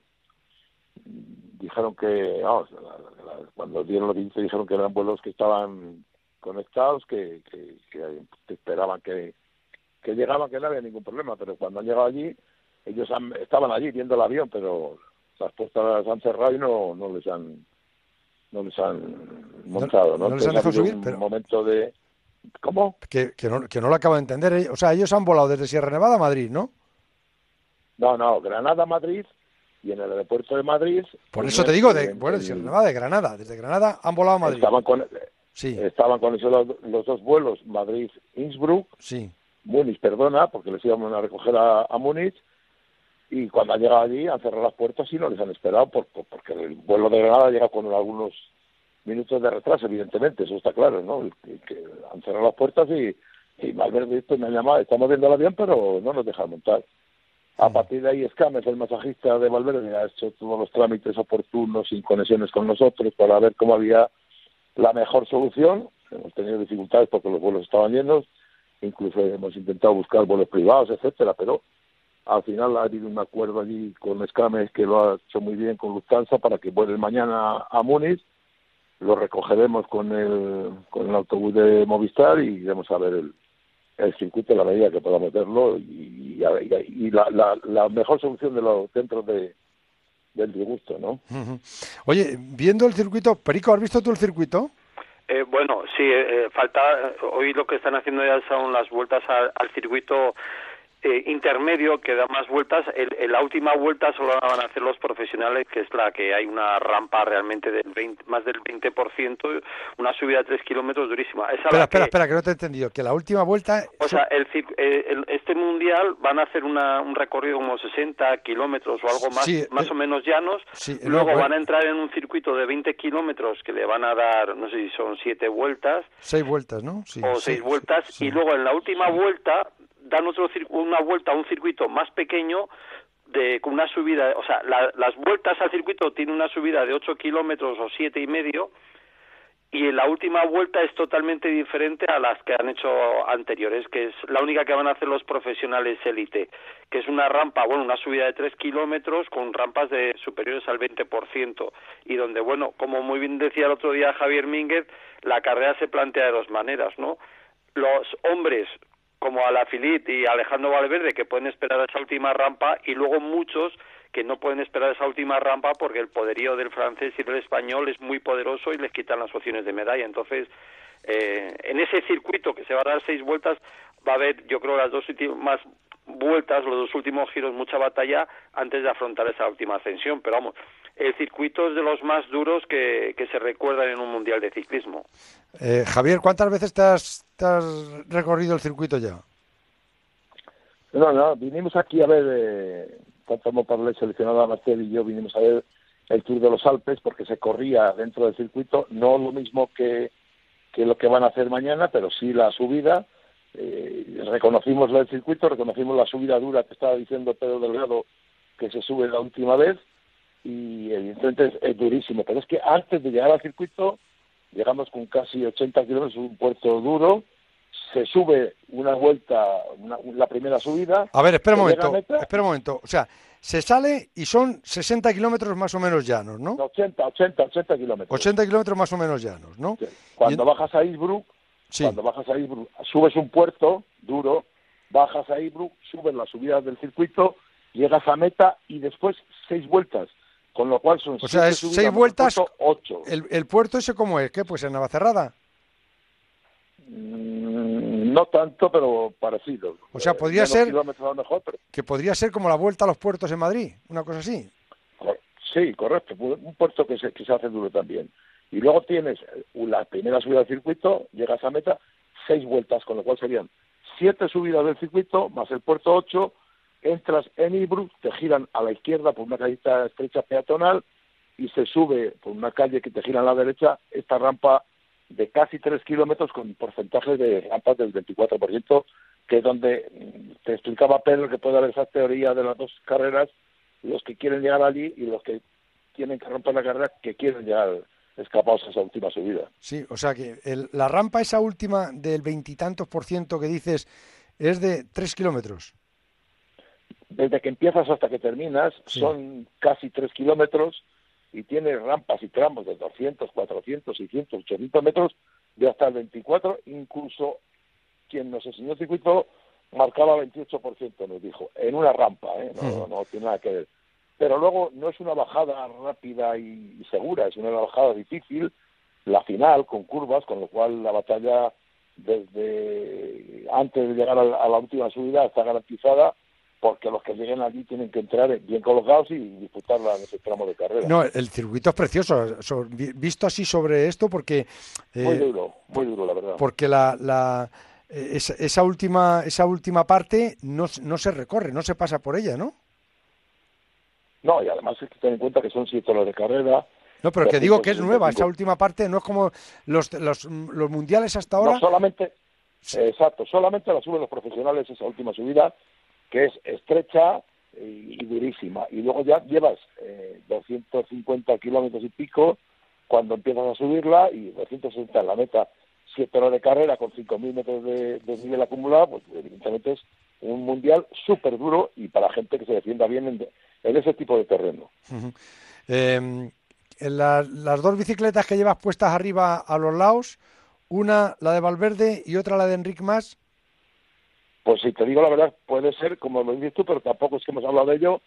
Speaker 8: Dijeron que, vamos, la, la, cuando dieron los billetes dijeron que eran vuelos que estaban conectados, que, que, que, que esperaban que, que llegaban, que no había ningún problema, pero cuando han llegado allí, ellos han, estaban allí viendo el avión, pero las puertas las han cerrado y no, no les han no les han montado, ¿no?
Speaker 3: No, no les han dejado subir,
Speaker 8: un
Speaker 3: pero...
Speaker 8: momento de... ¿Cómo?
Speaker 3: Que, que, no, que no lo acabo de entender. ¿eh? O sea, ellos han volado desde Sierra Nevada a Madrid, ¿no?
Speaker 8: No, no, Granada, Madrid, y en el aeropuerto de Madrid...
Speaker 3: Por eso te digo, de, bueno, de Sierra Nevada, de Granada. Desde Granada han volado a Madrid.
Speaker 8: Estaban con,
Speaker 3: sí.
Speaker 8: estaban con esos los, los dos vuelos, Madrid-Innsbruck,
Speaker 3: sí.
Speaker 8: Múnich, perdona, porque les íbamos a recoger a, a Múnich, y cuando han llegado allí han cerrado las puertas y no les han esperado, por, por, porque el vuelo de Granada llega con algunos minutos de retraso, evidentemente, eso está claro, ¿no? Que, que han cerrado las puertas y, y Valverde esto me ha llamado, estamos viendo el avión, pero no nos dejan montar. A partir de ahí, Escames, el masajista de Valverde, ha hecho todos los trámites oportunos, sin conexiones con nosotros, para ver cómo había la mejor solución. Hemos tenido dificultades porque los vuelos estaban llenos, incluso hemos intentado buscar vuelos privados, etcétera, pero al final ha habido un acuerdo allí con Escames que lo ha hecho muy bien con Lufthansa para que vuelen mañana a Múnich. Lo recogeremos con el con el autobús de Movistar y iremos a ver el, el circuito a la medida que podamos verlo y, y, y, y la, la, la mejor solución de los centros de, del disgusto, ¿no?
Speaker 3: Uh-huh. Oye, viendo el circuito, Perico, ¿has visto tú el circuito?
Speaker 5: Eh, bueno, sí, eh, falta, hoy lo que están haciendo ya son las vueltas al, al circuito eh, intermedio que da más vueltas. El, en la última vuelta solo la van a hacer los profesionales, que es la que hay una rampa realmente del veinte, más del veinte por ciento, una subida de tres kilómetros durísima. Esa
Speaker 3: espera,
Speaker 5: la
Speaker 3: espera,
Speaker 5: que,
Speaker 3: espera, que no te he entendido. Que la última vuelta...
Speaker 5: O sea, el, el, este mundial van a hacer una, un recorrido como sesenta kilómetros o algo más,
Speaker 3: sí,
Speaker 5: más
Speaker 3: eh,
Speaker 5: o menos llanos.
Speaker 3: Sí,
Speaker 5: Luego
Speaker 3: no,
Speaker 5: van a entrar en un circuito de veinte kilómetros que le van a dar, no sé si son siete vueltas.
Speaker 3: Seis vueltas, ¿no? Sí,
Speaker 5: o
Speaker 3: sí,
Speaker 5: seis vueltas.
Speaker 3: Sí, sí.
Speaker 5: Y luego en la última vuelta dan otro una vuelta a un circuito más pequeño de con una subida, o sea, la, las vueltas al circuito tienen una subida de ocho kilómetros o siete y medio, y en la última vuelta es totalmente diferente a las que han hecho anteriores, que es la única que van a hacer los profesionales élite, que es una rampa, bueno, una subida de tres kilómetros con rampas de superiores al veinte por ciento, y donde, bueno, como muy bien decía el otro día Javier Mínguez, la carrera se plantea de dos maneras, ¿no? Los hombres como Alaphilippe y Alejandro Valverde, que pueden esperar esa última rampa, y luego muchos que no pueden esperar esa última rampa porque el poderío del francés y del español es muy poderoso y les quitan las opciones de medalla. Entonces, eh, en ese circuito que se va a dar seis vueltas, va a haber, yo creo, las dos últimas vueltas, los dos últimos giros, mucha batalla antes de afrontar esa última ascensión. Pero vamos, el circuito es de los más duros que, que se recuerdan en un mundial de ciclismo.
Speaker 3: Eh, Javier, ¿cuántas veces te has, te has recorrido el circuito ya?
Speaker 8: No, no, vinimos aquí a ver, eh, tanto Moparlé, seleccionado a Marcel y yo, vinimos a ver el Tour de los Alpes porque se corría dentro del circuito, no lo mismo que, que lo que van a hacer mañana, pero sí la subida. Eh, reconocimos el circuito, reconocimos la subida dura que estaba diciendo Pedro Delgado que se sube la última vez y evidentemente es, es durísimo, pero es que antes de llegar al circuito llegamos con casi ochenta kilómetros, un puerto duro, se sube una vuelta, una, la primera subida.
Speaker 3: A ver, espera un momento, espera un momento, o sea, se sale y son sesenta kilómetros más o menos llanos, ¿no?
Speaker 8: ochenta, ochenta, ochenta kilómetros.
Speaker 3: ochenta kilómetros más o menos llanos, ¿no?
Speaker 8: Sí. Cuando
Speaker 3: y...
Speaker 8: bajas a Innsbruck,
Speaker 3: sí.
Speaker 8: cuando bajas a Innsbruck, subes un puerto duro, bajas a Innsbruck, subes las subidas del circuito, llegas a meta y después seis vueltas, con lo cual son
Speaker 3: o sea, es seis vueltas,
Speaker 8: puerto, ocho.
Speaker 3: El, ¿El puerto ese cómo es? ¿Qué? Pues en Navacerrada.
Speaker 8: Mm, no tanto, pero parecido.
Speaker 3: O sea, podría
Speaker 8: eh,
Speaker 3: ser
Speaker 8: kilómetros a lo mejor, pero...
Speaker 3: que podría ser como la vuelta a los puertos en Madrid, una cosa así.
Speaker 8: Sí, correcto, un puerto que se, que se hace duro también. Y luego tienes la primera subida del circuito, llegas a meta, seis vueltas, con lo cual serían siete subidas del circuito, más el puerto ocho, entras en Innsbruck, te giran a la izquierda por una callita estrecha peatonal y se sube por una calle que te gira a la derecha esta rampa de casi tres kilómetros con porcentajes de rampas del veinticuatro por ciento, que es donde te explicaba Pedro que puede haber esa teoría de las dos carreras, los que quieren llegar allí y los que tienen que romper la carrera que quieren llegar escapados a esa última subida.
Speaker 3: Sí, o sea que el, la rampa esa última del veintitantos por ciento que dices es de tres kilómetros.
Speaker 8: Desde que empiezas hasta que terminas sí. Son casi tres kilómetros y tiene rampas y tramos de doscientos, cuatrocientos, seiscientos, ochocientos metros de hasta el veinticuatro, incluso quien nos enseñó el circuito marcaba veintiocho por ciento, nos dijo, en una rampa, ¿eh? no, no, no tiene nada que ver. Pero luego no es una bajada rápida y segura, es una bajada difícil, la final con curvas, con lo cual la batalla desde antes de llegar a la, a la última subida está garantizada, porque los que lleguen allí tienen que entrar bien colocados y disputarla en ese tramo de carrera.
Speaker 3: No, el circuito es precioso, so, visto así sobre esto, porque...
Speaker 8: Eh, muy duro, muy duro, la verdad.
Speaker 3: Porque la... la esa, esa última esa última parte no, no se recorre, no se pasa por ella, ¿no?
Speaker 8: No, y además hay que tener en cuenta que son siete horas de carrera.
Speaker 3: No, pero que digo que es nueva, esa última parte no es como los, los, los mundiales hasta ahora.
Speaker 8: No, solamente, sí. eh, exacto, solamente la suben los profesionales esa última subida, que es estrecha y, y durísima. Y luego ya llevas eh, doscientos cincuenta kilómetros y pico cuando empiezas a subirla y doscientos sesenta en la meta. Siete horas de carrera con cinco mil metros de, de nivel acumulado, pues evidentemente es un mundial súper duro y para gente que se defienda bien en, en ese tipo de terreno.
Speaker 3: Uh-huh. eh, en la, las dos bicicletas que llevas puestas arriba a los lados, una la de Valverde y otra la de Enric Mas.
Speaker 8: Pues si te digo la verdad, puede ser como lo dices tú, pero tampoco es que hemos hablado de ello,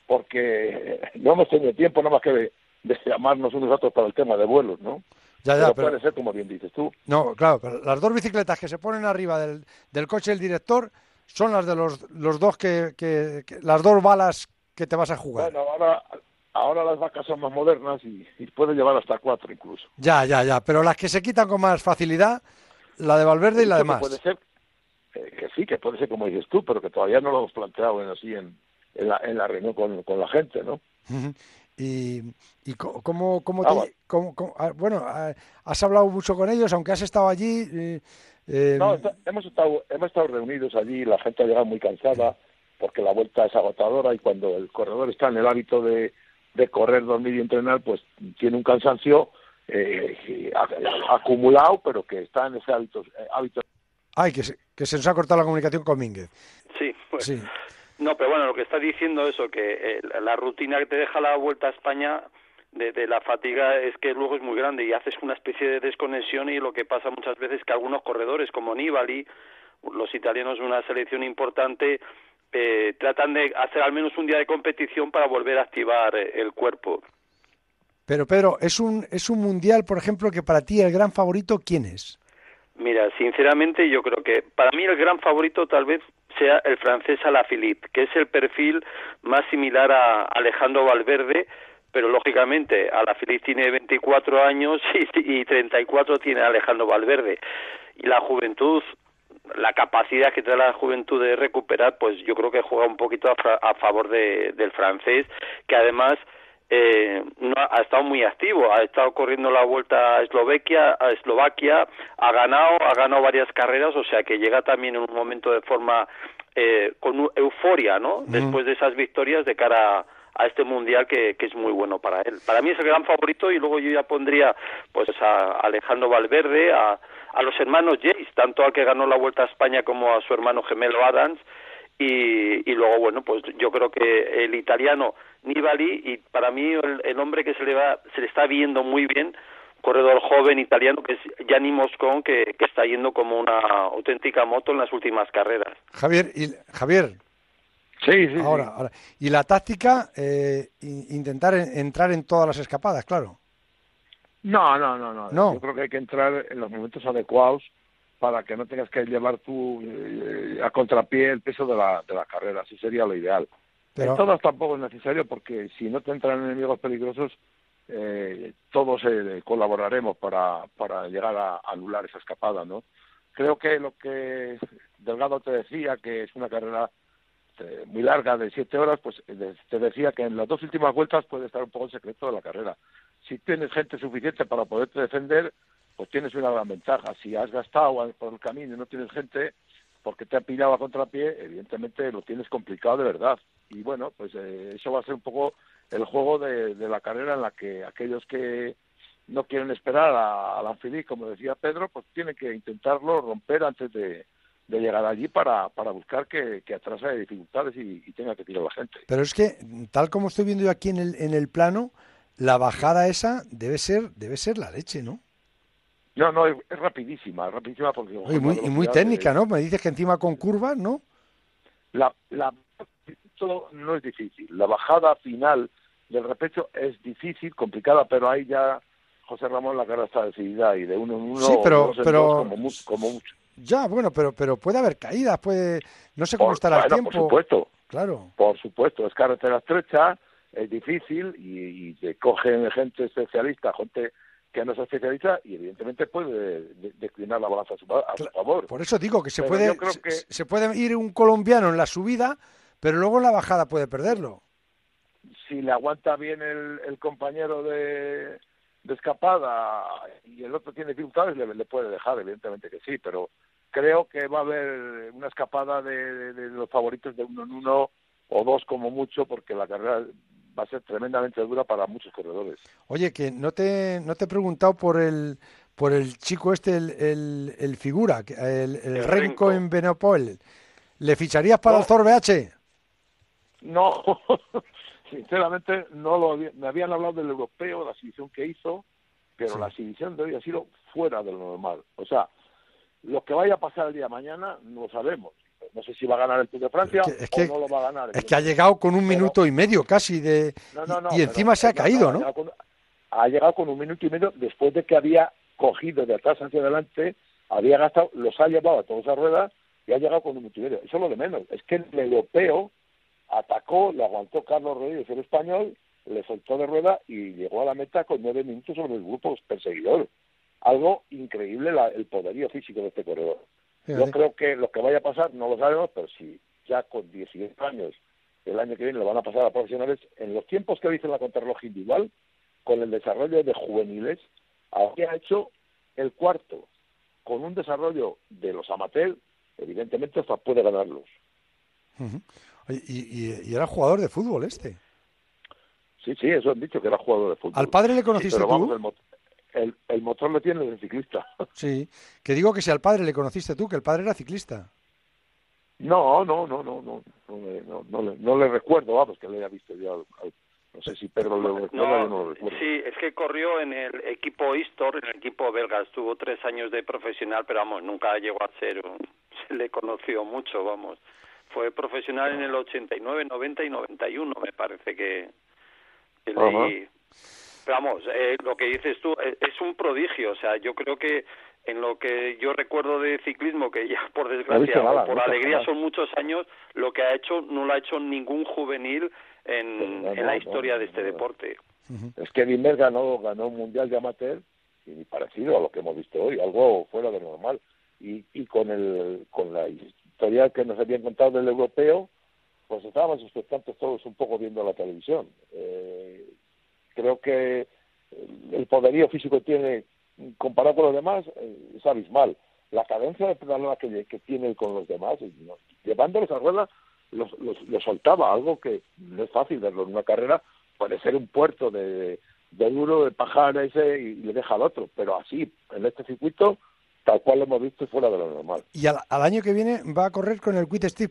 Speaker 8: porque no hemos tenido tiempo nada más que de, de llamarnos unos a otros para el tema de vuelos, ¿no?
Speaker 3: Ya, ya,
Speaker 8: pero,
Speaker 3: pero
Speaker 8: puede ser como bien dices tú.
Speaker 3: No, claro, pero las dos bicicletas que se ponen arriba del, del coche del director son las de los, los dos que, que, que las dos balas que te vas a jugar.
Speaker 8: Bueno, ahora, ahora las vacas son más modernas y, y pueden llevar hasta cuatro incluso.
Speaker 3: Ya, ya, ya, pero las que se quitan con más facilidad, la de Valverde y la de Mas.
Speaker 8: Puede ser, eh, que sí, que puede ser como dices tú, pero que todavía no lo hemos planteado en, así en, en, la, en la reunión con, con la gente, ¿no?
Speaker 3: Uh-huh. Y, y cómo, cómo,
Speaker 8: ah,
Speaker 3: te,
Speaker 8: bueno.
Speaker 3: cómo, cómo ah, bueno, has hablado mucho con ellos, aunque has estado allí. Eh, eh...
Speaker 8: No, está, hemos estado hemos estado reunidos allí, la gente ha llegado muy cansada porque la vuelta es agotadora y cuando el corredor está en el hábito de, de correr, dormir y entrenar, pues tiene un cansancio eh, acumulado, pero que está en ese hábito. Eh, hábito.
Speaker 3: Ay, que se, que se nos ha cortado la comunicación con Mínguez.
Speaker 5: Sí, pues.
Speaker 3: Sí.
Speaker 5: No, pero bueno, lo que está diciendo eso, que eh, la rutina que te deja la Vuelta a España de, de la fatiga es que luego es muy grande y haces una especie de desconexión y lo que pasa muchas veces es que algunos corredores como Nibali, los italianos de una selección importante, eh, tratan de hacer al menos un día de competición para volver a activar eh, el cuerpo.
Speaker 3: Pero Pedro, es un es un mundial, por ejemplo, que para ti el gran favorito, ¿quién es?
Speaker 5: Mira, sinceramente yo creo que para mí el gran favorito tal vez sea el francés Alaphilippe, que es el perfil más similar a Alejandro Valverde, pero lógicamente Alaphilippe tiene veinticuatro años y, y treinta y cuatro tiene Alejandro Valverde. Y la juventud, la capacidad que trae la juventud de recuperar, pues yo creo que juega un poquito a, a favor de, del francés, que además Eh, no ha estado muy activo, ha estado corriendo la Vuelta a Eslovaquia, a Eslovaquia, ha ganado, ha ganado varias carreras, o sea que llega también en un momento de forma eh, con euforia, ¿no? Mm. Después de esas victorias de cara a, a este mundial que, que es muy bueno para él. Para mí es el gran favorito y luego yo ya pondría pues a Alejandro Valverde, a, a los hermanos Yates, tanto al que ganó la Vuelta a España como a su hermano gemelo Adams. Y, y luego, bueno, pues yo creo que el italiano Nibali, y para mí el, el hombre que se le va, se le está viendo muy bien, corredor joven italiano, que es Gianni Moscon, que, que está yendo como una auténtica moto en las últimas carreras.
Speaker 3: Javier, y, Javier.
Speaker 8: Sí, sí.
Speaker 3: Ahora,
Speaker 8: sí.
Speaker 3: ahora. Y la táctica, eh, intentar en, entrar en todas las escapadas, claro.
Speaker 8: No, no, no, no,
Speaker 3: no.
Speaker 8: Yo creo que hay que entrar en los momentos adecuados para que no tengas que llevar tú eh, a contrapié el peso de la, de la carrera. Así sería lo ideal. Pero... En todas tampoco es necesario, porque si no te entran enemigos peligrosos, eh, todos eh, colaboraremos para, para llegar a anular esa escapada, ¿no? Creo que lo que Delgado te decía, que es una carrera eh, muy larga, de siete horas, pues eh, te decía que en las dos últimas vueltas puede estar un poco el secreto de la carrera. Si tienes gente suficiente para poderte defender, pues tienes una gran ventaja. Si has gastado por el camino y no tienes gente, porque te ha pillado a contrapié, evidentemente lo tienes complicado de verdad. Y bueno, pues eh, eso va a ser un poco el juego de, de la carrera, en la que aquellos que no quieren esperar a, a Alaphilippe, como decía Pedro, pues tienen que intentarlo romper antes de, de llegar allí para, para buscar que, que atrás haya dificultades y, y tenga que tirar la gente.
Speaker 3: Pero es que, tal como estoy viendo yo aquí en el, en el plano, la bajada esa debe ser, debe ser la leche, ¿no?
Speaker 8: No, no, es, es rapidísima, es rapidísima porque...
Speaker 3: Y muy, y muy técnica, de... ¿no? Me dices que encima con curvas, ¿no?
Speaker 8: La, la, todo no es difícil. La bajada final del repecho es difícil, complicada, pero ahí ya José Ramón la carrera está decidida y de uno en uno,
Speaker 3: sí, pero,
Speaker 8: dos en
Speaker 3: pero...
Speaker 8: dos, como, mu como mucho.
Speaker 3: Ya, bueno, pero pero puede haber caídas, puede... No sé cómo
Speaker 8: por,
Speaker 3: estará
Speaker 8: bueno,
Speaker 3: el tiempo.
Speaker 8: Por supuesto.
Speaker 3: Claro.
Speaker 8: Por supuesto, es carretera estrecha, es difícil y, y te cogen gente especialista, gente que no es especialista y evidentemente puede declinar la balanza a su, a su favor.
Speaker 3: Por eso digo que se
Speaker 8: pero
Speaker 3: puede
Speaker 8: que...
Speaker 3: se, se puede ir un colombiano en la subida, pero luego en la bajada puede perderlo.
Speaker 8: Si le aguanta bien el, el compañero de, de escapada y el otro tiene dificultades, le, le puede dejar, evidentemente que sí, pero creo que va a haber una escapada de, de, de los favoritos de uno en uno o dos como mucho, porque la carrera va a ser tremendamente dura para muchos corredores.
Speaker 3: Oye, que no te no te he preguntado por el por el chico este, el, el, el figura, el, el, el Renko en Benopol. ¿Le ficharías para
Speaker 8: no,
Speaker 3: el Zorbe H?
Speaker 8: No, sinceramente no lo había, me habían hablado del europeo, la exhibición que hizo, pero sí. La exhibición de hoy ha sido fuera de lo normal. O sea, lo que vaya a pasar el día de mañana no lo sabemos. No sé si va a ganar el Tour de Francia es que, es que, o no lo va a ganar.
Speaker 3: Es que ha llegado con un pero, minuto y medio casi de
Speaker 8: no, no, no,
Speaker 3: y, y encima se ha caído, ¿no?
Speaker 8: Ha llegado, con, ha llegado con un minuto y medio después de que había cogido de atrás hacia adelante, había gastado, los ha llevado a todas esas ruedas y ha llegado con un minuto y medio. Eso es lo de menos. Es que el europeo atacó, le aguantó Carlos Rodríguez, el español, le soltó de rueda y llegó a la meta con nueve minutos sobre el grupo perseguidor. Algo increíble la, el poderío físico de este corredor. Yo sí. creo que lo que vaya a pasar no lo sabemos, pero si ya con dieciocho años el año que viene lo van a pasar a profesionales, en los tiempos que dice la contrarreloj individual, con el desarrollo de juveniles, había hecho el cuarto. Con un desarrollo de los amateurs, evidentemente hasta puede ganarlos.
Speaker 3: Uh-huh. Oye, y, y, y era jugador de fútbol este.
Speaker 8: Sí, sí, eso han dicho, que era jugador de fútbol.
Speaker 3: ¿Al padre le conociste
Speaker 8: sí, pero
Speaker 3: tú?
Speaker 8: Vamos, el, motor, el, el motor lo tiene el ciclista.
Speaker 3: Sí, que digo que si al padre le conociste tú, que el padre era ciclista.
Speaker 8: No, no, no, no, no, no, no, no, no, no le recuerdo, vamos, que le haya visto yo, al, al, no sé si Pedro lo recuerda, no, yo no lo recuerdo.
Speaker 5: Sí, es que corrió en el equipo Istor, en el equipo belga, estuvo tres años de profesional, pero vamos, nunca llegó a ser, un, se le conoció mucho, vamos. fue profesional en el ochenta y nueve, noventa y noventa y uno, me parece que, que leí. Pero vamos, eh, lo que dices tú es, es un prodigio. O sea, yo creo que en lo que yo recuerdo de ciclismo, que ya por desgracia
Speaker 8: nada,
Speaker 5: o por
Speaker 8: no
Speaker 5: alegría
Speaker 8: nada.
Speaker 5: son muchos años, lo que ha hecho no lo ha hecho ningún juvenil en,
Speaker 8: no,
Speaker 5: en la
Speaker 8: no,
Speaker 5: historia
Speaker 8: no,
Speaker 5: de este
Speaker 8: no.
Speaker 5: deporte.
Speaker 8: Es que Bimer ganó, ganó un mundial de amateur y parecido a lo que hemos visto hoy, algo fuera de normal. Y, y con el con la historia que nos habían contado del europeo, pues estábamos expectantes todos un poco viendo la televisión. Eh, creo que el poderío físico que tiene comparado con los demás eh, es abismal. La cadencia de pedalada que, que tiene con los demás, no, llevándolos a rueda, los, los, los soltaba, algo que no es fácil verlo en una carrera. Puede ser un puerto de, de duro, de pajar ese y le deja al otro, pero así, en este circuito, tal cual lo hemos visto, fuera de lo normal.
Speaker 3: Y al, al año que viene va a correr con el Quick Step.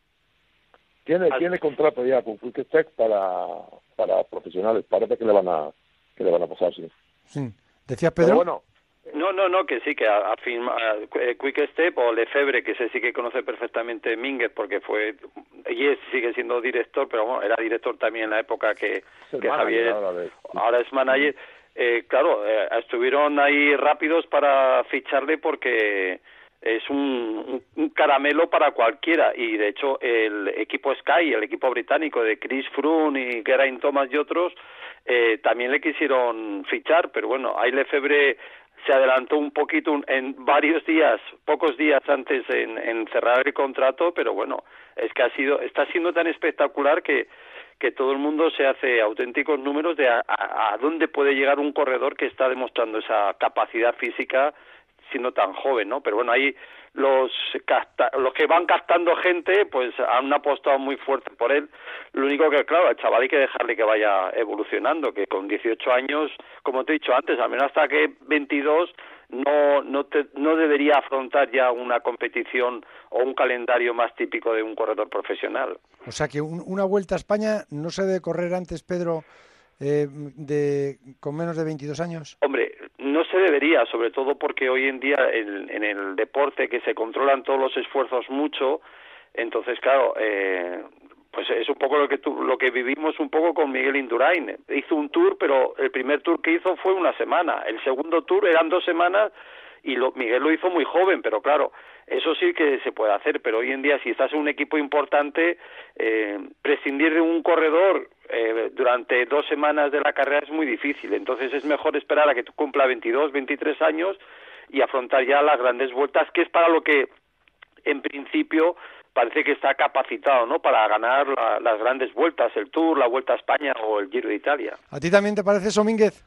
Speaker 8: Tiene, tiene contrato ya con Quick Step para, para profesionales, parece que le van a que le van a pasar, sí.
Speaker 3: Sí. ¿Decías, Pedro?
Speaker 8: Pero bueno,
Speaker 5: No, no, no, que sí, que a, a firma, a, eh, Quick Step o Lefebvre, que ese sí que conoce perfectamente Mínguez, porque fue, y es, sigue siendo director, pero bueno, era director también en la época que, que Javier,
Speaker 8: ahora, de...
Speaker 5: ahora es manager. Eh, claro, eh, estuvieron ahí rápidos para ficharle porque es un, un, un caramelo para cualquiera, y de hecho el equipo Sky, el equipo británico de Chris Froome y Geraint Thomas y otros, eh, también le quisieron fichar, pero bueno, ahí Lefebvre se adelantó un poquito en varios días, pocos días antes en, en cerrar el contrato, pero bueno, es que ha sido, está siendo tan espectacular que, que todo el mundo se hace auténticos números de a, a, a dónde puede llegar un corredor que está demostrando esa capacidad física siendo tan joven, ¿no? Pero bueno, ahí los capta, los que van captando gente, pues han apostado muy fuerte por él. Lo único que, claro, al chaval hay que dejarle que vaya evolucionando, que con dieciocho años, como te he dicho antes, al menos hasta que veintidós, no no te, no debería afrontar ya una competición o un calendario más típico de un corredor profesional.
Speaker 3: O sea que un, una Vuelta a España no se debe correr antes, Pedro, eh, de con menos de veintidós años.
Speaker 5: Hombre, no se debería, sobre todo porque hoy en día en, en el deporte que se controlan todos los esfuerzos mucho, entonces claro, eh, pues es un poco lo que tu, lo que vivimos un poco con Miguel Indurain. Hizo un tour, pero el primer tour que hizo fue una semana, el segundo tour eran dos semanas y lo, Miguel lo hizo muy joven, pero claro, eso sí que se puede hacer, pero hoy en día si estás en un equipo importante, eh, prescindir de un corredor eh, durante dos semanas de la carrera es muy difícil, entonces es mejor esperar a que tú cumpla veintidós, veintitrés años y afrontar ya las grandes vueltas, que es para lo que en principio parece que está capacitado, ¿no?, para ganar la, las grandes vueltas, el Tour, la Vuelta a España o el Giro de Italia.
Speaker 3: ¿A ti también te parece eso, Mínguez?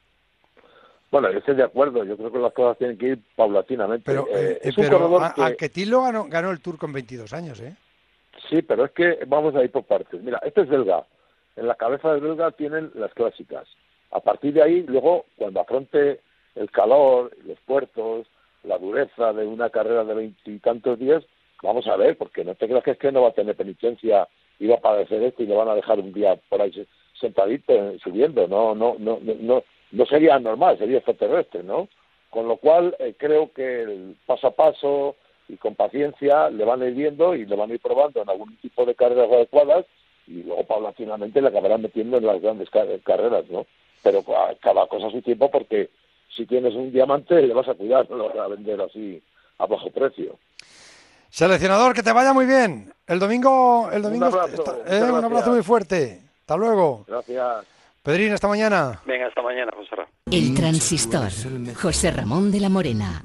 Speaker 8: Bueno, yo estoy de acuerdo, yo creo que las cosas tienen que ir paulatinamente.
Speaker 3: Pero,
Speaker 8: eh,
Speaker 3: eh,
Speaker 8: es un
Speaker 3: pero
Speaker 8: corredor
Speaker 3: a,
Speaker 8: que...
Speaker 3: Anquetil ganó, ganó el Tour con veintidós años, ¿eh?
Speaker 8: Sí, pero es que vamos a ir por partes. Mira, este es belga. En la cabeza del belga tienen las clásicas. A partir de ahí, luego, cuando afronte el calor, los puertos, la dureza de una carrera de veintitantos días, vamos a ver, porque no te creas que es que no va a tener penitencia y va a padecer esto y le van a dejar un día por ahí sentadito eh, subiendo. No, no, no, no, no, no sería normal, sería extraterrestre, ¿no? Con lo cual, eh, creo que el paso a paso y con paciencia le van a ir viendo y le van a ir probando en algún tipo de carreras adecuadas y luego paulatinamente le acabarán metiendo en las grandes car carreras, ¿no? Pero cada cosa a su tiempo, porque si tienes un diamante le vas a cuidar, no lo vas a vender así a bajo precio.
Speaker 3: Seleccionador, que te vaya muy bien. El domingo, el domingo
Speaker 8: un abrazo,
Speaker 3: está, eh, un abrazo muy fuerte. Hasta luego.
Speaker 8: Gracias.
Speaker 3: Pedrín, hasta mañana.
Speaker 5: Venga, hasta mañana, José Ramón.
Speaker 1: El Transistor. José Ramón de la Morena.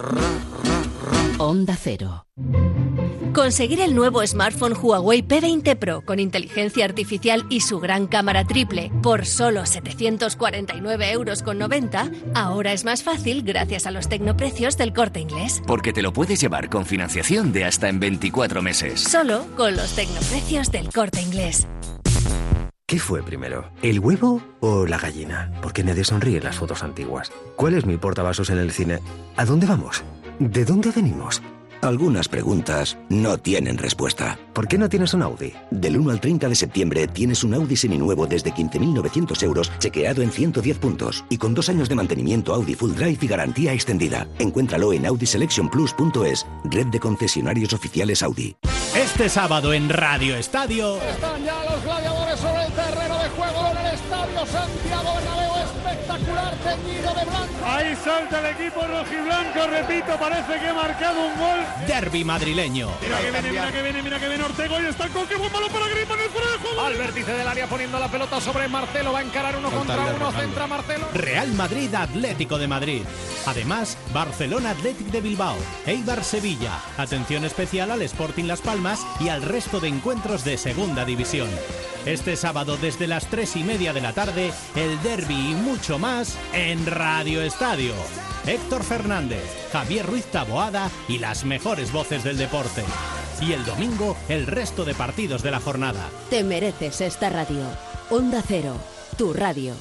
Speaker 1: Onda Cero.
Speaker 16: Conseguir el nuevo smartphone Huawei P veinte Pro con inteligencia artificial y su gran cámara triple por solo setecientos cuarenta y nueve euros con noventa, ahora es más fácil gracias a los tecnoprecios del Corte Inglés.
Speaker 20: Porque te lo puedes llevar con financiación de hasta en veinticuatro meses.
Speaker 16: Solo con los tecnoprecios del Corte Inglés.
Speaker 9: ¿Qué fue primero, el huevo o la gallina? Porque nadie sonríe en las fotos antiguas. ¿Cuál es mi portavasos en el cine? ¿A dónde vamos? ¿De dónde venimos?
Speaker 10: Algunas preguntas no tienen respuesta.
Speaker 9: ¿Por qué no tienes un Audi?
Speaker 10: Del uno al treinta de septiembre tienes un Audi seminuevo desde quince mil novecientos euros, chequeado en ciento diez puntos y con dos años de mantenimiento Audi Full Drive y garantía extendida. Encuéntralo en audi selection plus punto es, red de concesionarios oficiales Audi.
Speaker 13: Es Este sábado en Radio Estadio.
Speaker 11: Están ya los gladiadores sobre el terreno de juego en el Estadio Santiago Bernabéu, espectacular, teñido de blanco.
Speaker 14: Ahí salta el equipo rojiblanco, repito, parece que ha marcado un gol.
Speaker 13: Derbi madrileño.
Speaker 14: Mira que viene, mira que viene, mira que viene Ortego y está con que buen balón para Griezmann en el fuera de juego.
Speaker 11: Al vértice del área poniendo la pelota sobre Marcelo, va a encarar uno contra uno, centra Marcelo.
Speaker 13: Real Madrid Atlético de Madrid. Además, Barcelona Athletic de Bilbao, Eibar Sevilla. Atención especial al Sporting Las Palmas y al resto de encuentros de Segunda División. Este sábado desde las tres y media de la tarde, el derbi y mucho más en Radio Estadio. Héctor Fernández, Javier Ruiz Taboada y las mejores voces del deporte. Y el domingo, el resto de partidos de la jornada.
Speaker 1: Te mereces esta radio. Onda Cero, tu radio.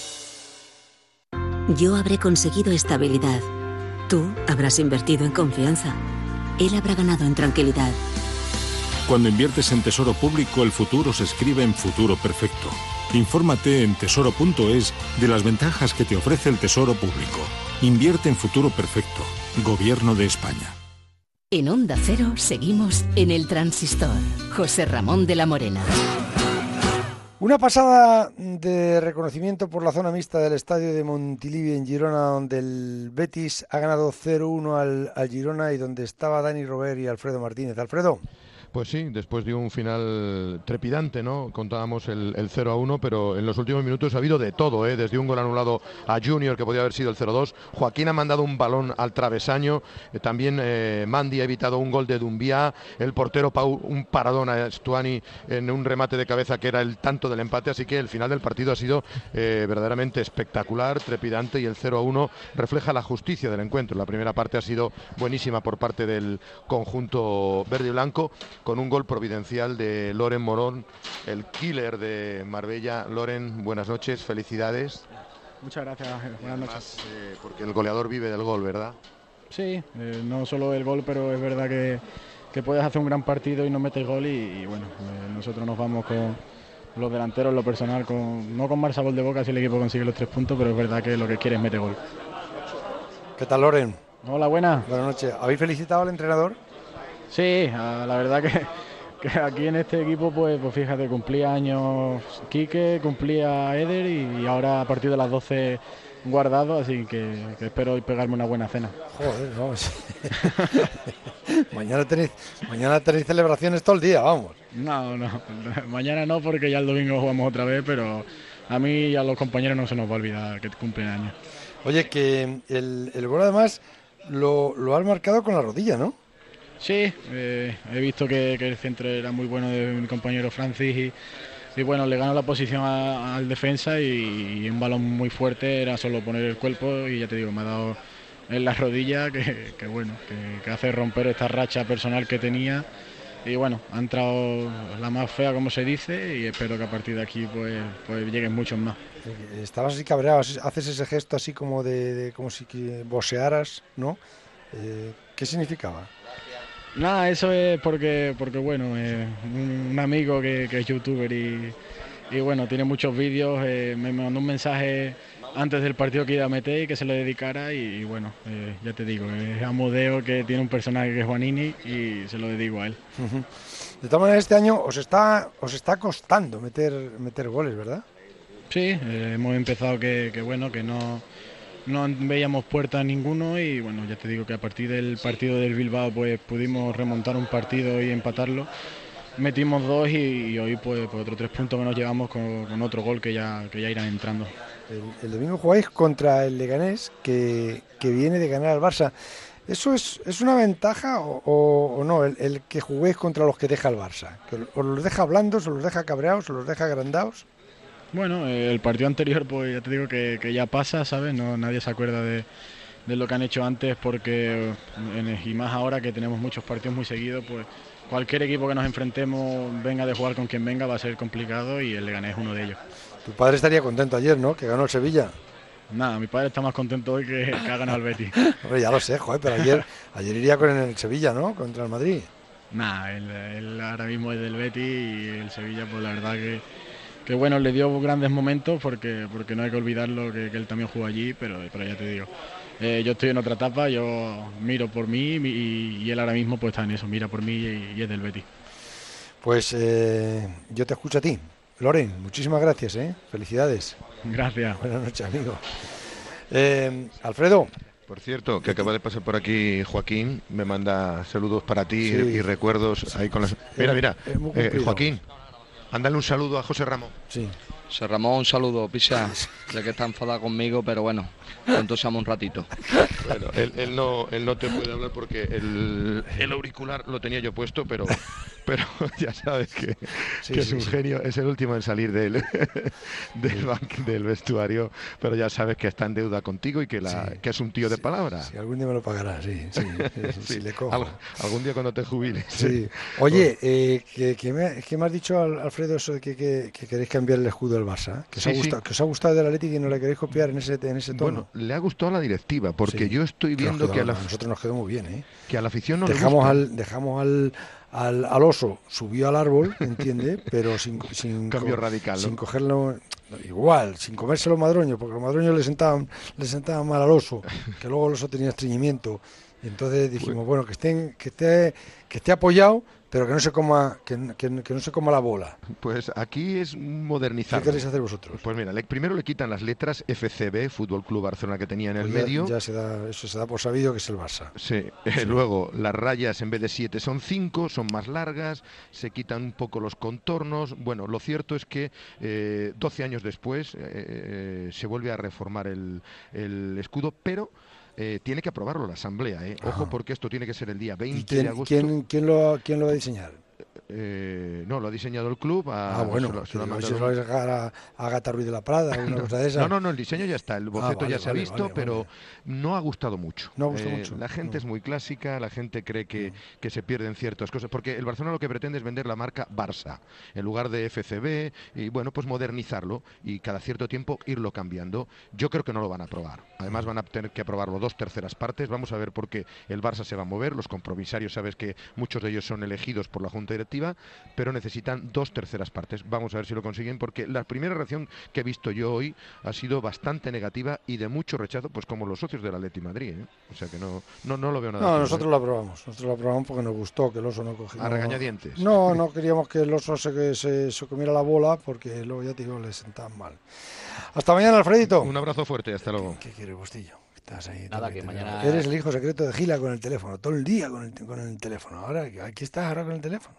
Speaker 15: Yo habré conseguido estabilidad. Tú habrás invertido en confianza. Él habrá ganado en tranquilidad.
Speaker 17: Cuando inviertes en Tesoro Público, el futuro se escribe en Futuro Perfecto. Infórmate en tesoro punto es de las ventajas que te ofrece el Tesoro Público. Invierte en Futuro Perfecto. Gobierno de España.
Speaker 1: En Onda Cero seguimos en el Transistor. José Ramón de la Morena.
Speaker 3: Una pasada de reconocimiento por la zona mixta del estadio de Montilivi en Girona, donde el Betis ha ganado cero uno al, al Girona y donde estaba Dani Robert y Alfredo Martínez. Alfredo.
Speaker 18: Pues sí, después de un final trepidante, ¿no? Contábamos el, el cero a uno, pero en los últimos minutos ha habido de todo, ¿eh? Desde un gol anulado a Junior, que podía haber sido el cero dos. Joaquín ha mandado un balón al travesaño. Eh, también eh, Mandy ha evitado un gol de Dumbiá. El portero Pau, un paradón a Stuani en un remate de cabeza que era el tanto del empate. Así que el final del partido ha sido eh, verdaderamente espectacular, trepidante, y el cero a uno refleja la justicia del encuentro. La primera parte ha sido buenísima por parte del conjunto verde y blanco, con un gol providencial de Loren Morón, el killer de Marbella. Loren, buenas noches, felicidades.
Speaker 26: Muchas gracias, buenas noches.
Speaker 18: Además, eh, porque el goleador vive del gol, ¿verdad?
Speaker 26: Sí, eh, no solo el gol, pero es verdad que, que puedes hacer un gran partido y no metes gol y, y bueno, eh, nosotros nos vamos con los delanteros, lo personal, con, no con mal sabor de boca si el equipo consigue los tres puntos, pero es verdad que lo que quiere es meter gol.
Speaker 3: ¿Qué tal, Loren?
Speaker 26: Hola, buenas.
Speaker 3: Buenas noches. ¿Habéis felicitado al entrenador?
Speaker 26: Sí, la verdad que, que aquí en este equipo, pues, pues fíjate, cumplía años Quique, cumplía Eder y ahora a partir de las doce Guardado, así que, que espero pegarme una buena cena.
Speaker 3: Joder, vamos. mañana tenéis mañana tenéis celebraciones todo el día, vamos.
Speaker 26: No, no, mañana no, porque ya el domingo jugamos otra vez, pero a mí y a los compañeros no se nos va a olvidar que cumplen años.
Speaker 3: Oye, que el, el gol además lo, lo has marcado con la rodilla, ¿no?
Speaker 26: Sí, eh, he visto que, que el centro era muy bueno de mi compañero Francis y, y bueno, le ganó la posición a, al defensa y, y un balón muy fuerte, era solo poner el cuerpo y ya te digo, me ha dado en la rodilla que, que bueno, que, que hace romper esta racha personal que tenía y bueno, ha entrado la más fea como se dice y espero que a partir de aquí pues, pues lleguen muchos más.
Speaker 3: Estabas así cabreado, haces ese gesto así como de, de como si boxearas, ¿no? Eh, ¿Qué significaba?
Speaker 26: Nada, eso es porque, porque bueno, eh, un, un amigo que, que es youtuber y, y bueno, tiene muchos vídeos, eh, me mandó un mensaje antes del partido que iba a meter y que se lo dedicara y, y bueno, eh, ya te digo, es Amodeo, que tiene un personaje que es Juanini y se lo dedico a él.
Speaker 3: Uh-huh. De todas maneras, este año os está os está costando meter meter goles, ¿verdad?
Speaker 26: Sí, eh, hemos empezado que, que bueno, que no... no veíamos puerta ninguno y bueno, ya te digo que a partir del partido del Bilbao pues pudimos remontar un partido y empatarlo, metimos dos y, y hoy pues, pues otros tres puntos que nos llevamos con, con otro gol que ya, que ya irán entrando.
Speaker 3: El, el domingo jugáis contra el Leganés que, que viene de ganar al Barça. ¿Eso es, es una ventaja o, o, o no? El, el que juguéis contra los que deja el Barça, que os los deja blandos, os los deja cabreados, os los deja agrandados.
Speaker 26: Bueno, el partido anterior, pues ya te digo que, que ya pasa, ¿sabes? No, nadie se acuerda de, de lo que han hecho antes porque, y más ahora que tenemos muchos partidos muy seguidos, pues cualquier equipo que nos enfrentemos, venga de jugar con quien venga, va a ser complicado y el Leganés es uno de ellos.
Speaker 3: Tu padre estaría contento ayer, ¿no? Que ganó el Sevilla.
Speaker 26: Nada, mi padre está más contento hoy que, que ha ganado el Betis.
Speaker 3: Hombre, ya lo sé, joder, pero ayer, ayer iría con el Sevilla, ¿no? Contra el Madrid.
Speaker 26: Nada, él, él ahora mismo es del Betis y el Sevilla, pues la verdad que... que bueno, le dio grandes momentos porque porque no hay que olvidarlo que, que él también jugó allí, pero, pero ya te digo, eh, yo estoy en otra etapa, yo miro por mí y, y él ahora mismo pues está en eso, mira por mí y, y es del Betis.
Speaker 3: Pues eh, yo te escucho a ti. Loren, muchísimas gracias, ¿eh? Felicidades.
Speaker 26: Gracias.
Speaker 3: Buenas noches, amigo. Eh, Alfredo.
Speaker 18: Por cierto, que acaba de pasar por aquí Joaquín, me manda saludos para ti sí. y recuerdos ahí con las... Mira, mira, eh, Joaquín, ándale un saludo a José Ramón.
Speaker 3: Sí.
Speaker 2: José Ramón, un saludo, picha. Sé que está enfadado conmigo, pero bueno, entonces un ratito.
Speaker 18: Bueno, él, él, no, él no te puede hablar porque el, el auricular lo tenía yo puesto, pero, pero ya sabes que, sí, que sí, es un sí. genio, es el último en salir del, del, banco, del vestuario, pero ya sabes que está en deuda contigo y que, la, sí. que es un tío de palabra.
Speaker 3: Sí, algún día me lo pagará, sí, sí, sí, sí le cojo.
Speaker 18: Al, algún día cuando te jubiles.
Speaker 3: Sí. Oye, eh, que, que, me, que me has dicho, Alfredo, eso de que, que, que queréis cambiar el escudo del Barça, que, sí, os ha gustado, sí. que os ha gustado del Atlético y no le queréis copiar en ese, en ese tono.
Speaker 18: Bueno, le ha gustado a la directiva, porque sí. yo estoy viendo que a la...
Speaker 3: A nosotros nos quedó muy bien, ¿eh?
Speaker 18: Que a la afición no
Speaker 3: dejamos
Speaker 18: le gusta.
Speaker 3: Al, dejamos al, al, al oso, subió al árbol, ¿entiende? Pero sin... sin
Speaker 18: Cambio co radical, ¿no?
Speaker 3: Sin cogerlo... Igual, sin comerse los madroños, porque los madroños le sentaban, le sentaban mal al oso, que luego el oso tenía estreñimiento. Y entonces dijimos, bueno, que, estén, que, esté, que esté apoyado, pero que no se coma que, que, que no se coma la bola.
Speaker 18: Pues aquí es modernizar.
Speaker 3: ¿Qué queréis hacer vosotros?
Speaker 18: Pues mira, le, primero le quitan las letras F C B, Fútbol Club Barcelona, que tenía en el
Speaker 3: pues ya,
Speaker 18: medio.
Speaker 3: Ya se da, eso se da por sabido que es el Barça.
Speaker 18: Sí. sí. Luego las rayas en vez de siete son cinco, son más largas, se quitan un poco los contornos. Bueno, lo cierto es que eh, doce años después eh, eh, se vuelve a reformar el, el escudo, pero Eh, tiene que aprobarlo la Asamblea, ¿eh? Ojo, porque esto tiene que ser el día veinte
Speaker 3: quién,
Speaker 18: de agosto.
Speaker 3: ¿quién, quién, lo, ¿Quién lo va a diseñar?
Speaker 18: Eh, no, lo ha diseñado el club. A,
Speaker 3: ah, bueno,
Speaker 18: se lo, se lo
Speaker 3: a ver si se lo va a dejar a, a Gata Ruiz de la Prada, una
Speaker 18: no,
Speaker 3: cosa de esa.
Speaker 18: No, no, no, el diseño ya está, el boceto ah, vale, ya se vale, ha visto,
Speaker 3: vale,
Speaker 18: pero
Speaker 3: vale.
Speaker 18: no ha gustado mucho.
Speaker 3: No ha gustado
Speaker 18: eh,
Speaker 3: mucho.
Speaker 18: La gente
Speaker 3: no.
Speaker 18: es muy clásica, la gente cree que, no. que se pierden ciertas cosas, porque el Barcelona lo que pretende es vender la marca Barça, en lugar de F C B, y bueno, pues modernizarlo, y cada cierto tiempo irlo cambiando. Yo creo que no lo van a aprobar. Además van a tener que aprobarlo dos terceras partes. Vamos a ver por qué el Barça se va a mover. Los compromisarios, sabes que muchos de ellos son elegidos por la Junta Directiva, pero necesitan dos terceras partes. Vamos a ver si lo consiguen, porque la primera reacción que he visto yo hoy ha sido bastante negativa y de mucho rechazo, pues como los socios del Atleti Madrid, ¿eh? O sea que no, no, no lo veo nada.
Speaker 3: No,
Speaker 18: claro,
Speaker 3: nosotros
Speaker 18: ¿eh?
Speaker 3: lo aprobamos. Nosotros lo aprobamos porque nos gustó que el oso no cogiera.
Speaker 18: A regañadientes.
Speaker 3: No, no queríamos que el oso se, se, se comiera la bola, porque luego ya te digo, le sentaban mal. Hasta mañana, Alfredito.
Speaker 18: Un abrazo fuerte, hasta luego.
Speaker 3: ¿Qué, qué quieres, Bustillo? Estás ahí.
Speaker 4: Nada, que mañana...
Speaker 3: Eres el hijo secreto de Gila con el teléfono, todo el día con el, con el teléfono. Ahora, aquí estás ahora con el teléfono.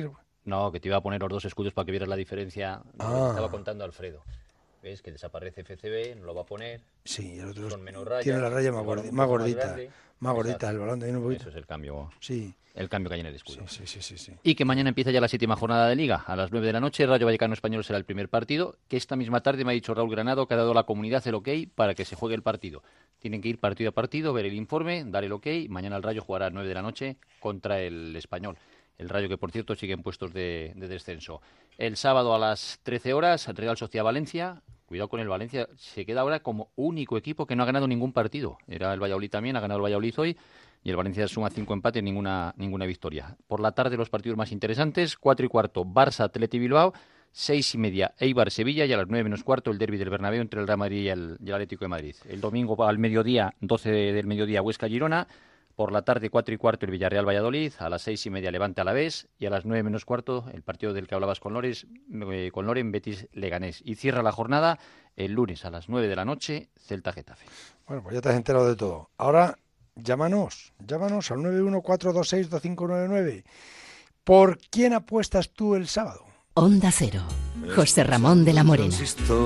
Speaker 4: No, que te iba a poner los dos escudos para que vieras la diferencia.
Speaker 3: Ah.
Speaker 4: Estaba contando Alfredo. ¿Ves? Que desaparece F C B, no lo va a poner.
Speaker 3: Sí, el otro
Speaker 4: con menos rayas,
Speaker 3: tiene la raya más, gordi más gordita. Más, más gordita, el balón también un poquito.
Speaker 4: Eso es el cambio.
Speaker 3: Sí.
Speaker 4: El cambio que hay en el escudo.
Speaker 3: Sí, sí, sí, sí, sí.
Speaker 4: Y que mañana empieza ya la séptima jornada de Liga. A las nueve de la noche, Rayo Vallecano Español será el primer partido. Que esta misma tarde me ha dicho Raúl Granado que ha dado la comunidad el ok para que se juegue el partido. Tienen que ir partido a partido, ver el informe, dar el ok. Mañana el Rayo jugará a las nueve de la noche contra el Español. El Rayo que, por cierto, sigue en puestos de, de descenso. El sábado a las trece horas, Real Sociedad Valencia. Cuidado con el Valencia, se queda ahora como único equipo que no ha ganado ningún partido. Era el Valladolid también, ha ganado el Valladolid hoy, y el Valencia suma cinco empates, ninguna, ninguna victoria. Por la tarde los partidos más interesantes, cuatro y cuarto, Barça, Atleti Bilbao, seis y media, Eibar, Sevilla, y a las nueve menos cuarto el derbi del Bernabéu entre el Real Madrid y el, y el Atlético de Madrid. El domingo al mediodía, doce del mediodía, Huesca, Girona. Por la tarde, cuatro y cuarto, el Villarreal Valladolid, a las seis y media Levante Alavés, y a las nueve menos cuarto, el partido del que hablabas con Lores, eh, con Loren, Betis Leganés. Y cierra la jornada el lunes a las nueve de la noche, Celta Getafe.
Speaker 3: Bueno, pues ya te has enterado de todo. Ahora, llámanos, llámanos al nueve uno cuatro dos seis dos cinco nueve nueve. ¿Por quién apuestas tú el sábado?
Speaker 1: Onda Cero, José Ramón de la Morena.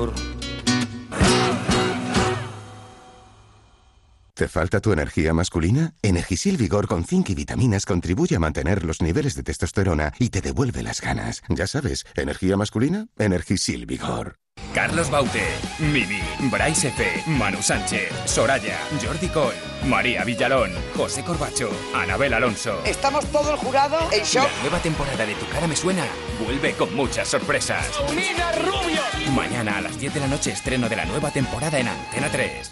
Speaker 7: ¿Te falta tu energía masculina? Energisil Vigor con zinc y vitaminas contribuye a mantener los niveles de testosterona y te devuelve las ganas. Ya sabes, energía masculina, Energisil Vigor.
Speaker 20: Carlos Baute, Mimi, Bryce F, Manu Sánchez, Soraya, Jordi Coll, María Villalón, José Corbacho, Anabel Alonso.
Speaker 6: Estamos todo el jurado en shock.
Speaker 20: La nueva temporada de Tu Cara Me Suena vuelve con muchas sorpresas.
Speaker 6: ¡Paulina Rubio!
Speaker 20: Mañana a las diez de la noche estreno de la nueva temporada en Antena tres.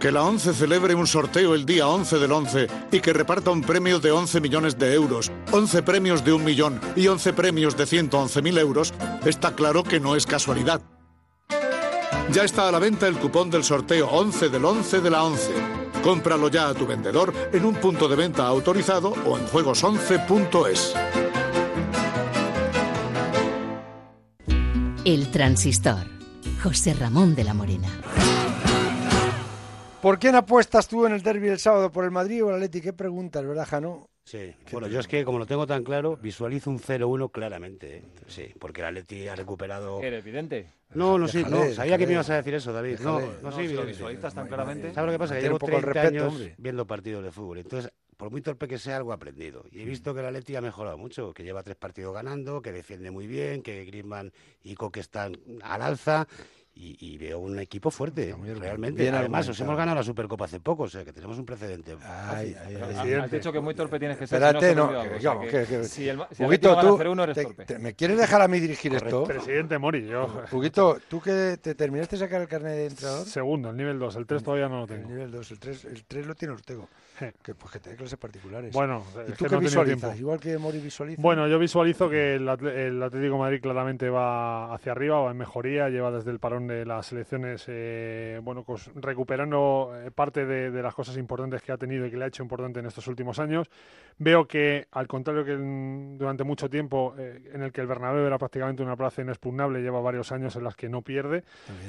Speaker 12: Que la ONCE celebre un sorteo el día once del once y que reparta un premio de once millones de euros, once premios de un millón y once premios de ciento once mil euros, está claro que no es casualidad. Ya está a la venta el cupón del sorteo once del once de la ONCE. Cómpralo ya a tu vendedor en un punto de venta autorizado o en juegos once punto es.
Speaker 1: El Transistor. José Ramón de la Morena.
Speaker 3: ¿Por quién apuestas tú en el derbi del sábado? ¿Por el Madrid o el Atleti? ¿Qué preguntas, verdad, Jano?
Speaker 19: Sí, bueno, yo es que como lo tengo tan claro, visualizo un cero uno claramente, ¿eh? Sí, porque el Atleti ha recuperado...
Speaker 21: ¿Eres evidente?
Speaker 19: No, no, sí,
Speaker 21: Déjale,
Speaker 19: no, sabía que me ibas a decir eso, David.
Speaker 21: Déjale.
Speaker 19: No, no,
Speaker 21: No,
Speaker 19: soy
Speaker 21: si lo
Speaker 19: evidente.
Speaker 21: visualizas tan claramente.
Speaker 19: ¿Sabes lo que pasa? Que
Speaker 21: Ten
Speaker 19: llevo
Speaker 21: un poco de
Speaker 19: treinta
Speaker 21: respeto,
Speaker 19: años
Speaker 21: hombre.
Speaker 19: viendo partidos de fútbol, entonces, por muy torpe que sea, algo he aprendido. Y he visto que el Atleti ha mejorado mucho, que lleva tres partidos ganando, que defiende muy bien, que Griezmann y Coque están al alza... Y, y veo un equipo fuerte, realmente.
Speaker 3: bien
Speaker 19: Además,
Speaker 3: argumentado.
Speaker 19: os hemos ganado la Supercopa hace poco, o sea, que tenemos un precedente.
Speaker 3: Ay, ay, ay,
Speaker 21: Has-
Speaker 3: ay.
Speaker 21: Has dicho que muy torpe tienes que ser.
Speaker 3: Espérate,
Speaker 21: si no,
Speaker 3: no.
Speaker 21: se te olvida
Speaker 3: que-
Speaker 21: algo, o sea
Speaker 3: que-
Speaker 21: que
Speaker 3: que-
Speaker 21: si el, si el
Speaker 3: Huguito,
Speaker 21: Atlético gana
Speaker 3: tú,
Speaker 21: cero uno eres
Speaker 3: te-
Speaker 21: torpe.
Speaker 3: te- ¿me quieres dejar a mí dirigir esto?
Speaker 14: Presidente Mori, yo...
Speaker 3: Huguito, ¿tú que te terminaste de sacar el carnet de entrenador?
Speaker 14: Segundo, el nivel dos, el tres todavía no lo tengo.
Speaker 3: El nivel dos, el tres, el tres lo tiene Ortego. Que, pues que tiene clases particulares.
Speaker 14: Bueno,
Speaker 3: ¿y
Speaker 14: es
Speaker 3: tú
Speaker 14: que
Speaker 3: qué
Speaker 14: no he tenido
Speaker 3: visualizas?
Speaker 14: tiempo.
Speaker 3: Igual que Mori visualiza.
Speaker 14: Bueno, yo visualizo que el, Atle- el Atlético de Madrid claramente va hacia arriba, va en mejoría, lleva desde el parón de las elecciones, eh, bueno, pues recuperando eh, parte de, de las cosas importantes que ha tenido y que le ha hecho importante en estos últimos años. Veo que, al contrario que en- durante mucho tiempo, eh, en el que el Bernabéu era prácticamente una plaza inexpugnable, lleva varios años en las que no pierde.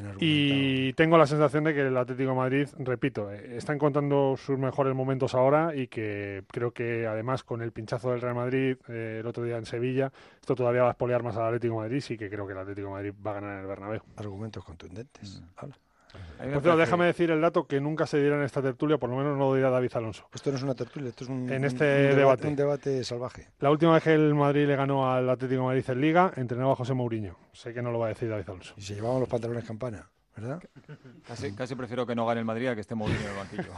Speaker 14: Y tengo la sensación de que el Atlético de Madrid, repito, eh, está encontrando sus mejores momentos ahora y que creo que además con el pinchazo del Real Madrid eh, el otro día en Sevilla, esto todavía va a espolear más al Atlético de Madrid, sí que creo que el Atlético de Madrid va a ganar en el Bernabéu.
Speaker 3: Argumentos contundentes. Habla.
Speaker 14: Por cierto, déjame decir el dato que nunca se dirá en esta tertulia, por lo menos no lo dirá David Alonso.
Speaker 3: Esto no es una tertulia, esto es un,
Speaker 14: En
Speaker 3: un-
Speaker 14: este
Speaker 3: un debate,
Speaker 14: debate.
Speaker 3: un debate salvaje.
Speaker 14: La última vez que el Madrid le ganó al Atlético de Madrid en Liga, entrenaba a José Mourinho. Sé que no lo va a decir David Alonso.
Speaker 3: Y se llevaban los pantalones campana, ¿verdad?
Speaker 21: Casi, casi prefiero que no gane el Madrid a que esté Mourinho en el banquillo.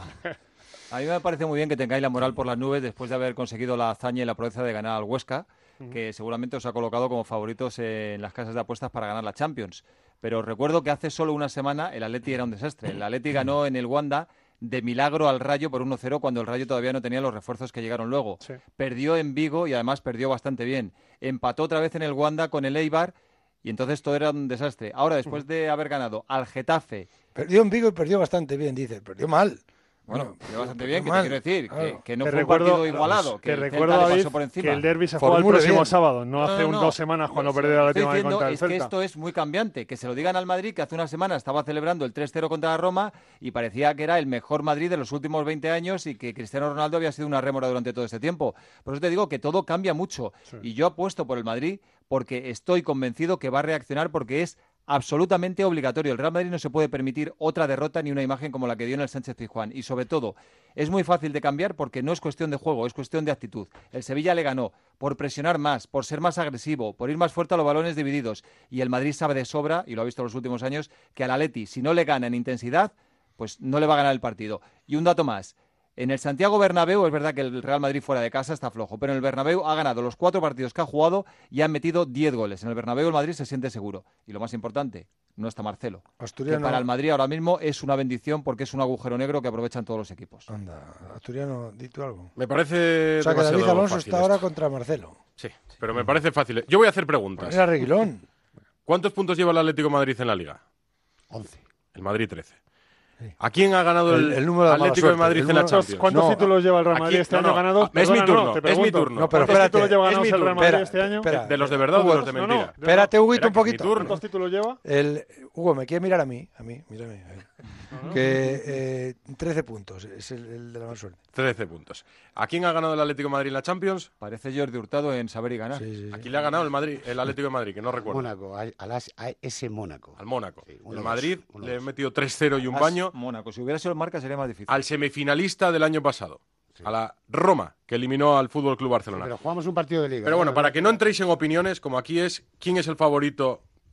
Speaker 21: A mí me parece muy bien que tengáis la moral por las nubes después de haber conseguido la hazaña y la proeza de ganar al Huesca, que seguramente os ha colocado como favoritos en las casas de apuestas para ganar la Champions. Pero os recuerdo que hace solo una semana el Atleti era un desastre. El Atleti ganó en el Wanda de milagro al Rayo por uno cero cuando el Rayo todavía no tenía los refuerzos que llegaron luego.
Speaker 14: Sí.
Speaker 21: Perdió en Vigo y además perdió bastante bien. Empató otra vez en el Wanda con el Eibar y entonces todo era un desastre. Ahora, después de haber ganado al Getafe...
Speaker 3: Perdió en Vigo y perdió bastante bien, dice. Perdió mal.
Speaker 21: Bueno,
Speaker 3: Bueno,
Speaker 21: perdió bastante
Speaker 3: perdió
Speaker 21: bien, que te
Speaker 3: mal.
Speaker 21: quiero decir,
Speaker 3: Claro.
Speaker 21: que, que no
Speaker 14: Te
Speaker 21: fue
Speaker 14: recuerdo-
Speaker 21: un partido igualado, que
Speaker 14: te
Speaker 21: el
Speaker 14: recuerdo,
Speaker 21: Celta le
Speaker 14: David,
Speaker 21: pasó por encima.
Speaker 14: que el derbi se juega el
Speaker 3: Formule
Speaker 14: próximo
Speaker 3: bien.
Speaker 14: sábado, no,
Speaker 21: No,
Speaker 14: hace
Speaker 21: no,
Speaker 14: un,
Speaker 21: no.
Speaker 14: dos semanas cuando
Speaker 21: Lo-
Speaker 14: perdió el
Speaker 21: lo que
Speaker 14: Atlético de
Speaker 21: estoy
Speaker 14: Madrid contra el
Speaker 21: diciendo es que
Speaker 14: Celta.
Speaker 21: esto es muy cambiante, que se lo digan al Madrid, que hace una semana estaba celebrando el tres cero contra la Roma y parecía que era el mejor Madrid de los últimos veinte años y que Cristiano Ronaldo había sido una rémora durante todo este tiempo. Por eso te digo que todo cambia mucho.
Speaker 14: Sí.
Speaker 21: Y yo apuesto por el Madrid porque estoy convencido que va a reaccionar porque es absolutamente obligatorio. El Real Madrid no se puede permitir otra derrota ni una imagen como la que dio en el Sánchez-Pizjuán. Y sobre todo, es muy fácil de cambiar porque no es cuestión de juego, es cuestión de actitud. El Sevilla le ganó por presionar más, por ser más agresivo, por ir más fuerte a los balones divididos. Y el Madrid sabe de sobra, y lo ha visto en los últimos años, que al Atleti, si no le gana en intensidad, pues no le va a ganar el partido. Y un dato más. En el Santiago Bernabéu es verdad que el Real Madrid fuera de casa está flojo, pero en el Bernabéu ha ganado los cuatro partidos que ha jugado y ha metido diez goles. En el Bernabéu el Madrid se siente seguro. Y lo más importante, no está Marcelo.
Speaker 3: Asturiano-
Speaker 21: Que para el Madrid ahora mismo es una bendición porque es un agujero negro que aprovechan todos los equipos.
Speaker 3: Anda, Asturiano, di tú algo.
Speaker 22: Me parece
Speaker 3: O sea, que
Speaker 22: demasiado
Speaker 3: David Alonso
Speaker 22: fácil
Speaker 3: está
Speaker 22: esto.
Speaker 3: ahora contra Marcelo.
Speaker 22: Sí, pero me parece fácil. Yo voy a hacer preguntas.
Speaker 3: Pues era Reguilón.
Speaker 22: ¿Cuántos puntos lleva el Atlético de Madrid en la Liga?
Speaker 3: once.
Speaker 22: El Madrid trece. ¿A quién ha ganado el,
Speaker 3: El- el número de la mala
Speaker 22: Atlético de
Speaker 3: suerte,
Speaker 22: Madrid
Speaker 3: el
Speaker 22: en la
Speaker 3: número-
Speaker 22: Champions?
Speaker 14: ¿Cuántos
Speaker 3: No,
Speaker 14: títulos lleva el Real
Speaker 22: aquí-
Speaker 14: Madrid este
Speaker 22: no,
Speaker 14: año
Speaker 22: no,
Speaker 14: ganados?
Speaker 22: es mi
Speaker 14: Perdona,
Speaker 22: turno,
Speaker 14: no, te
Speaker 22: es mi
Speaker 14: pregunto.
Speaker 22: turno.
Speaker 3: No, pero
Speaker 14: ¿Cuántos
Speaker 3: espérate.
Speaker 14: títulos lleva
Speaker 22: Es
Speaker 14: ganados
Speaker 22: mi
Speaker 14: el Real
Speaker 22: turno.
Speaker 14: Madrid
Speaker 3: Espera,
Speaker 14: este año?
Speaker 3: espera.
Speaker 22: ¿De los de verdad o de los de
Speaker 14: No, no,
Speaker 22: mentira?
Speaker 14: no.
Speaker 3: Espérate, Huguito,
Speaker 22: Espera,
Speaker 3: un
Speaker 22: que es mi
Speaker 3: poquito.
Speaker 22: turno.
Speaker 14: ¿Cuántos títulos lleva?
Speaker 3: El, Hugo, me quiere mirar a mí, a mí, mírame. a ver. Que eh, trece puntos, es el, el de la mala suerte.
Speaker 22: trece puntos. ¿A quién ha ganado el Atlético de Madrid en la Champions?
Speaker 21: Parece Jordi Hurtado en saber y ganar.
Speaker 3: Sí, sí, sí.
Speaker 22: ¿A quién le ha ganado el Madrid, el Atlético de Madrid? Que no recuerdo.
Speaker 19: Mónaco, a, a las- a ese Mónaco.
Speaker 22: Al Mónaco.
Speaker 19: Sí,
Speaker 22: el
Speaker 19: uno,
Speaker 22: Madrid
Speaker 19: dos, uno,
Speaker 22: le he
Speaker 19: dos.
Speaker 22: metido tres cero y un
Speaker 21: As-
Speaker 22: baño
Speaker 21: Mónaco, si hubiera sido el marca sería más difícil.
Speaker 22: al semifinalista del año pasado. A la Roma, que eliminó al Fútbol Club Barcelona.
Speaker 19: Pero jugamos un partido de liga.
Speaker 22: Pero bueno,
Speaker 19: ¿no?
Speaker 22: para que no entréis en opiniones, como aquí es, ¿quién es el favorito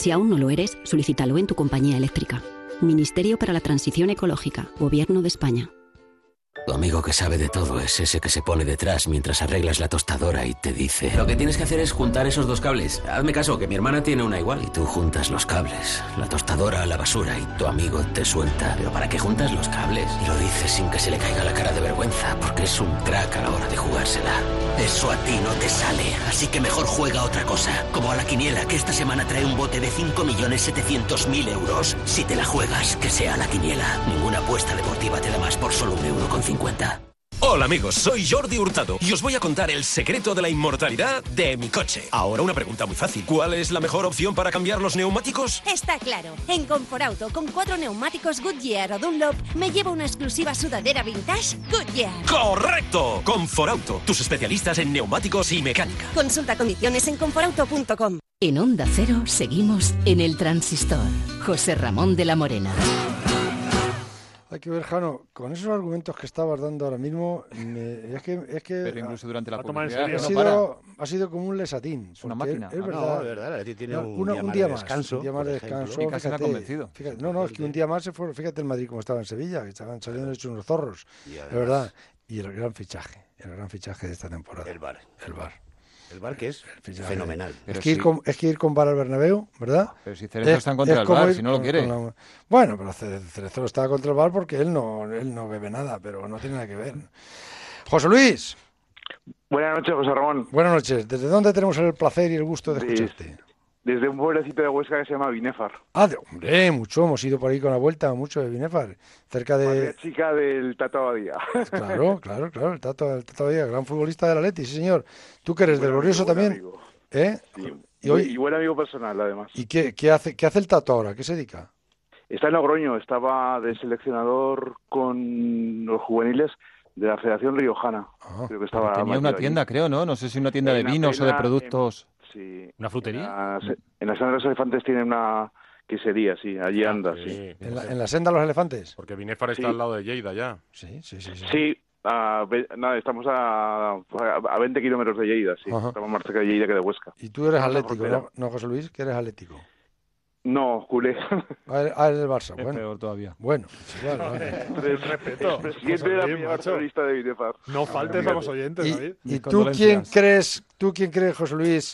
Speaker 5: Si aún no lo eres, solicítalo en tu compañía eléctrica. Ministerio para la Transición Ecológica, Gobierno de España.
Speaker 8: Tu amigo que sabe de todo es ese que se pone detrás mientras arreglas la tostadora y te dice:
Speaker 9: Lo que tienes que hacer es juntar esos dos cables. Hazme caso, que mi hermana tiene una igual.
Speaker 8: Y tú juntas los cables, la tostadora a la basura y tu amigo te suelta.
Speaker 9: ¿Pero para qué juntas los cables?
Speaker 8: Y lo dice sin que se le caiga la cara de vergüenza, porque es un crack a la hora de jugársela. Eso a ti no te sale, así que mejor juega otra cosa. Como a la quiniela, que esta semana trae un bote de cinco millones setecientos mil euros. Si te la juegas, que sea la quiniela. Ninguna apuesta deportiva te da más por solo un euro con cincuenta.
Speaker 16: Hola amigos, soy Jordi Hurtado y os voy a contar el secreto de la inmortalidad de mi coche. Ahora una pregunta muy fácil. ¿Cuál es la mejor opción para cambiar los neumáticos?
Speaker 23: Está claro. En Conforauto, con cuatro neumáticos Goodyear o Dunlop, me llevo una exclusiva sudadera vintage Goodyear.
Speaker 16: ¡Correcto! Conforauto, tus especialistas en neumáticos y mecánica.
Speaker 23: Consulta condiciones en conforauto punto com.
Speaker 1: En Onda Cero seguimos en el Transistor. José Ramón de la Morena.
Speaker 3: Hay que ver, Jano, con esos argumentos que estabas dando ahora mismo, me, es que... Es que
Speaker 21: Pero incluso durante la
Speaker 3: publicidad
Speaker 21: publicidad
Speaker 3: ha, sido, ha sido como un lesatín.
Speaker 21: Es una máquina.
Speaker 3: Es, es
Speaker 21: Ah,
Speaker 3: verdad.
Speaker 19: No, es verdad, la Leti tiene
Speaker 3: no,
Speaker 19: un,
Speaker 3: una,
Speaker 19: día
Speaker 3: un
Speaker 19: más
Speaker 3: día
Speaker 19: de
Speaker 3: más.
Speaker 19: descanso.
Speaker 3: Un día más de
Speaker 19: por ejemplo.
Speaker 3: descanso.
Speaker 21: Y casi me ha
Speaker 3: fíjate,
Speaker 21: convencido.
Speaker 3: Fíjate, no, no, es que un día más se fue, fíjate el Madrid como estaba en Sevilla, que estaban saliendo hechos unos zorros. Es verdad. Y el gran fichaje, el gran fichaje de esta temporada.
Speaker 19: El V A R.
Speaker 3: El V A R.
Speaker 19: El V A R que es fenomenal.
Speaker 3: Es que, ir con, es que ir con V A R al Bernabéu, ¿verdad?
Speaker 21: Pero si Cerezo está en contra del V A R, si no lo quiere.
Speaker 3: La... Bueno, pero Cerezo está contra el V A R porque él no, él no bebe nada, pero no tiene nada que ver. José Luis.
Speaker 24: Buenas noches, José Ramón.
Speaker 3: Buenas noches. ¿Desde dónde tenemos el placer y el gusto de escucharte?
Speaker 24: Desde un pueblecito de Huesca que se llama Binefar.
Speaker 3: Ah, de, hombre, mucho. Hemos ido por ahí con la vuelta, mucho de Binefar. Cerca de...
Speaker 24: La chica del Tato Abadía.
Speaker 3: Claro, claro, claro. El Tato, el Tato Abadía, gran futbolista del Atleti, sí, señor. ¿Tú que eres
Speaker 24: buen
Speaker 3: del Glorioso también?
Speaker 24: Amigo.
Speaker 3: ¿Eh?
Speaker 24: Sí.
Speaker 3: Y, hoy...
Speaker 24: y buen amigo personal, además.
Speaker 3: ¿Y qué, qué, hace, qué hace el Tato ahora? ¿Qué se dedica?
Speaker 24: Está en Logroño. Estaba de seleccionador con los juveniles de la Federación Riojana.
Speaker 21: Ah,
Speaker 24: creo que estaba
Speaker 21: tenía una tienda, allí. creo, ¿no? No sé si una tienda de vinos o de productos...
Speaker 24: En, sí.
Speaker 21: ¿Una frutería?
Speaker 24: En la, en la Senda de los Elefantes tiene una quesería, sí. Allí anda, sí. sí.
Speaker 3: ¿En, la, ¿En la Senda de los Elefantes?
Speaker 22: Porque Binefar está sí. al lado de Lleida ya.
Speaker 3: Sí, sí, sí. Sí,
Speaker 24: sí a, nada, estamos a, a veinte kilómetros de Lleida, sí. Ajá. Estamos más cerca de Lleida que de Huesca.
Speaker 3: ¿Y tú eres atlético, no, no, José Luis? ¿Que eres atlético?
Speaker 24: No, culé.
Speaker 3: Ah, eres del Barça,
Speaker 21: es
Speaker 3: bueno.
Speaker 21: peor todavía.
Speaker 3: Bueno, sí, claro,
Speaker 24: vale. Respeto. El presidente de la primera barcelonista de Binefar.
Speaker 14: No faltes a los oyentes,
Speaker 3: ¿Y,
Speaker 14: David.
Speaker 3: ¿Y tú quién crees, tú quién crees, José Luis,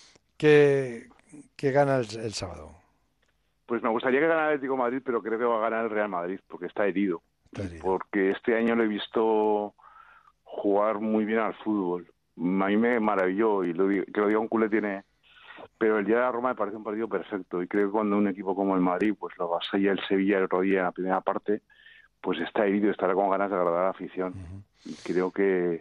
Speaker 3: que, que gana el, el sábado?
Speaker 24: Pues me gustaría que ganara el Atlético de Madrid, pero creo que va a ganar el Real Madrid, porque está herido. Está herido. Porque este año lo he visto jugar muy bien al fútbol. A mí me maravilló, y lo digo, que lo diga un culé tiene... Pero el día de la Roma me parece un partido perfecto, y creo que cuando un equipo como el Madrid pues lo avasalla el Sevilla el otro día en la primera parte, pues está herido y estará con ganas de agradar a la afición. Uh-huh. Y creo que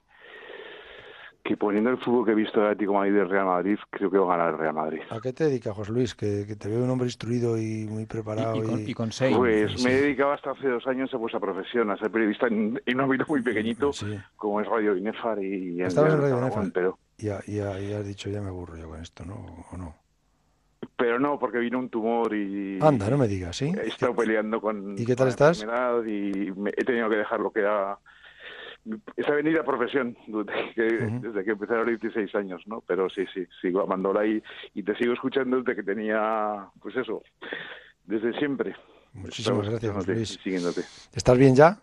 Speaker 24: que poniendo el fútbol que he visto del Atlético de Madrid y del Real Madrid, creo que va a ganar el Real Madrid.
Speaker 3: ¿A qué te dedicas, José Luis? Que, que te veo un hombre instruido y muy preparado.
Speaker 21: Y, y, con, y con seis.
Speaker 24: Pues
Speaker 21: sí.
Speaker 24: me he dedicado hasta hace dos años a vuestra profesión, a ser periodista en, en un ámbito muy pequeñito, sí. como es Radio Binefar. Y
Speaker 3: Estabas en Radio Binefar,
Speaker 24: pero...
Speaker 3: y, y, y has dicho, ya me aburro yo con esto, ¿no? ¿O no?
Speaker 24: Pero no, porque vino un tumor y...
Speaker 3: Anda, no me digas, ¿sí?
Speaker 24: He estado peleando con...
Speaker 3: ¿Y qué tal
Speaker 24: con
Speaker 3: estás?
Speaker 24: Y me, he tenido que dejar lo que era... Esa avenida profesión, desde que, uh-huh. desde que empecé a los dieciséis años, ¿no? Pero sí, sí, sigo amándola y, y te sigo escuchando desde que tenía, pues eso, desde siempre.
Speaker 3: Muchísimas gracias, José Luis.
Speaker 24: Siguiéndote.
Speaker 3: ¿Estás bien ya?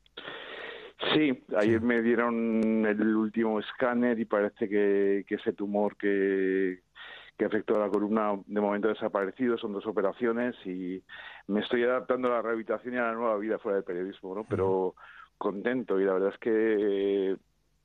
Speaker 24: Sí, ayer
Speaker 3: sí.
Speaker 24: me dieron el último escáner y parece que, que ese tumor que, que afectó a la columna de momento ha desaparecido, son dos operaciones y me estoy adaptando a la rehabilitación y a la nueva vida fuera del periodismo, ¿no? Pero... Uh-huh. contento, y la verdad es que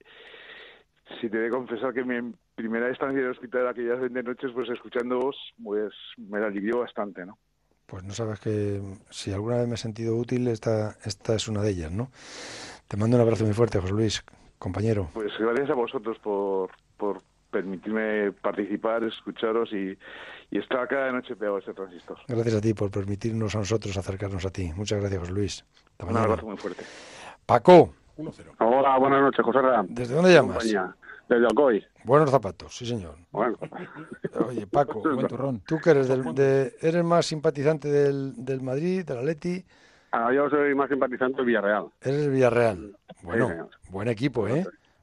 Speaker 24: si te he de confesar que mi primera estancia en el hospital aquellas veinte noches, pues escuchándoos, pues me la alivió bastante, ¿no?
Speaker 3: Pues no sabes que si alguna vez me he sentido útil, esta, esta es una de ellas, ¿no? Te mando un abrazo muy fuerte, José Luis, compañero.
Speaker 24: Pues gracias a vosotros por, por permitirme participar, escucharos y, y estar cada noche pegado a este transistor.
Speaker 3: Gracias a ti por permitirnos a nosotros acercarnos a ti. Muchas gracias, José Luis.
Speaker 24: Hasta mañana. Un abrazo muy fuerte.
Speaker 3: Paco.
Speaker 24: uno cero. Hola, buenas noches, José Ramón.
Speaker 3: ¿Desde dónde llamas?
Speaker 24: Compañía. Desde Alcoy.
Speaker 3: Buenos zapatos, sí señor.
Speaker 24: Bueno.
Speaker 3: Oye, Paco, buen turrón. ¿Tú que eres del, de, eres más simpatizante del, del Madrid, del Atleti?
Speaker 24: Ah, yo soy más simpatizante del Villarreal.
Speaker 3: Eres del Villarreal. Bueno, sí, buen equipo, ¿eh?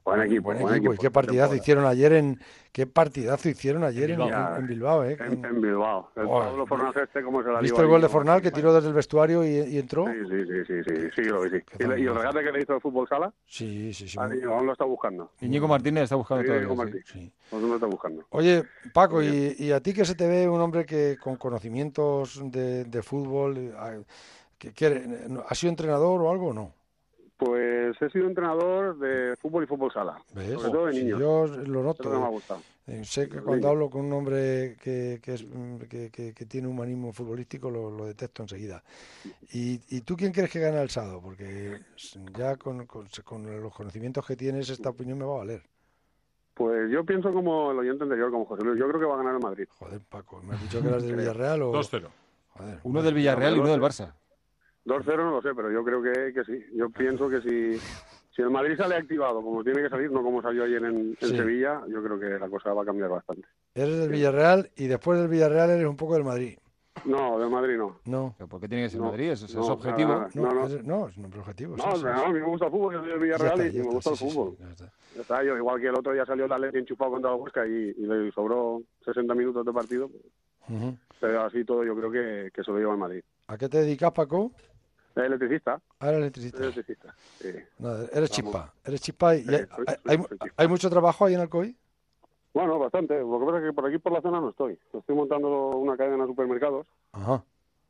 Speaker 11: Buen equipo,
Speaker 3: buen
Speaker 11: buen
Speaker 3: equipo.
Speaker 11: equipo.
Speaker 3: ¿Y qué partidazo hicieron ayer en qué partidazo hicieron ayer en,
Speaker 11: Bilbao.
Speaker 3: en, en Bilbao, eh?
Speaker 11: En, en Bilbao. El
Speaker 3: Oh,
Speaker 11: Pablo Fornal este, ¿cómo se la
Speaker 3: ¿Viste
Speaker 11: dio
Speaker 3: el
Speaker 11: ahí?
Speaker 3: gol de Fornal que tiró desde el vestuario y, y entró?
Speaker 11: Sí, sí, sí, sí, sí, sí, lo vi, sí. ¿Y, le- y el regate que le hizo el fútbol sala?
Speaker 3: Sí, sí, sí.
Speaker 11: Ahí, aún lo está buscando.
Speaker 21: Íñigo Martínez está buscando
Speaker 11: Sí,
Speaker 21: todavía.
Speaker 11: Íñigo
Speaker 21: sí.
Speaker 11: Martínez. Sí. Aún lo está buscando.
Speaker 3: Oye, Paco, y, y a ti que se te ve un hombre que con conocimientos de, de fútbol, eh, que, que- ¿has sido entrenador o algo o no?
Speaker 11: Pues he sido entrenador de fútbol y fútbol sala.
Speaker 3: ¿Ves?
Speaker 11: Sobre todo de
Speaker 3: Sí,
Speaker 11: niños.
Speaker 3: yo lo
Speaker 11: Eso es lo que me ha
Speaker 3: noto.
Speaker 11: gustado.
Speaker 3: Eh, sé que
Speaker 11: Los
Speaker 3: cuando
Speaker 11: niños.
Speaker 3: hablo con un hombre que, que, es, mm, que, que- que tiene humanismo futbolístico lo, lo detecto enseguida. ¿Y, ¿Y tú quién crees que gana el sábado? Porque ya con, con, con los conocimientos que tienes esta opinión me va a valer.
Speaker 11: Pues yo pienso como el oyente anterior, como José Luis. Yo creo que va a ganar el Madrid.
Speaker 3: Joder, Paco, ¿me has dicho que eras del Villarreal o...?
Speaker 11: dos cero.
Speaker 3: Joder.
Speaker 21: Uno del Villarreal y uno del Barça.
Speaker 11: dos cero no lo sé, pero yo creo que, que sí. Yo pienso que si, si el Madrid sale activado como tiene que salir, no como salió ayer en, en
Speaker 3: Sí.
Speaker 11: Sevilla, yo creo que la cosa va a cambiar bastante.
Speaker 3: Eres del Villarreal y después del Villarreal eres un poco del Madrid.
Speaker 11: No, del Madrid no.
Speaker 3: No.
Speaker 21: ¿Pero por qué tiene que ser
Speaker 11: No,
Speaker 21: Madrid? ¿Es, es
Speaker 11: no,
Speaker 21: objetivo?
Speaker 11: nada,
Speaker 3: No,
Speaker 11: no, no.
Speaker 3: es, no, es un hombre objetivo.
Speaker 11: No,
Speaker 3: sí, sí,
Speaker 11: no,
Speaker 3: sí.
Speaker 11: a mí me gusta el fútbol, yo soy del Villarreal
Speaker 3: Ya está,
Speaker 11: y
Speaker 3: ya
Speaker 11: me
Speaker 3: está,
Speaker 11: gusta
Speaker 3: sí,
Speaker 11: el
Speaker 3: sí,
Speaker 11: fútbol.
Speaker 3: sí, ya está.
Speaker 11: Ya está, yo, igual que el otro día salió el Atleti enchufado contra el Huesca y, y le sobró sesenta minutos de partido,
Speaker 3: Ujú.
Speaker 11: pero así todo yo creo que, que se lo lleva el Madrid.
Speaker 3: ¿A qué te dedicas, Paco?
Speaker 11: Electricista.
Speaker 3: Ah, eres electricista.
Speaker 11: Electricista, sí.
Speaker 3: No, eres
Speaker 11: Vamos.
Speaker 3: chispa. Eres chispa. Y
Speaker 11: Sí,
Speaker 3: hay,
Speaker 11: soy-
Speaker 3: hay-
Speaker 11: soy-
Speaker 3: hay-
Speaker 11: soy chispa.
Speaker 3: ¿hay mucho trabajo ahí en Alcoy?
Speaker 11: Bueno, bastante. Lo que pasa es que por aquí por la zona no estoy. Estoy montando una cadena de supermercados
Speaker 3: Ajá,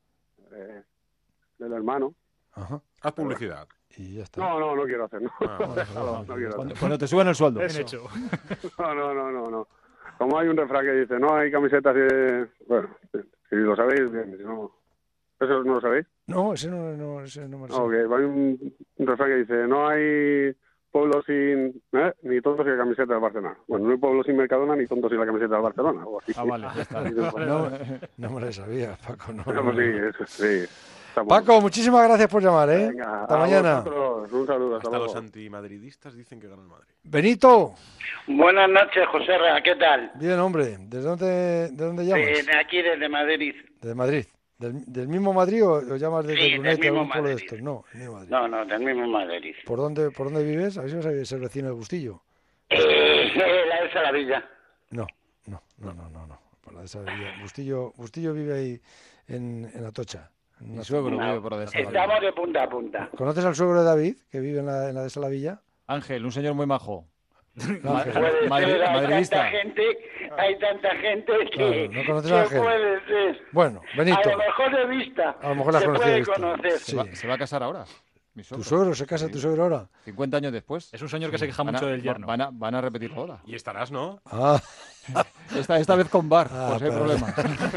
Speaker 11: eh, del hermano.
Speaker 3: ajá.
Speaker 22: Haz publicidad.
Speaker 3: Y ya está.
Speaker 11: No, no, no quiero hacer. No,
Speaker 22: Ah.
Speaker 11: Déjalo, no quiero
Speaker 21: Cuando,
Speaker 11: hacer.
Speaker 21: cuando te suben el sueldo.
Speaker 11: Eso. No, no, no, no, no. Como hay un refrán que dice, no hay camisetas y... Bueno, si lo sabéis, bien. Si no... ¿Eso no lo sabéis?
Speaker 3: No, ese no, no, ese no me lo sé.
Speaker 11: No, ok. Hay un, un refrán que dice, no hay pueblo sin... ¿eh? Ni tontos sin la camiseta del Barcelona. Bueno, no hay pueblo sin Mercadona ni tontos sin la camiseta del Barcelona. O así.
Speaker 21: Ah, vale, ya está.
Speaker 3: No, no me lo sabía, Paco. No,
Speaker 11: Pero
Speaker 3: no,
Speaker 11: sí,
Speaker 3: no.
Speaker 11: eso, sí. Está bueno.
Speaker 3: Paco, muchísimas gracias por llamar, ¿eh?
Speaker 11: Venga,
Speaker 3: Hasta
Speaker 11: a
Speaker 3: mañana.
Speaker 11: vosotros, un saludo, hasta
Speaker 22: Hasta
Speaker 11: luego.
Speaker 22: los antimadridistas dicen que gana el Madrid.
Speaker 3: Benito.
Speaker 13: Buenas noches, José Ra, ¿qué tal?
Speaker 3: Bien, hombre. ¿Desde dónde, de dónde llamas?
Speaker 13: Eh, de aquí, desde Madrid.
Speaker 3: De Madrid. ¿Del, del mismo Madrid o, o llamas desde
Speaker 13: Sí, del
Speaker 3: Brunete,
Speaker 13: mismo
Speaker 3: algún pueblo de
Speaker 13: Madrid.
Speaker 3: estos? No, el mismo Madrid.
Speaker 13: No, no, del mismo Madrid.
Speaker 3: ¿Por dónde, ¿Por dónde vives? A ver si vas a ser vecino de Bustillo.
Speaker 13: Eh, la Elsa la Villa.
Speaker 3: No, no, no, no, no, no. Por la de esa villa. Bustillo, Bustillo vive ahí en, en Atocha. En
Speaker 21: Mi
Speaker 3: una-
Speaker 21: suegro
Speaker 13: No,
Speaker 21: vive por de esa
Speaker 13: estamos de punta a punta.
Speaker 3: ¿Conoces al suegro de David, que vive en la, en la de Salavilla?
Speaker 21: Ángel, un señor muy majo. Ma-
Speaker 3: Ángel.
Speaker 13: Puede
Speaker 21: Madri-
Speaker 13: ser, hay
Speaker 21: madridista.
Speaker 13: tanta gente, hay tanta gente que,
Speaker 3: Claro, ¿no conoces
Speaker 13: que
Speaker 3: a Ángel?
Speaker 13: puede ser.
Speaker 3: Bueno, Benito.
Speaker 13: A lo mejor de vista.
Speaker 3: A lo mejor la has
Speaker 13: se
Speaker 3: conocido de
Speaker 13: puede
Speaker 3: vista.
Speaker 13: conocer.
Speaker 21: Se, va, se va a casar ahora. Mi
Speaker 3: ¿Tu
Speaker 21: suegro.
Speaker 3: suegro? ¿Se casa tu suegro ahora?
Speaker 21: cincuenta años después.
Speaker 15: Es un señor que se queja
Speaker 21: Van a-
Speaker 15: mucho del
Speaker 21: va-
Speaker 15: yerno.
Speaker 21: Van a, van a repetir la boda.
Speaker 22: Y estarás, ¿no?
Speaker 3: Ah,
Speaker 21: Esta, esta vez con bar,
Speaker 3: Ah,
Speaker 21: por si hay
Speaker 3: pero-
Speaker 21: problemas.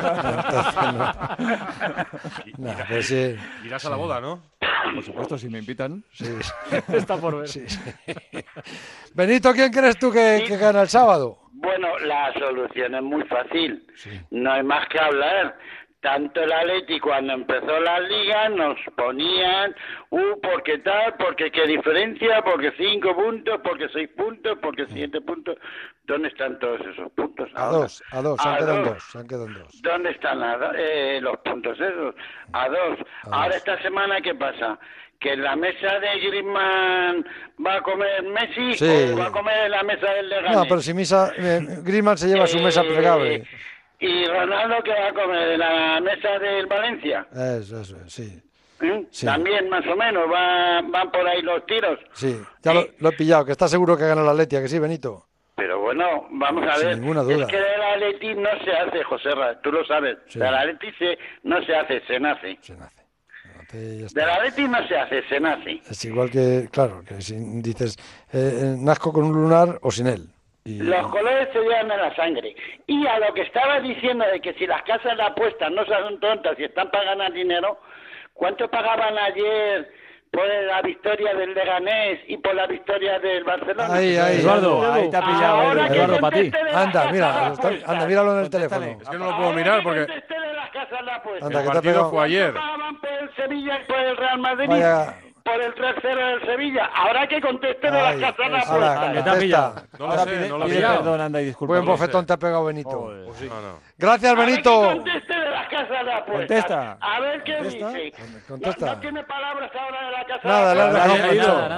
Speaker 22: Y-
Speaker 3: no,
Speaker 22: irá-
Speaker 3: pero sí.
Speaker 22: Irás a la boda, ¿no?
Speaker 21: Por supuesto, si me invitan.
Speaker 3: Sí, sí.
Speaker 15: Está por ver.
Speaker 3: Sí, sí. Benito, ¿quién crees tú que, que gana el sábado?
Speaker 13: Bueno, la solución es muy fácil. No hay más que hablar. Tanto el Atleti cuando empezó la liga nos ponían, uh, porque tal, porque qué diferencia, porque cinco puntos, porque seis puntos, porque siete puntos. ¿Dónde están todos esos puntos
Speaker 3: A
Speaker 13: ahora?
Speaker 3: dos, a dos, se han
Speaker 13: A
Speaker 3: quedado en
Speaker 13: dos.
Speaker 3: dos, se han quedado en dos.
Speaker 13: ¿Dónde están la- eh, los puntos esos? A dos.
Speaker 3: A
Speaker 13: Ahora
Speaker 3: dos.
Speaker 13: esta semana, ¿qué pasa? ¿Que en la mesa de Griezmann va a comer Messi
Speaker 3: Sí.
Speaker 13: o va a comer en la mesa del Leganés?
Speaker 3: No, pero si Misa, eh, Griezmann se lleva su mesa
Speaker 13: Eh,
Speaker 3: plegable.
Speaker 13: ¿Y Ronaldo qué va a comer en la mesa del Valencia?
Speaker 3: Eso, eso, sí.
Speaker 13: ¿Eh?
Speaker 3: Sí.
Speaker 13: También, más o menos, van, van por ahí los tiros.
Speaker 3: Sí, ya lo, lo he pillado, que está seguro que gana la Atleti, ¿a que sí, Benito?
Speaker 13: Pero bueno, vamos a
Speaker 3: Sin
Speaker 13: ver.
Speaker 3: ninguna duda.
Speaker 13: Es que del Atleti no se hace, José Ra, tú lo sabes.
Speaker 3: Sí.
Speaker 13: Del Atleti se, no se hace, se nace.
Speaker 3: Se nace. Te- ya está.
Speaker 13: Del Atleti no se hace, se nace.
Speaker 3: Es igual que, claro, que si dices, eh, eh, nazco con un lunar o sin él. Y,
Speaker 13: Los colores se llevan en la sangre. Y a lo que estabas diciendo de que si las casas de apuestas no son tontas y están para ganar dinero, ¿cuánto pagaban ayer por la victoria del Leganés y por la victoria del Barcelona?
Speaker 3: Ahí, ahí,
Speaker 15: Eduardo, ahí te ha pillado,
Speaker 13: Ahora que
Speaker 15: Eduardo, para ti.
Speaker 13: conteste de las
Speaker 3: Anda,
Speaker 13: casas
Speaker 3: mira,
Speaker 13: de
Speaker 3: está-
Speaker 13: apuestas.
Speaker 3: anda, míralo en el teléfono.
Speaker 22: Es que no lo puedo mirar porque
Speaker 13: Conteste de las casas de apuestas.
Speaker 3: Anda,
Speaker 22: el
Speaker 3: que te ha
Speaker 22: partido
Speaker 3: pegado.
Speaker 22: fue ayer.
Speaker 13: Pagaban por el Sevilla y por el Real Madrid,
Speaker 3: Vaya.
Speaker 13: por el tres cero del Sevilla. Ahora que conteste de las
Speaker 3: Ay,
Speaker 13: casas de
Speaker 3: eso.
Speaker 13: apuestas.
Speaker 3: Ahora,
Speaker 15: Que te ha pillado.
Speaker 3: contesta.
Speaker 22: No lo
Speaker 21: Ahora
Speaker 22: sé,
Speaker 21: pide,
Speaker 22: no lo he
Speaker 21: pide
Speaker 22: pillado.
Speaker 21: perdón, anda y disculpa.
Speaker 3: Buen
Speaker 22: lo sé.
Speaker 3: bofetón te ha pegado, Benito.
Speaker 15: Joder.
Speaker 22: No, no.
Speaker 3: Gracias,
Speaker 13: A ver que
Speaker 3: Benito.
Speaker 13: conteste de las casas de apuestas.
Speaker 21: Contesta.
Speaker 13: A ver qué
Speaker 3: Contesta.
Speaker 13: dice.
Speaker 3: Contesta.
Speaker 13: No, no tiene palabras ahora de la casa
Speaker 3: Nada,
Speaker 13: de
Speaker 3: le has
Speaker 13: apuestas.
Speaker 3: dejado
Speaker 15: Nada,
Speaker 3: planchado.
Speaker 15: nada, nada.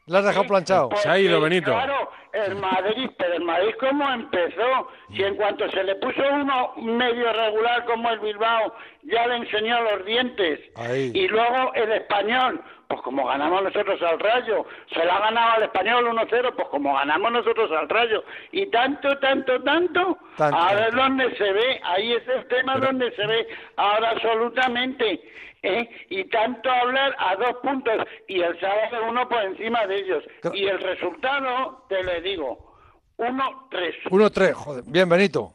Speaker 3: Le has dejado planchado.
Speaker 22: Se ha ido, Benito.
Speaker 13: Claro, el Madrid, pero el Madrid cómo empezó. Si en cuanto se le puso uno medio regular como el Bilbao, ya le enseñó los dientes.
Speaker 3: Ahí.
Speaker 13: Y luego el Español, pues como ganamos nosotros al Rayo. Se la ha ganado al Español uno cero, pues como ganamos nosotros al Rayo. Y tanto, tanto, tanto,
Speaker 3: Tanto,
Speaker 13: ahora es
Speaker 3: tanto.
Speaker 13: donde se ve, ahí es el tema
Speaker 22: Pero-
Speaker 13: donde se ve, ahora absolutamente. ¿eh? Y tanto hablar a dos puntos y el sábado uno por encima de ellos. Y el resultado, te le digo, uno tres.
Speaker 3: uno tres, joder. Bien, Benito.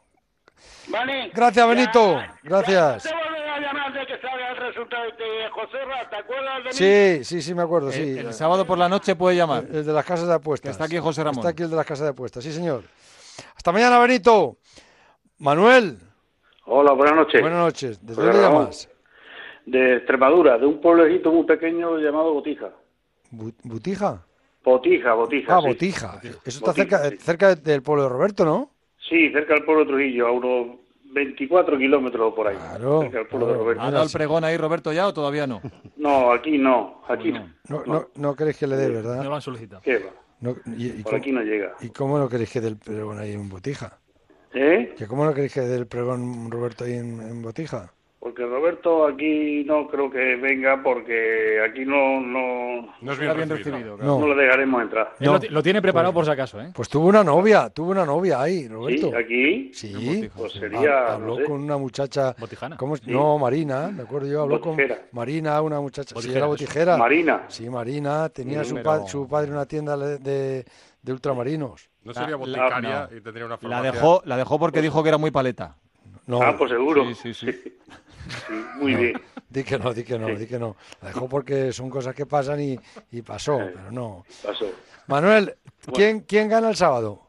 Speaker 13: ¿Vale?
Speaker 3: Gracias, Benito. Gracias.
Speaker 13: Te volveré a llamar de que salga el resultado de José Ra, ¿te acuerdas de mí?
Speaker 3: Sí, sí, sí, me acuerdo, sí.
Speaker 21: El, el sábado por la noche puede llamar.
Speaker 3: El de las casas de apuestas.
Speaker 21: Que está aquí José Ramón.
Speaker 3: Está aquí el de las casas de apuestas, sí, señor. Hasta mañana, Benito. Manuel.
Speaker 2: Hola, buenas noches.
Speaker 3: Buenas noches. ¿Desde
Speaker 2: José
Speaker 3: dónde
Speaker 2: Ramón.
Speaker 3: llamas?
Speaker 2: De Extremadura, de un pueblecito muy pequeño llamado Botija.
Speaker 3: Bu- ¿Butija?
Speaker 2: Botija, Botija.
Speaker 3: Ah,
Speaker 2: sí.
Speaker 3: Botija. Eso está
Speaker 2: Botija,
Speaker 3: cerca,
Speaker 2: sí.
Speaker 3: cerca del pueblo de Roberto, ¿no?
Speaker 2: Sí, cerca del pueblo de Trujillo, a unos veinticuatro kilómetros por ahí.
Speaker 3: Claro,
Speaker 2: cerca del pueblo de
Speaker 3: claro.
Speaker 2: Roberto.
Speaker 21: ¿Ha dado el pregón ahí, Roberto, ya o todavía no?
Speaker 2: No, aquí no, aquí no.
Speaker 3: No, no, no queréis que le dé, ¿verdad?
Speaker 15: No lo han solicitado.
Speaker 2: ¿Qué va?
Speaker 3: No, y, y
Speaker 2: Por
Speaker 3: cómo,
Speaker 2: aquí no llega.
Speaker 3: ¿Y cómo no queréis que dé el pregón ahí en Botija?
Speaker 2: ¿Eh?
Speaker 3: ¿Que ¿Cómo no queréis que dé el pregón Roberto ahí en, en Botija?
Speaker 2: Porque Roberto aquí no creo que venga porque aquí no no,
Speaker 22: No es bien
Speaker 15: Está bien
Speaker 22: recibido.
Speaker 15: recibido.
Speaker 3: No.
Speaker 2: no le dejaremos entrar.
Speaker 15: Él
Speaker 3: No.
Speaker 15: lo, ti- lo tiene preparado por si acaso, ¿eh?
Speaker 3: Pues tuvo una novia, tuvo una novia ahí, Roberto.
Speaker 2: ¿Sí? ¿Aquí?
Speaker 3: Sí,
Speaker 2: Pues sería,
Speaker 3: Ha- habló
Speaker 2: no sé.
Speaker 3: con una muchacha.
Speaker 15: Botijana.
Speaker 3: ¿cómo es?
Speaker 2: Sí.
Speaker 3: No, Marina, me acuerdo yo, habló
Speaker 2: Botijera.
Speaker 3: con Marina, una muchacha. Sí,
Speaker 15: Botijera,
Speaker 3: era
Speaker 15: eso.
Speaker 3: botijera.
Speaker 2: Marina.
Speaker 3: Sí, Marina, tenía
Speaker 2: Sí,
Speaker 3: su,
Speaker 21: pero-
Speaker 3: pa- su padre una tienda de, de, de ultramarinos.
Speaker 22: No sería
Speaker 21: La-
Speaker 22: boticaria
Speaker 21: no.
Speaker 22: y tendría una
Speaker 21: La
Speaker 22: farmacia.
Speaker 21: dejó, la dejó porque dijo que era muy paleta.
Speaker 3: No,
Speaker 2: Ah, pues seguro.
Speaker 21: Sí, sí, sí.
Speaker 2: Sí, muy bien.
Speaker 3: di que no, di que no, di que no. La dejó porque son cosas que pasan y, y pasó, pero no.
Speaker 2: Pasó.
Speaker 3: Manuel, ¿quién, ¿quién gana el sábado?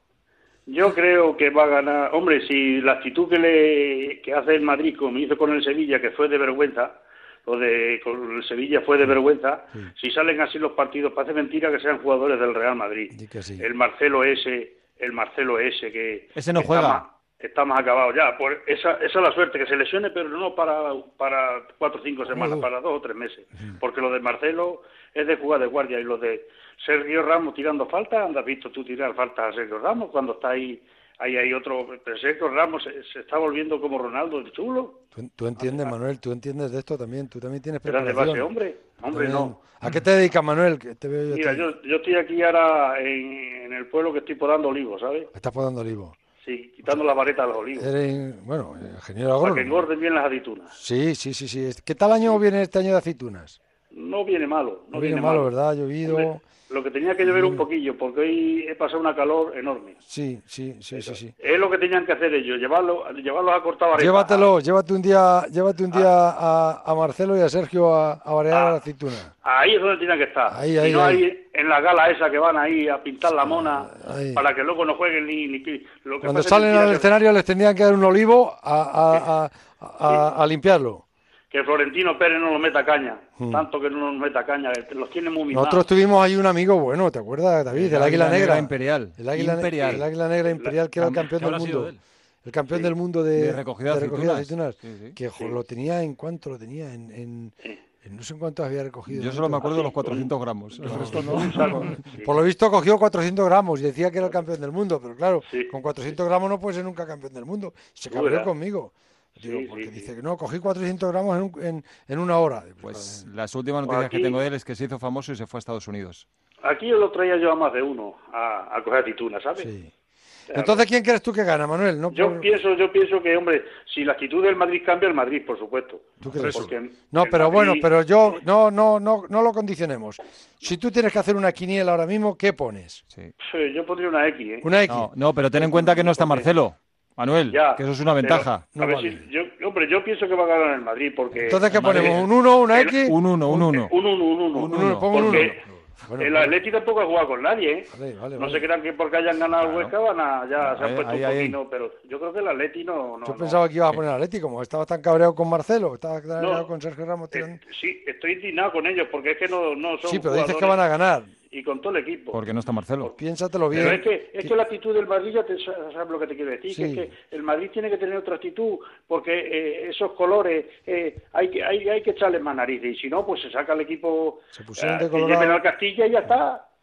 Speaker 2: Yo creo que va a ganar. Hombre, si la actitud que le que hace el Madrid, como hizo con el Sevilla, que fue de vergüenza, lo de con el Sevilla fue de vergüenza, si salen así los partidos, parece mentira que sean jugadores del Real Madrid.
Speaker 3: Di que sí.
Speaker 2: El Marcelo ese, el Marcelo ese que
Speaker 21: Ese no
Speaker 2: está
Speaker 21: juega.
Speaker 2: más- está más acabado ya. Pues esa, esa es la suerte, que se lesione, pero no para, para cuatro o cinco semanas, para dos o tres meses. Porque lo de Marcelo es de jugar de guardia y lo de Sergio Ramos tirando faltas, ¿andas visto tú tirar faltas a Sergio Ramos cuando está ahí? Ahí hay otro, pero Sergio Ramos se, se está volviendo como Ronaldo, el chulo.
Speaker 3: ¿Tú, tú entiendes, Manuel? ¿Tú entiendes de esto también? ¿Tú también tienes
Speaker 2: Pero de
Speaker 3: preparación?
Speaker 2: base, hombre, hombre,
Speaker 3: También.
Speaker 2: no.
Speaker 3: ¿A qué te dedicas, Manuel? Que te veo yo a
Speaker 2: Mira,
Speaker 3: ti.
Speaker 2: yo, yo estoy aquí ahora en, en el pueblo que estoy podando olivos, ¿sabes?
Speaker 3: Estás podando olivo.
Speaker 2: Sí, quitando la vareta a los olivos.
Speaker 3: Eres, bueno, ingeniero
Speaker 2: Para que
Speaker 3: agrónomo.
Speaker 2: engorden bien las aceitunas.
Speaker 3: Sí, sí, sí, sí. ¿Qué tal año viene este año de aceitunas?
Speaker 2: No viene malo, no,
Speaker 3: No viene malo, ¿verdad? Ha llovido.
Speaker 2: Hombre, lo que tenía que llover un poquillo, porque hoy he pasado una calor enorme.
Speaker 3: Sí, sí, sí, sí, sí.
Speaker 2: Es lo que tenían que hacer ellos, llevarlo, llevarlos a cortar vareta.
Speaker 3: Llévatelo, llévate un día, llévate un día a, a Marcelo y a Sergio a, a variar la aceituna.
Speaker 2: Ahí es donde tienen que estar.
Speaker 3: Ahí, ahí,
Speaker 2: y no
Speaker 3: ahí.
Speaker 2: hay en la gala esa que van ahí a pintar la mona
Speaker 3: Ahí.
Speaker 2: para que luego no jueguen ni... ni lo que
Speaker 3: Cuando
Speaker 2: pasa es
Speaker 3: salen
Speaker 2: mentira
Speaker 3: al
Speaker 2: que-
Speaker 3: escenario les tendrían que dar un olivo a, a, a, a- a limpiarlo.
Speaker 2: Que Florentino Pérez no nos meta caña,
Speaker 3: Hmm.
Speaker 2: tanto que no nos meta caña, que los tiene muy mimados.
Speaker 3: Nosotros tuvimos ahí un amigo bueno, ¿te acuerdas, David?
Speaker 21: El
Speaker 3: El Águila
Speaker 21: Águila
Speaker 3: Negra.
Speaker 21: Negra Imperial.
Speaker 3: El Águila,
Speaker 21: Imperial.
Speaker 3: el Águila Negra Imperial, que era el campeón
Speaker 21: ¿Qué
Speaker 3: del
Speaker 21: habrá sido
Speaker 3: mundo.
Speaker 21: de él?
Speaker 3: El campeón del mundo de,
Speaker 21: De recogida de aceitunas.
Speaker 3: aceitunas,
Speaker 21: Sí, sí.
Speaker 3: que jo, lo tenía en cuánto lo tenía, en, en, en no sé en cuánto había recogido.
Speaker 21: Yo solo me acuerdo de los cuatrocientos gramos. El resto no.
Speaker 3: Por lo visto cogió cuatrocientos gramos y decía que era el campeón del mundo, pero claro, con cuatrocientos gramos no puede ser nunca campeón del mundo. Se
Speaker 2: Tú
Speaker 3: cabreó
Speaker 2: verás.
Speaker 3: conmigo. Digo,
Speaker 2: Sí,
Speaker 3: porque
Speaker 2: sí,
Speaker 3: dice que no, cogí cuatrocientos gramos en, un- en, en una hora.
Speaker 21: Pues las últimas noticias
Speaker 2: Aquí-
Speaker 21: que tengo de él es que se hizo famoso y se fue a Estados Unidos.
Speaker 2: Aquí yo lo traía yo a más de uno a, a coger aceitunas, ¿sabes? Claro.
Speaker 3: Entonces, ¿quién crees tú que gana, Manuel? No,
Speaker 2: Yo
Speaker 3: por-
Speaker 2: pienso, yo pienso que, hombre, si la actitud del Madrid cambia, el Madrid, por supuesto.
Speaker 3: ¿Tú crees?
Speaker 2: Porque
Speaker 3: No,
Speaker 2: el
Speaker 3: pero
Speaker 2: Madrid-
Speaker 3: bueno, pero yo no, no, no, no lo condicionemos. Si tú tienes que hacer una quiniela ahora mismo, ¿qué pones?
Speaker 2: Sí, yo pondría una X, ¿eh?
Speaker 3: Una X.
Speaker 21: No, no, pero ten en cuenta que no está Marcelo, Manuel,
Speaker 2: Ya,
Speaker 21: que eso es una
Speaker 2: pero,
Speaker 21: ventaja.
Speaker 2: a ver si- yo, hombre, yo pienso que va a ganar el Madrid porque...
Speaker 3: Entonces, ¿qué
Speaker 2: el Madrid-
Speaker 3: ponemos? ¿Un uno, una
Speaker 2: el-
Speaker 3: X?
Speaker 21: Un uno, un uno.
Speaker 2: Un uno, un uno.
Speaker 3: Un uno, pongo un
Speaker 2: Porque
Speaker 3: uno. Bueno,
Speaker 2: el
Speaker 3: vale.
Speaker 2: Atleti tampoco ha jugado con nadie, ¿eh?
Speaker 3: Vale, vale,
Speaker 2: No
Speaker 3: vale.
Speaker 2: se crean que porque hayan ganado el Huesca van a, ya se han
Speaker 21: Ahí,
Speaker 2: puesto
Speaker 21: ahí,
Speaker 2: un
Speaker 21: ahí.
Speaker 2: poquito, pero yo creo que el Atleti no... no
Speaker 3: Yo
Speaker 2: no.
Speaker 3: pensaba que ibas a poner al Atlético, como estabas tan cabreado con Marcelo, estabas tan cabreado con Sergio Ramos. tirando-
Speaker 2: Eh, sí, estoy indignado con ellos porque es que no, no son
Speaker 3: Sí, pero dices que
Speaker 2: jugadores
Speaker 3: van a ganar.
Speaker 2: y con todo el equipo.
Speaker 21: Porque no está Marcelo.
Speaker 3: Piénsatelo bien.
Speaker 2: Pero es que, es que la actitud del Madrid, ya te sabes lo que te quiero decir,
Speaker 3: Sí.
Speaker 2: que es que el Madrid tiene que tener otra actitud, porque eh, esos colores eh, hay, que, hay, hay que echarles más narices, y si no, pues se saca el equipo,
Speaker 3: Se pusieron
Speaker 2: eh,
Speaker 3: de
Speaker 2: que lleven
Speaker 3: colorado.
Speaker 2: al Castilla y ya está.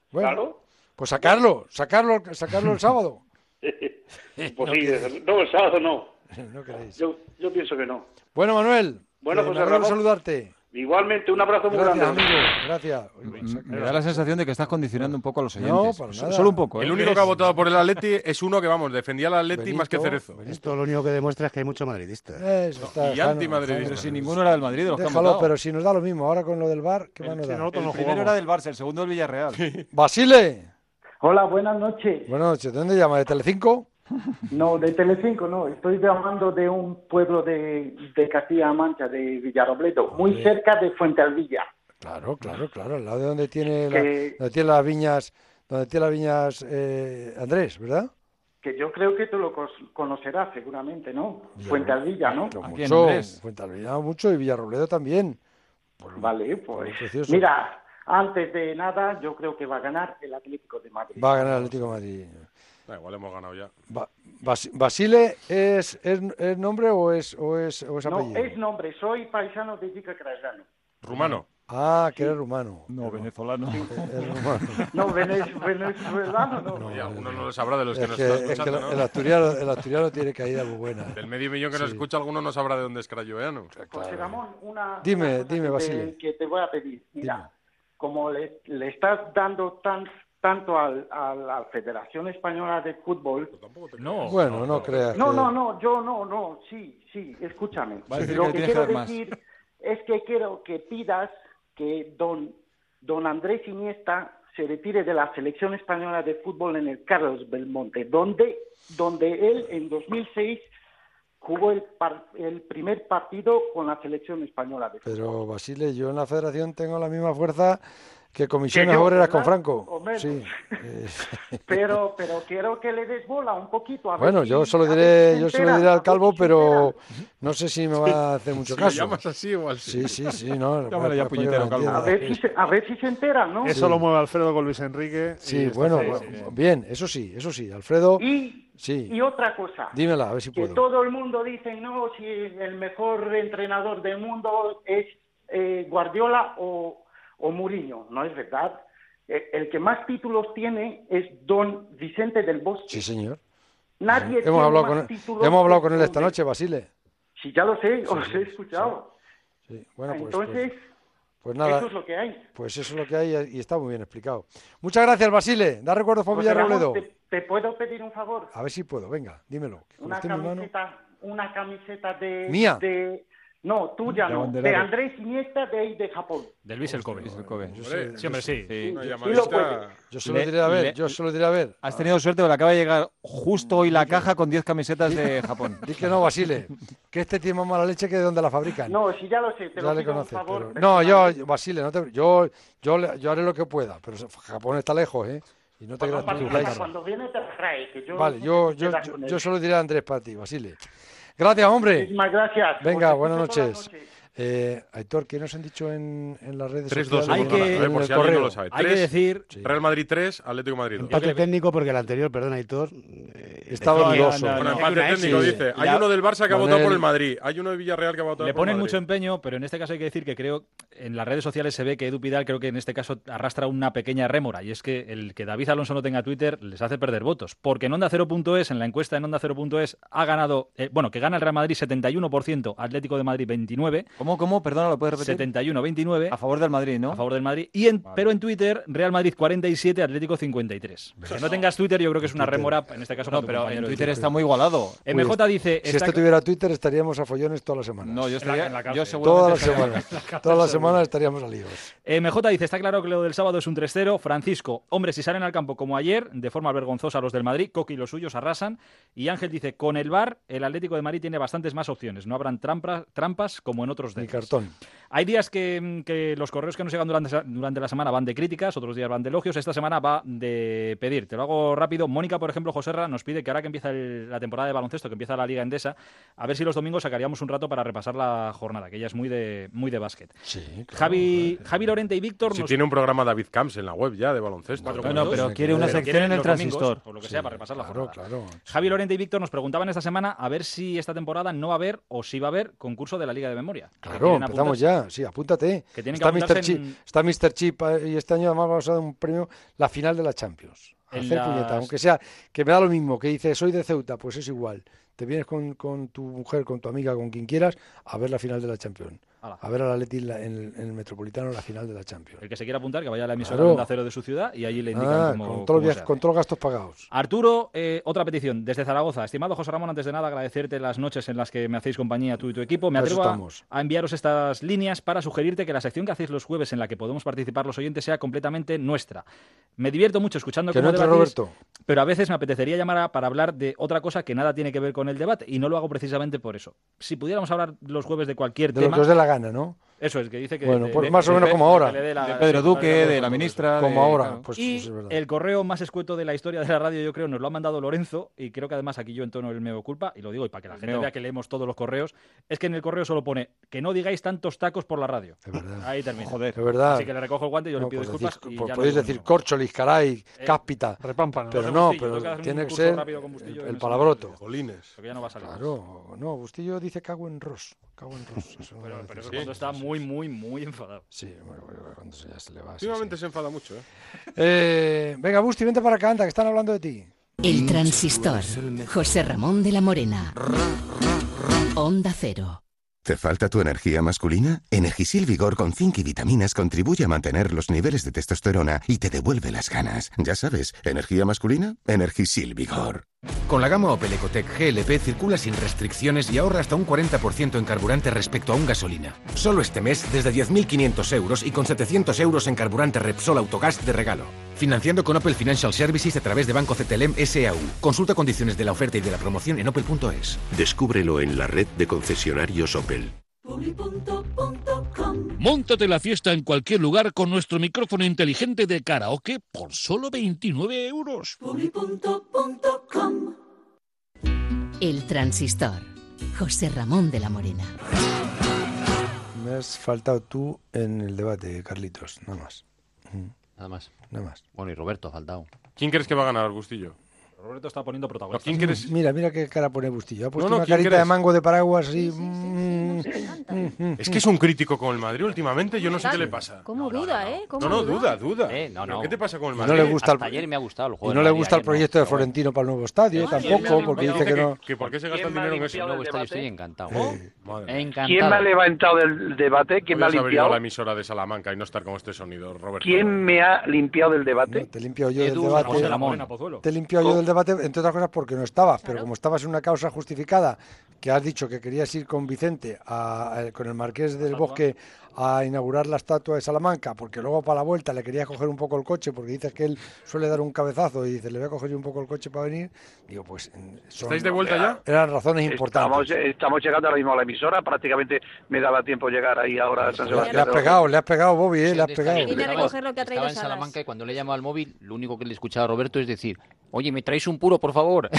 Speaker 3: Bueno,
Speaker 2: claro.
Speaker 3: Pues sacarlo, sacarlo, sacarlo el sábado.
Speaker 2: Pues
Speaker 3: No
Speaker 2: sí,
Speaker 3: queréis.
Speaker 2: no, el sábado no.
Speaker 3: No queréis.
Speaker 2: Yo, yo pienso que no.
Speaker 3: Bueno, Manuel,
Speaker 2: Bueno,
Speaker 3: eh,
Speaker 2: José
Speaker 3: me alegro de
Speaker 2: Ramón.
Speaker 3: saludarte.
Speaker 2: Igualmente, un abrazo muy
Speaker 3: Gracias,
Speaker 2: grande.
Speaker 3: amigo, gracias.
Speaker 21: Me da la sensación de que estás condicionando un poco a los
Speaker 3: No,
Speaker 21: oyentes.
Speaker 3: para
Speaker 21: So-
Speaker 3: nada.
Speaker 21: Solo un poco. ¿eh?
Speaker 22: El único que ha votado por el Atleti es uno que, vamos, defendía al Atleti más que Cerezo.
Speaker 19: Esto lo único que demuestra es que hay mucho madridista.
Speaker 3: Eso está
Speaker 22: y
Speaker 3: lejano,
Speaker 22: antimadridista.
Speaker 3: lejano.
Speaker 21: Pero si ninguno era del Madrid, de los que han
Speaker 3: Déjalo,
Speaker 21: votado.
Speaker 3: pero si nos da lo mismo. Ahora con lo del V A R, ¿qué más nos
Speaker 21: Sí,
Speaker 3: da?
Speaker 21: nosotros no El primero jugamos. era del Barça, el segundo del Villarreal.
Speaker 3: Basile.
Speaker 4: Hola, buenas noches.
Speaker 3: Buenas noches. ¿De dónde llama? ¿De Telecinco?
Speaker 4: No, de Telecinco no. Estoy llamando de un pueblo de, de Castilla-La Mancha, de Villarrobledo, muy
Speaker 3: Sí.
Speaker 4: cerca de Fuentealbilla.
Speaker 3: Claro, claro, claro. Al lado de donde tiene, la-
Speaker 4: Que-
Speaker 3: donde tiene las viñas, donde tiene las viñas eh, Andrés, ¿verdad?
Speaker 4: Que yo creo que tú lo cos- conocerás seguramente, ¿no? Fuentealbilla, ¿no?
Speaker 3: Mucho, Fuentealbilla mucho y Villarrobledo también.
Speaker 4: Vale, pues.
Speaker 3: Muy precioso.
Speaker 4: Mira, antes de nada, yo creo que va a ganar el Atlético de Madrid.
Speaker 3: Va a ganar el Atlético de Madrid.
Speaker 22: Da igual, hemos ganado ya.
Speaker 3: Ba- Bas- ¿Basile es, es, es nombre o es, o es, o es
Speaker 4: No,
Speaker 3: apellido?
Speaker 4: es nombre. Soy paisano de Jica Crajano.
Speaker 22: Rumano.
Speaker 3: Ah, que eres rumano.
Speaker 21: No, venezolano.
Speaker 3: Es rumano.
Speaker 4: No, venez- venezolano no.
Speaker 22: Oye, alguno no lo sabrá de los que
Speaker 3: Es
Speaker 22: nos
Speaker 3: que,
Speaker 22: están
Speaker 3: es que
Speaker 22: escuchando,
Speaker 3: el,
Speaker 22: ¿no?
Speaker 3: el asturiano, el asturiano tiene caída muy buena.
Speaker 22: Del medio millón que nos
Speaker 3: Sí.
Speaker 22: escucha, alguno no sabrá de dónde es crayoveano.
Speaker 4: José Ramón, una,
Speaker 3: Dime,
Speaker 4: una cosa
Speaker 3: dime,
Speaker 4: que,
Speaker 3: Basile.
Speaker 4: te, que te voy a pedir. Mira, como le, le estás dando tan, tanto al, a la Federación Española de Fútbol...
Speaker 3: No. Bueno, no creas
Speaker 4: No,
Speaker 3: que-
Speaker 4: no, no, yo no, no, sí, sí, escúchame.
Speaker 21: Va a decir
Speaker 4: Lo
Speaker 21: que
Speaker 4: que
Speaker 21: tienes que
Speaker 4: quiero
Speaker 21: dar más.
Speaker 4: decir es que quiero que pidas que don, don Andrés Iniesta se retire de la Selección Española de Fútbol en el Carlos Belmonte, donde, donde él en dos mil seis jugó el, par- el primer partido con la Selección Española de Fútbol.
Speaker 3: Pero, Basile, yo en la federación tengo la misma fuerza que comisiones
Speaker 4: Que yo,
Speaker 3: obreras
Speaker 4: ¿verdad?
Speaker 3: con Franco.
Speaker 4: Hombre,
Speaker 3: Sí.
Speaker 4: Pero, pero quiero que le des bola un poquito. A ver
Speaker 3: Bueno,
Speaker 4: si-
Speaker 3: yo se lo
Speaker 4: a ver
Speaker 3: diré,
Speaker 4: si se
Speaker 3: yo se lo
Speaker 4: entera,
Speaker 3: diré
Speaker 4: a
Speaker 3: al
Speaker 4: ver
Speaker 3: calvo,
Speaker 4: si se
Speaker 3: pero no sé si me va a hacer mucho
Speaker 22: Si
Speaker 3: caso.
Speaker 22: le llamas así, igual sí.
Speaker 3: Sí, sí, sí, no.
Speaker 21: Llámale ya
Speaker 3: para- para que
Speaker 21: puñetero,
Speaker 3: lo
Speaker 21: calvo.
Speaker 3: entienda.
Speaker 4: A ver si se, a ver si se entera, ¿no?
Speaker 14: Eso lo mueve Alfredo con Luis Enrique. y
Speaker 3: Sí,
Speaker 14: está
Speaker 3: bueno,
Speaker 14: feliz.
Speaker 3: bueno, bien, eso sí, eso sí, Alfredo.
Speaker 4: Y,
Speaker 3: Sí.
Speaker 4: y otra cosa.
Speaker 3: Dímela, a ver si
Speaker 4: Que
Speaker 3: puedo.
Speaker 4: todo el mundo dice, no, si el mejor entrenador del mundo es eh, Guardiola o, o Mourinho. No es verdad. Eh, El que más títulos tiene es don Vicente del Bosque.
Speaker 3: Sí, señor.
Speaker 4: Nadie
Speaker 3: Hemos
Speaker 4: tiene
Speaker 3: hablado
Speaker 4: más
Speaker 3: con él,
Speaker 4: títulos
Speaker 3: hemos hablado
Speaker 4: que
Speaker 3: con él esta
Speaker 4: don-
Speaker 3: noche, Basile.
Speaker 4: Sí, ya lo sé,
Speaker 3: Sí,
Speaker 4: os
Speaker 3: sí,
Speaker 4: he escuchado.
Speaker 3: Sí, bueno, pues,
Speaker 4: Entonces,
Speaker 3: pues, pues nada,
Speaker 4: eso es lo que hay.
Speaker 3: pues eso es lo que hay y está muy bien explicado. Muchas gracias, Basile. Da recuerdos para
Speaker 4: José Ramón,
Speaker 3: Villarrobledo.
Speaker 4: ¿te, te puedo pedir un favor?
Speaker 3: A ver si puedo, venga, dímelo. que como
Speaker 4: Una
Speaker 3: esté en mi mano-
Speaker 4: camiseta, una camiseta de...
Speaker 3: ¿Mía?
Speaker 4: de- no, tuya
Speaker 21: De
Speaker 4: no.
Speaker 21: abanderado.
Speaker 4: De Andrés Iniesta de ahí de Japón.
Speaker 7: Del Vissel Kobe.
Speaker 3: Yo
Speaker 22: Hombre,
Speaker 3: sé-
Speaker 7: Sí, hombre, sí.
Speaker 21: Sí.
Speaker 22: Una
Speaker 4: Sí,
Speaker 22: llamadita.
Speaker 4: lo puede.
Speaker 3: Yo se lo
Speaker 21: Le-
Speaker 3: diré a ver,
Speaker 21: le-
Speaker 3: yo se lo diré a ver.
Speaker 21: Has tenido suerte porque acaba de llegar justo hoy la caja con diez camisetas de Japón.
Speaker 3: Di que no, Basile, que este tiene más mala leche que de donde la fabrican.
Speaker 4: No, si ya lo sé, te
Speaker 3: ya
Speaker 4: lo
Speaker 3: le
Speaker 4: pido un
Speaker 3: conoces.
Speaker 4: favor.
Speaker 3: pero- No, yo, Basile, no te... yo, yo, le- yo haré lo que pueda, pero Japón está lejos, ¿eh? Y no te
Speaker 4: Bueno,
Speaker 3: creas
Speaker 4: pasa
Speaker 3: tú,
Speaker 4: nada,
Speaker 3: Laisa.
Speaker 4: cuando viene te trae, que yo...
Speaker 3: Vale, yo, yo,
Speaker 4: quedar
Speaker 3: yo,
Speaker 4: con él.
Speaker 3: yo se lo diré a Andrés para ti, Basile. Gracias, hombre.
Speaker 4: Muchísimas gracias.
Speaker 3: Venga,
Speaker 4: Os
Speaker 3: buenas
Speaker 4: escucho todas
Speaker 3: noches.
Speaker 4: las noches.
Speaker 3: Eh, Aitor, ¿qué nos han dicho en, en las redes
Speaker 22: tres dos
Speaker 3: sociales?
Speaker 7: Hay que-
Speaker 22: eh, por
Speaker 3: En
Speaker 22: si
Speaker 3: el
Speaker 22: alguien no
Speaker 3: correo.
Speaker 22: lo sabe.
Speaker 7: Hay que
Speaker 22: Tres,
Speaker 7: decir...
Speaker 3: Sí.
Speaker 22: Real Madrid tres, Atlético de Madrid dos.
Speaker 19: Empate técnico porque el anterior, perdón, Aitor. eh,
Speaker 3: Estaba
Speaker 19: decía-
Speaker 3: dudoso.
Speaker 7: no,
Speaker 22: Bueno,
Speaker 7: no,
Speaker 22: empate
Speaker 7: una
Speaker 22: técnico,
Speaker 7: X.
Speaker 22: dice. Hay
Speaker 7: La-
Speaker 22: uno del Barça que ha
Speaker 3: Manuel-
Speaker 22: votado por el Madrid. Hay uno de Villarreal que ha votado
Speaker 7: Le
Speaker 22: por el
Speaker 7: ponen
Speaker 22: Madrid.
Speaker 7: mucho empeño, pero en este caso hay que decir que creo, en las redes sociales se ve que Edu Pidal creo que en este caso arrastra una pequeña rémora, y es que el que David Alonso no tenga Twitter les hace perder votos, porque en Onda Cero punto es, en la encuesta en Onda Cero punto es, ha ganado, eh, bueno, que gana el Real Madrid setenta y uno por ciento, Atlético de Madrid veintinueve,
Speaker 21: ¿Cómo, cómo? Perdona, ¿lo puedes repetir?
Speaker 7: setenta y uno veintinueve,
Speaker 21: A favor del Madrid, ¿no?
Speaker 7: a favor del Madrid, y en, pero en Twitter, Real Madrid cuarenta y siete, Atlético cincuenta y tres. Que no tengas Twitter yo creo que es una rémora, en este caso
Speaker 21: No,
Speaker 7: para tu
Speaker 21: pero en
Speaker 7: compañero de
Speaker 21: Twitter
Speaker 7: Twitter.
Speaker 21: está muy igualado.
Speaker 7: M J dice...
Speaker 3: Si
Speaker 7: está-
Speaker 3: este tuviera Twitter estaríamos a follones todas las semanas.
Speaker 21: No, yo
Speaker 7: en la-
Speaker 21: estaría,
Speaker 7: en la cárcel.
Speaker 21: yo seguramente
Speaker 3: todas las
Speaker 21: estaría-
Speaker 3: semanas. Todas las semanas estaríamos a líos.
Speaker 7: M J dice, está claro que lo del sábado es un tres cero. Francisco, hombre, si salen al campo como ayer, de forma vergonzosa los del Madrid, Coqui y los suyos arrasan. Y Ángel dice, con el V A R, el Atlético de Madrid tiene bastantes más opciones. No habrán trampas, trampas como en otros
Speaker 3: Ni
Speaker 7: días.
Speaker 3: cartón.
Speaker 7: Hay días que, que los correos que nos llegan durante, durante la semana van de críticas, otros días van de elogios. Esta semana va de pedir. Te lo hago rápido. Mónica, por ejemplo, Joserra, nos pide que que ahora que empieza el, la temporada de baloncesto, que empieza la Liga Endesa, a ver si los domingos sacaríamos un rato para repasar la jornada, que ella es muy de muy de básquet.
Speaker 3: Sí, claro,
Speaker 7: Javi,
Speaker 3: claro.
Speaker 7: Javi Lorente y Víctor...
Speaker 22: Si
Speaker 7: nos...
Speaker 22: tiene un programa David Camps en la web ya de baloncesto.
Speaker 7: Bueno,
Speaker 21: pero quiere una sección en el Transistor.
Speaker 7: O lo que
Speaker 22: Sí,
Speaker 7: sea, para repasar la
Speaker 22: claro,
Speaker 7: jornada.
Speaker 22: claro.
Speaker 7: Javi Lorente y Víctor nos preguntaban esta semana a ver si esta temporada no va a haber o si va a haber concurso de la Liga de Memoria.
Speaker 3: Claro, empezamos ya. Sí, apúntate.
Speaker 7: Que tienen que
Speaker 3: está, mister
Speaker 7: apuntarse
Speaker 3: Chip,
Speaker 7: en-
Speaker 3: está mister Chip eh, y este año además vamos a dar un premio, la final de la Champions.
Speaker 7: En
Speaker 3: Hacer
Speaker 7: las-
Speaker 3: puñeta, aunque sea, que me da lo mismo, que dice soy de Ceuta, pues es igual. Te vienes con, con tu mujer, con tu amiga, con quien quieras, a ver la final de la Champions.
Speaker 7: Ala.
Speaker 3: A ver a la Atleti en, la- en el, en el Metropolitano la final de la Champions.
Speaker 7: El que se quiera apuntar, que vaya a la emisora
Speaker 3: Claro.
Speaker 7: de Onda Cero de su ciudad y allí le indican
Speaker 3: Ah,
Speaker 7: cómo,
Speaker 3: con, todos
Speaker 7: cómo
Speaker 3: los viajes-
Speaker 7: se hace.
Speaker 3: con todos los gastos pagados.
Speaker 7: Arturo, eh, otra petición desde Zaragoza. Estimado José Ramón, antes de nada agradecerte las noches en las que me hacéis compañía tú y tu equipo. Me
Speaker 3: Para eso
Speaker 7: atrevo a,
Speaker 3: estamos.
Speaker 7: a enviaros estas líneas para sugerirte que la sección que hacéis los jueves en la que podemos participar los oyentes sea completamente nuestra. Me divierto mucho escuchando
Speaker 3: Que
Speaker 7: cómo
Speaker 3: no entre
Speaker 7: debatís,
Speaker 3: Roberto.
Speaker 7: pero a veces me apetecería llamar a- para hablar de otra cosa que nada tiene que ver con el debate y no lo hago precisamente por eso. Si pudiéramos hablar los jueves de cualquier
Speaker 3: De lo
Speaker 7: tema...
Speaker 3: que os dé la gana, ¿no?
Speaker 7: Eso es, que dice que...
Speaker 3: Bueno,
Speaker 7: de-
Speaker 3: pues
Speaker 7: de-
Speaker 3: más o
Speaker 7: de-
Speaker 3: menos
Speaker 7: de-
Speaker 3: como
Speaker 7: de-
Speaker 3: ahora.
Speaker 7: que le dé la-
Speaker 21: De Pedro Duque, de la ministra...
Speaker 3: Como
Speaker 21: de-
Speaker 3: ahora,
Speaker 21: claro.
Speaker 3: pues,
Speaker 7: y
Speaker 3: pues es verdad.
Speaker 7: el correo más escueto de la historia de la radio, yo creo, nos lo ha mandado Lorenzo, y creo que además aquí yo entono el meo culpa, y lo digo y para que la
Speaker 21: El
Speaker 7: gente
Speaker 21: meo.
Speaker 7: vea que leemos todos los correos, es que en el correo solo pone que no digáis tantos tacos por la radio.
Speaker 3: Es verdad.
Speaker 7: Ahí termina.
Speaker 21: Joder.
Speaker 3: Es verdad.
Speaker 7: Así que le recojo el guante y yo
Speaker 3: No,
Speaker 7: le pido
Speaker 3: pues
Speaker 7: disculpas.
Speaker 3: decir-
Speaker 7: y
Speaker 3: pues
Speaker 7: ya no
Speaker 3: podéis
Speaker 7: digo
Speaker 3: decir
Speaker 7: nada.
Speaker 3: córcholis, caray,
Speaker 7: Eh,
Speaker 3: cáspita.
Speaker 14: Repámpano.
Speaker 3: Pero
Speaker 7: José
Speaker 3: no,
Speaker 7: Bustillo,
Speaker 3: pero
Speaker 7: tengo que hacer un
Speaker 3: tiene que
Speaker 7: curso
Speaker 3: ser
Speaker 7: rápido con Bustillo
Speaker 3: el,
Speaker 7: que
Speaker 3: el
Speaker 7: me
Speaker 3: palabroto.
Speaker 22: Jolines.
Speaker 7: Porque ya no va a salir.
Speaker 3: Claro, no, Bustillo dice cago en ros. Cago en ros. Eso no
Speaker 7: Pero,
Speaker 3: lo
Speaker 7: pero
Speaker 3: dice.
Speaker 7: eso cuando está muy, muy, muy enfadado.
Speaker 3: Sí, bueno, bueno, cuando ya se le va. sí,
Speaker 22: Últimamente
Speaker 3: sí.
Speaker 22: se enfada mucho, ¿eh?
Speaker 3: Eh, venga, Busti, vente para acá, anda, que están hablando de ti.
Speaker 1: El Transistor. José Ramón de la Morena. Onda Cero.
Speaker 6: ¿Te falta tu energía masculina? Energisil Vigor con zinc y vitaminas contribuye a mantener los niveles de testosterona y te devuelve las ganas. Ya sabes, ¿energía masculina? Energisil Vigor.
Speaker 17: Con la gama Opel Ecotec G L P circula sin restricciones y ahorra hasta un cuarenta por ciento en carburante respecto a un gasolina. Solo este mes desde diez mil quinientos euros y con setecientos euros en carburante Repsol Autogas de regalo. Financiando con Opel Financial Services a través de Banco C T L M S A U. Consulta condiciones de la oferta y de la promoción en opel punto es.
Speaker 18: Descúbrelo en la red de concesionarios Opel.
Speaker 20: Móntate la fiesta en cualquier lugar con nuestro micrófono inteligente de karaoke por solo veintinueve euros.
Speaker 1: El Transistor. José Ramón de la Morena.
Speaker 3: Me has faltado tú en el debate, Carlitos, nada más.
Speaker 25: Nada más.
Speaker 3: Nada más.
Speaker 25: Bueno, y Roberto ha faltado.
Speaker 22: ¿Quién crees que va a ganar, Bustillo?
Speaker 7: Roberto está poniendo protagonista.
Speaker 22: ¿Quién quieres?
Speaker 3: Mira, mira qué cara pone Bustillo. Ha puesto
Speaker 22: No, no,
Speaker 3: una
Speaker 22: ¿quién
Speaker 3: carita
Speaker 22: crees?
Speaker 3: de mango de paraguas así. mm, mm, mm,
Speaker 22: Es que es un crítico con el Madrid últimamente, yo no sé qué le pasa.
Speaker 26: ¿Cómo duda, eh? ¿Cómo
Speaker 22: No, no, duda, duda.
Speaker 25: Eh, no,
Speaker 22: ¿Pero
Speaker 25: no.
Speaker 22: qué te pasa con el
Speaker 3: Y no
Speaker 22: Madrid?
Speaker 3: le gusta el-
Speaker 25: Hasta ayer me ha gustado el
Speaker 3: Y
Speaker 25: juego.
Speaker 3: no
Speaker 25: del
Speaker 3: le
Speaker 25: Madrid,
Speaker 3: gusta el
Speaker 25: ayer no.
Speaker 3: proyecto de
Speaker 25: Pero bueno.
Speaker 3: Florentino para el nuevo estadio,
Speaker 22: ¿Quién me
Speaker 3: tampoco,
Speaker 22: ha
Speaker 3: porque
Speaker 22: limpiado
Speaker 3: dice que
Speaker 22: del-
Speaker 3: no.
Speaker 22: que por qué se gasta el
Speaker 26: ¿Quién me ha
Speaker 22: dinero en eso.
Speaker 26: limpiado
Speaker 25: Nuevo
Speaker 26: del
Speaker 25: estadio,
Speaker 26: debate?
Speaker 25: estoy encantado.
Speaker 22: Eh, madre.
Speaker 25: Encantado.
Speaker 4: ¿Quién me ha levantado del debate? ¿Quién me ha
Speaker 22: Podrías haber ido a
Speaker 4: limpiado?
Speaker 22: la emisora de Salamanca y no estar con este sonido, Roberto.
Speaker 4: ¿Quién me ha limpiado del debate?
Speaker 3: No, te he limpiado yo
Speaker 25: Edu,
Speaker 3: del debate.
Speaker 25: José Ramón.
Speaker 7: Morena Pozuelo.
Speaker 3: Te he limpiado yo del debate, entre otras cosas, porque no estabas. Pero como estabas en una causa justificada, que has dicho que querías ir con Vicente, a- a- con el Marqués del Bosque, a inaugurar la estatua de Salamanca, porque luego para la vuelta le querías coger un poco el coche, porque dices que él suele dar un cabezazo y dices, le voy a coger yo un poco el coche para venir. Digo, pues. son-
Speaker 22: ¿Estáis de vuelta ya?
Speaker 3: Eran razones importantes.
Speaker 4: Estamos, estamos llegando ahora mismo a la emisora, prácticamente me daba tiempo llegar ahí ahora a San
Speaker 3: Le,
Speaker 4: Sebastián.
Speaker 3: le has pegado, le has pegado, Bobby, eh, le has
Speaker 25: Está
Speaker 3: pegado.
Speaker 25: bien,
Speaker 26: Viene a
Speaker 25: estaba-
Speaker 26: recoger lo que ha traído
Speaker 25: Estaba en
Speaker 26: Salas.
Speaker 25: Salamanca y cuando le he llamado al móvil, lo único que le escuchaba a Roberto es decir, oye, ¿me traéis un puro, por favor?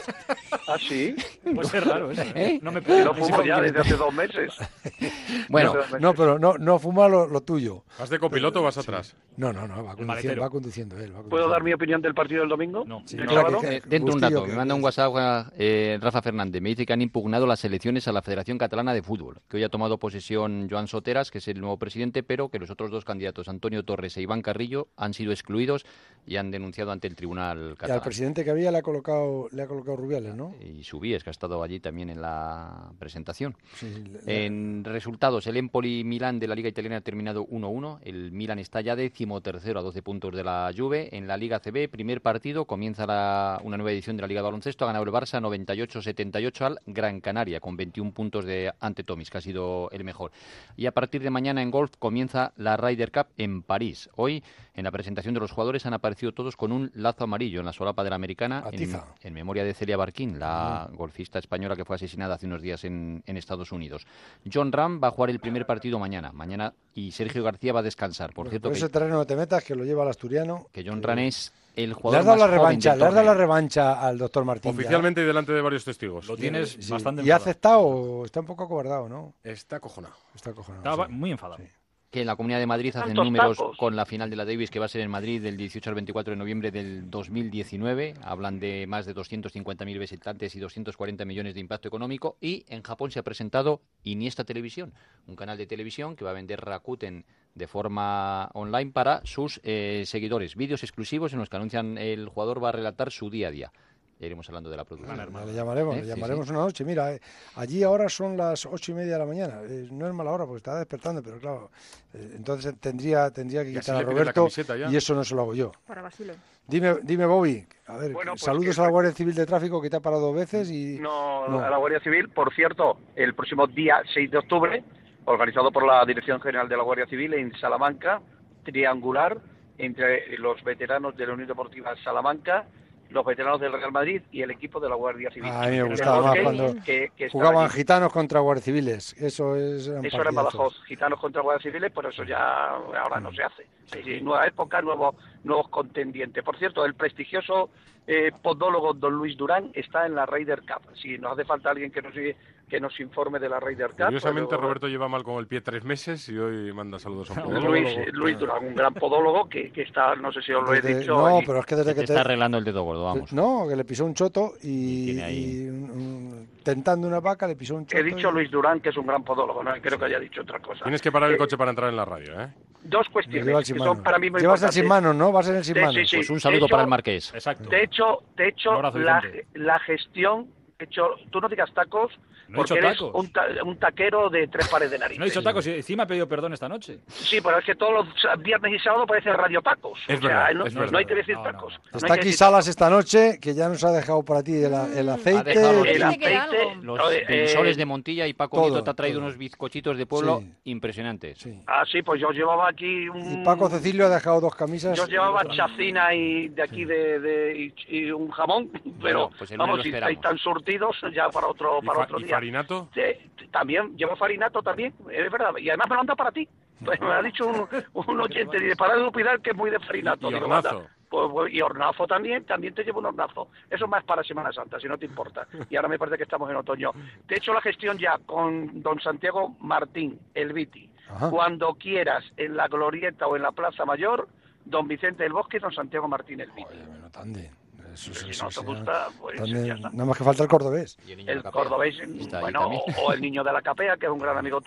Speaker 4: ¿Ah, sí?
Speaker 7: Pues es raro, ¿eh?
Speaker 25: ¿Eh?
Speaker 7: No me
Speaker 4: Que no
Speaker 7: puedo.
Speaker 4: fumo ya desde hace dos meses.
Speaker 25: Bueno,
Speaker 4: Desde hace dos meses.
Speaker 3: No, pero no, no fuma lo, lo tuyo.
Speaker 22: ¿Vas de copiloto o vas atrás?
Speaker 3: No, no, no, va conduciendo,
Speaker 7: maletero.
Speaker 3: va conduciendo él. va conduciendo.
Speaker 4: ¿Puedo dar mi opinión del partido del domingo?
Speaker 7: No.
Speaker 3: Sí,
Speaker 4: ¿El
Speaker 3: claro,
Speaker 4: sábado?
Speaker 3: que-
Speaker 25: Eh, dentro un
Speaker 3: Bustillo,
Speaker 25: dato,
Speaker 3: que-
Speaker 25: me manda un WhatsApp eh, Rafa Fernández, me dice que han impugnado las elecciones a la Federación Catalana de Fútbol, que hoy ha tomado posesión Joan Soteras, que es el nuevo presidente, pero que los otros dos candidatos, Antonio Torres e Iván Carrillo, han sido excluidos y han denunciado ante el Tribunal
Speaker 3: Y al
Speaker 25: Catalán.
Speaker 3: presidente que había le ha colocado, le ha colocado Rubiales, ¿no?
Speaker 25: Y Subíes, que ha estado allí también en la presentación.
Speaker 3: Sí, le- le-
Speaker 25: En resultados, el Empoli-Milán de la Liga Italiana ha terminado uno uno. El Milán está ya décimo tercero a doce puntos de la Juve. En la Liga C B, primer partido, comienza la- una nueva edición de la Liga de Baloncesto. Ha ganado el Barça noventa y ocho setenta y ocho al Gran Canaria, con veintiún puntos de ante Tomis, que ha sido el mejor. Y a partir de mañana en golf comienza la Ryder Cup en París. Hoy, en la presentación de los jugadores, han aparecido todos con un lazo amarillo en la solapa solapa de la Americana, en,
Speaker 3: Atiza.
Speaker 25: en memoria de Celia Barquín, la uh-huh. golfista española que fue asesinada hace unos días en, en Estados Unidos. Jon Rahm va a jugar el primer partido mañana, mañana y Sergio García va a descansar. Por
Speaker 3: Por
Speaker 25: cierto,
Speaker 3: ese
Speaker 25: que,
Speaker 3: terreno no te metas, que lo lleva el asturiano.
Speaker 25: que Jon Rahm es el
Speaker 3: Le
Speaker 25: jugador
Speaker 3: has dado
Speaker 25: más
Speaker 3: la revancha,
Speaker 25: joven
Speaker 3: le
Speaker 25: del
Speaker 3: has dado la
Speaker 25: torneo.
Speaker 3: revancha al doctor Martín.
Speaker 22: Oficialmente y delante de varios testigos.
Speaker 7: Lo tienes
Speaker 3: Sí.
Speaker 7: bastante
Speaker 3: ¿Y ha
Speaker 7: enfadado.
Speaker 3: aceptado? Está un poco acobardado, ¿no?
Speaker 22: Está acojonado.
Speaker 3: Está acojonado.
Speaker 7: Estaba
Speaker 3: sí.
Speaker 7: muy enfadado.
Speaker 3: Sí.
Speaker 25: Que en la Comunidad de Madrid hacen
Speaker 13: Tantos
Speaker 25: números
Speaker 13: tacos.
Speaker 25: con la final de la Davis, que va a ser en Madrid del dieciocho al veinticuatro de noviembre del dos mil diecinueve. Hablan de más de doscientos cincuenta mil visitantes y doscientos cuarenta millones de impacto económico. Y en Japón se ha presentado Iniesta Televisión, un canal de televisión que va a vender Rakuten de forma online para sus eh, seguidores. Vídeos exclusivos en los que anuncian el jugador va a relatar su día a día. Ya iremos hablando de la producción.
Speaker 3: Vale, le llamaremos,
Speaker 25: ¿Eh?
Speaker 3: le
Speaker 25: Sí,
Speaker 3: llamaremos
Speaker 25: sí.
Speaker 3: una noche. Mira, eh, allí ahora son las ocho y media de la mañana. Eh, no es mala hora porque está despertando, pero claro, eh, entonces tendría tendría que
Speaker 22: Y así
Speaker 3: quitar a
Speaker 22: le pide la
Speaker 3: Roberto
Speaker 22: camiseta ya.
Speaker 3: y eso no se lo hago yo.
Speaker 5: Para Basile.
Speaker 3: Dime, dime Bobby, a ver,
Speaker 8: Bueno, pues
Speaker 3: saludos
Speaker 8: que-
Speaker 3: a la Guardia Civil de Tráfico que te ha parado dos veces y...
Speaker 8: No,
Speaker 3: No.
Speaker 8: a la Guardia Civil. Por cierto, el próximo día seis de octubre, organizado por la Dirección General de la Guardia Civil en Salamanca, triangular entre los veteranos de la Unión Deportiva Salamanca, los veteranos del Real Madrid y el equipo de la Guardia Civil.
Speaker 3: A mí me
Speaker 8: El
Speaker 3: gustaba más
Speaker 8: hockey,
Speaker 3: cuando
Speaker 8: que- que estaba
Speaker 3: jugaban
Speaker 8: allí.
Speaker 3: gitanos contra guardias civiles. Eso es... eran
Speaker 8: Eso era en
Speaker 3: partidazos.
Speaker 8: Badajoz, gitanos contra guardias civiles, pero eso ya ahora no se hace. Sí, sí, nueva época, nuevos, nuevos contendientes. Por cierto, el prestigioso eh, podólogo don Luis Durán está en la Ryder Cup. Si nos hace falta alguien que nos, que nos informe de la Ryder Cup...
Speaker 22: Curiosamente,
Speaker 8: pues,
Speaker 22: Roberto lleva mal con el pie tres meses y hoy manda saludos a un podólogo.
Speaker 8: Luis, Luis Durán, un gran podólogo que, que está, no sé si os lo he
Speaker 3: Desde-
Speaker 8: dicho...
Speaker 3: no,
Speaker 8: y-
Speaker 3: pero es que desde
Speaker 25: Te
Speaker 3: que
Speaker 25: está arreglando el dedo gordo, vamos.
Speaker 3: No, que le pisó un choto y,
Speaker 25: tiene ahí-
Speaker 3: y un- un- tentando una vaca le pisó un choto.
Speaker 8: He dicho
Speaker 3: y-
Speaker 8: Luis Durán, que es un gran podólogo, no creo que haya dicho otra cosa.
Speaker 22: Tienes que parar el
Speaker 8: Eh,
Speaker 22: coche para entrar en la radio, ¿eh?
Speaker 8: Dos
Speaker 3: Me
Speaker 8: cuestiones
Speaker 3: lleva el
Speaker 8: que
Speaker 3: sin
Speaker 8: son
Speaker 3: manos.
Speaker 8: para mí muy
Speaker 3: Llevas el
Speaker 8: importantes.
Speaker 3: sin manos, ¿no? Vas en el sin
Speaker 8: Sí,
Speaker 3: manos.
Speaker 8: sí, sí.
Speaker 25: Pues un
Speaker 8: De
Speaker 25: saludo
Speaker 8: hecho-
Speaker 25: para el Marqués.
Speaker 7: Exacto.
Speaker 8: De hecho, de hecho
Speaker 7: Un abrazo,
Speaker 8: la,
Speaker 7: Vicente.
Speaker 8: la gestión, de hecho, tú no digas tacos,
Speaker 7: No he
Speaker 8: porque
Speaker 7: dicho
Speaker 8: eres
Speaker 7: tacos.
Speaker 8: un, ta- un taquero de tres pares de narices.
Speaker 7: No he dicho tacos, y encima he pedido perdón esta noche.
Speaker 8: Sí, pero es que todos los viernes y sábado parece Radio Tacos.
Speaker 22: Es
Speaker 8: o sea,
Speaker 22: verdad,
Speaker 8: no,
Speaker 22: es verdad.
Speaker 8: no hay que decir
Speaker 7: No, no,
Speaker 8: tacos.
Speaker 7: no.
Speaker 8: No
Speaker 3: Está
Speaker 8: hay que
Speaker 3: aquí
Speaker 8: decir
Speaker 3: Salas esta noche, que ya nos ha dejado por ti el, el aceite.
Speaker 25: dejado
Speaker 8: El
Speaker 25: Tiene
Speaker 5: que quedar
Speaker 8: aceite...
Speaker 5: algo.
Speaker 25: Los
Speaker 8: eh,
Speaker 25: bensoles de Montilla y Paco
Speaker 3: todo,
Speaker 25: Nieto te ha traído
Speaker 3: todo.
Speaker 25: unos bizcochitos de pueblo
Speaker 3: Sí.
Speaker 25: impresionantes.
Speaker 3: Sí.
Speaker 8: Ah, sí, pues yo llevaba aquí un...
Speaker 3: Y Paco Cecilio ha dejado dos camisas.
Speaker 8: Yo llevaba chacina y de aquí de, de y, y un jamón, pero
Speaker 25: Bueno, pues el lunes
Speaker 8: vamos,
Speaker 25: lo
Speaker 8: si
Speaker 25: esperamos.
Speaker 8: estáis tan surtidos ya para otro
Speaker 22: ¿Y,
Speaker 8: para
Speaker 22: fa-
Speaker 8: otro
Speaker 22: y
Speaker 8: día.
Speaker 22: farinato?
Speaker 8: Sí, también, llevo farinato también, es verdad, y además me lo han dado para ti. Pues me ha dicho un, un oyente de para Dupidal que es muy de farinato.
Speaker 22: Y
Speaker 8: Digo,
Speaker 22: hornazo.
Speaker 8: anda, pues, pues, y hornazo también, también te llevo un hornazo. Eso más para Semana Santa, si no te importa. Y ahora me parece que estamos en otoño. Te he hecho la gestión ya con don Santiago Martín, el Viti.
Speaker 3: Ajá.
Speaker 8: Cuando quieras, en la Glorieta o en la Plaza Mayor, don Vicente del Bosque y don Santiago Martín, el Viti.
Speaker 3: Oye, bueno, Tande. Eso,
Speaker 8: Pero
Speaker 3: eso,
Speaker 8: si no
Speaker 3: eso,
Speaker 8: te
Speaker 3: eso,
Speaker 8: gusta, pues
Speaker 3: Tande,
Speaker 8: ya está.
Speaker 3: nada más que falta el cordobés.
Speaker 25: Y el niño de
Speaker 8: El
Speaker 25: Capea
Speaker 8: cordobés,
Speaker 25: está ahí
Speaker 8: bueno,
Speaker 25: también.
Speaker 8: o el niño de la Capea, que es un gran amigo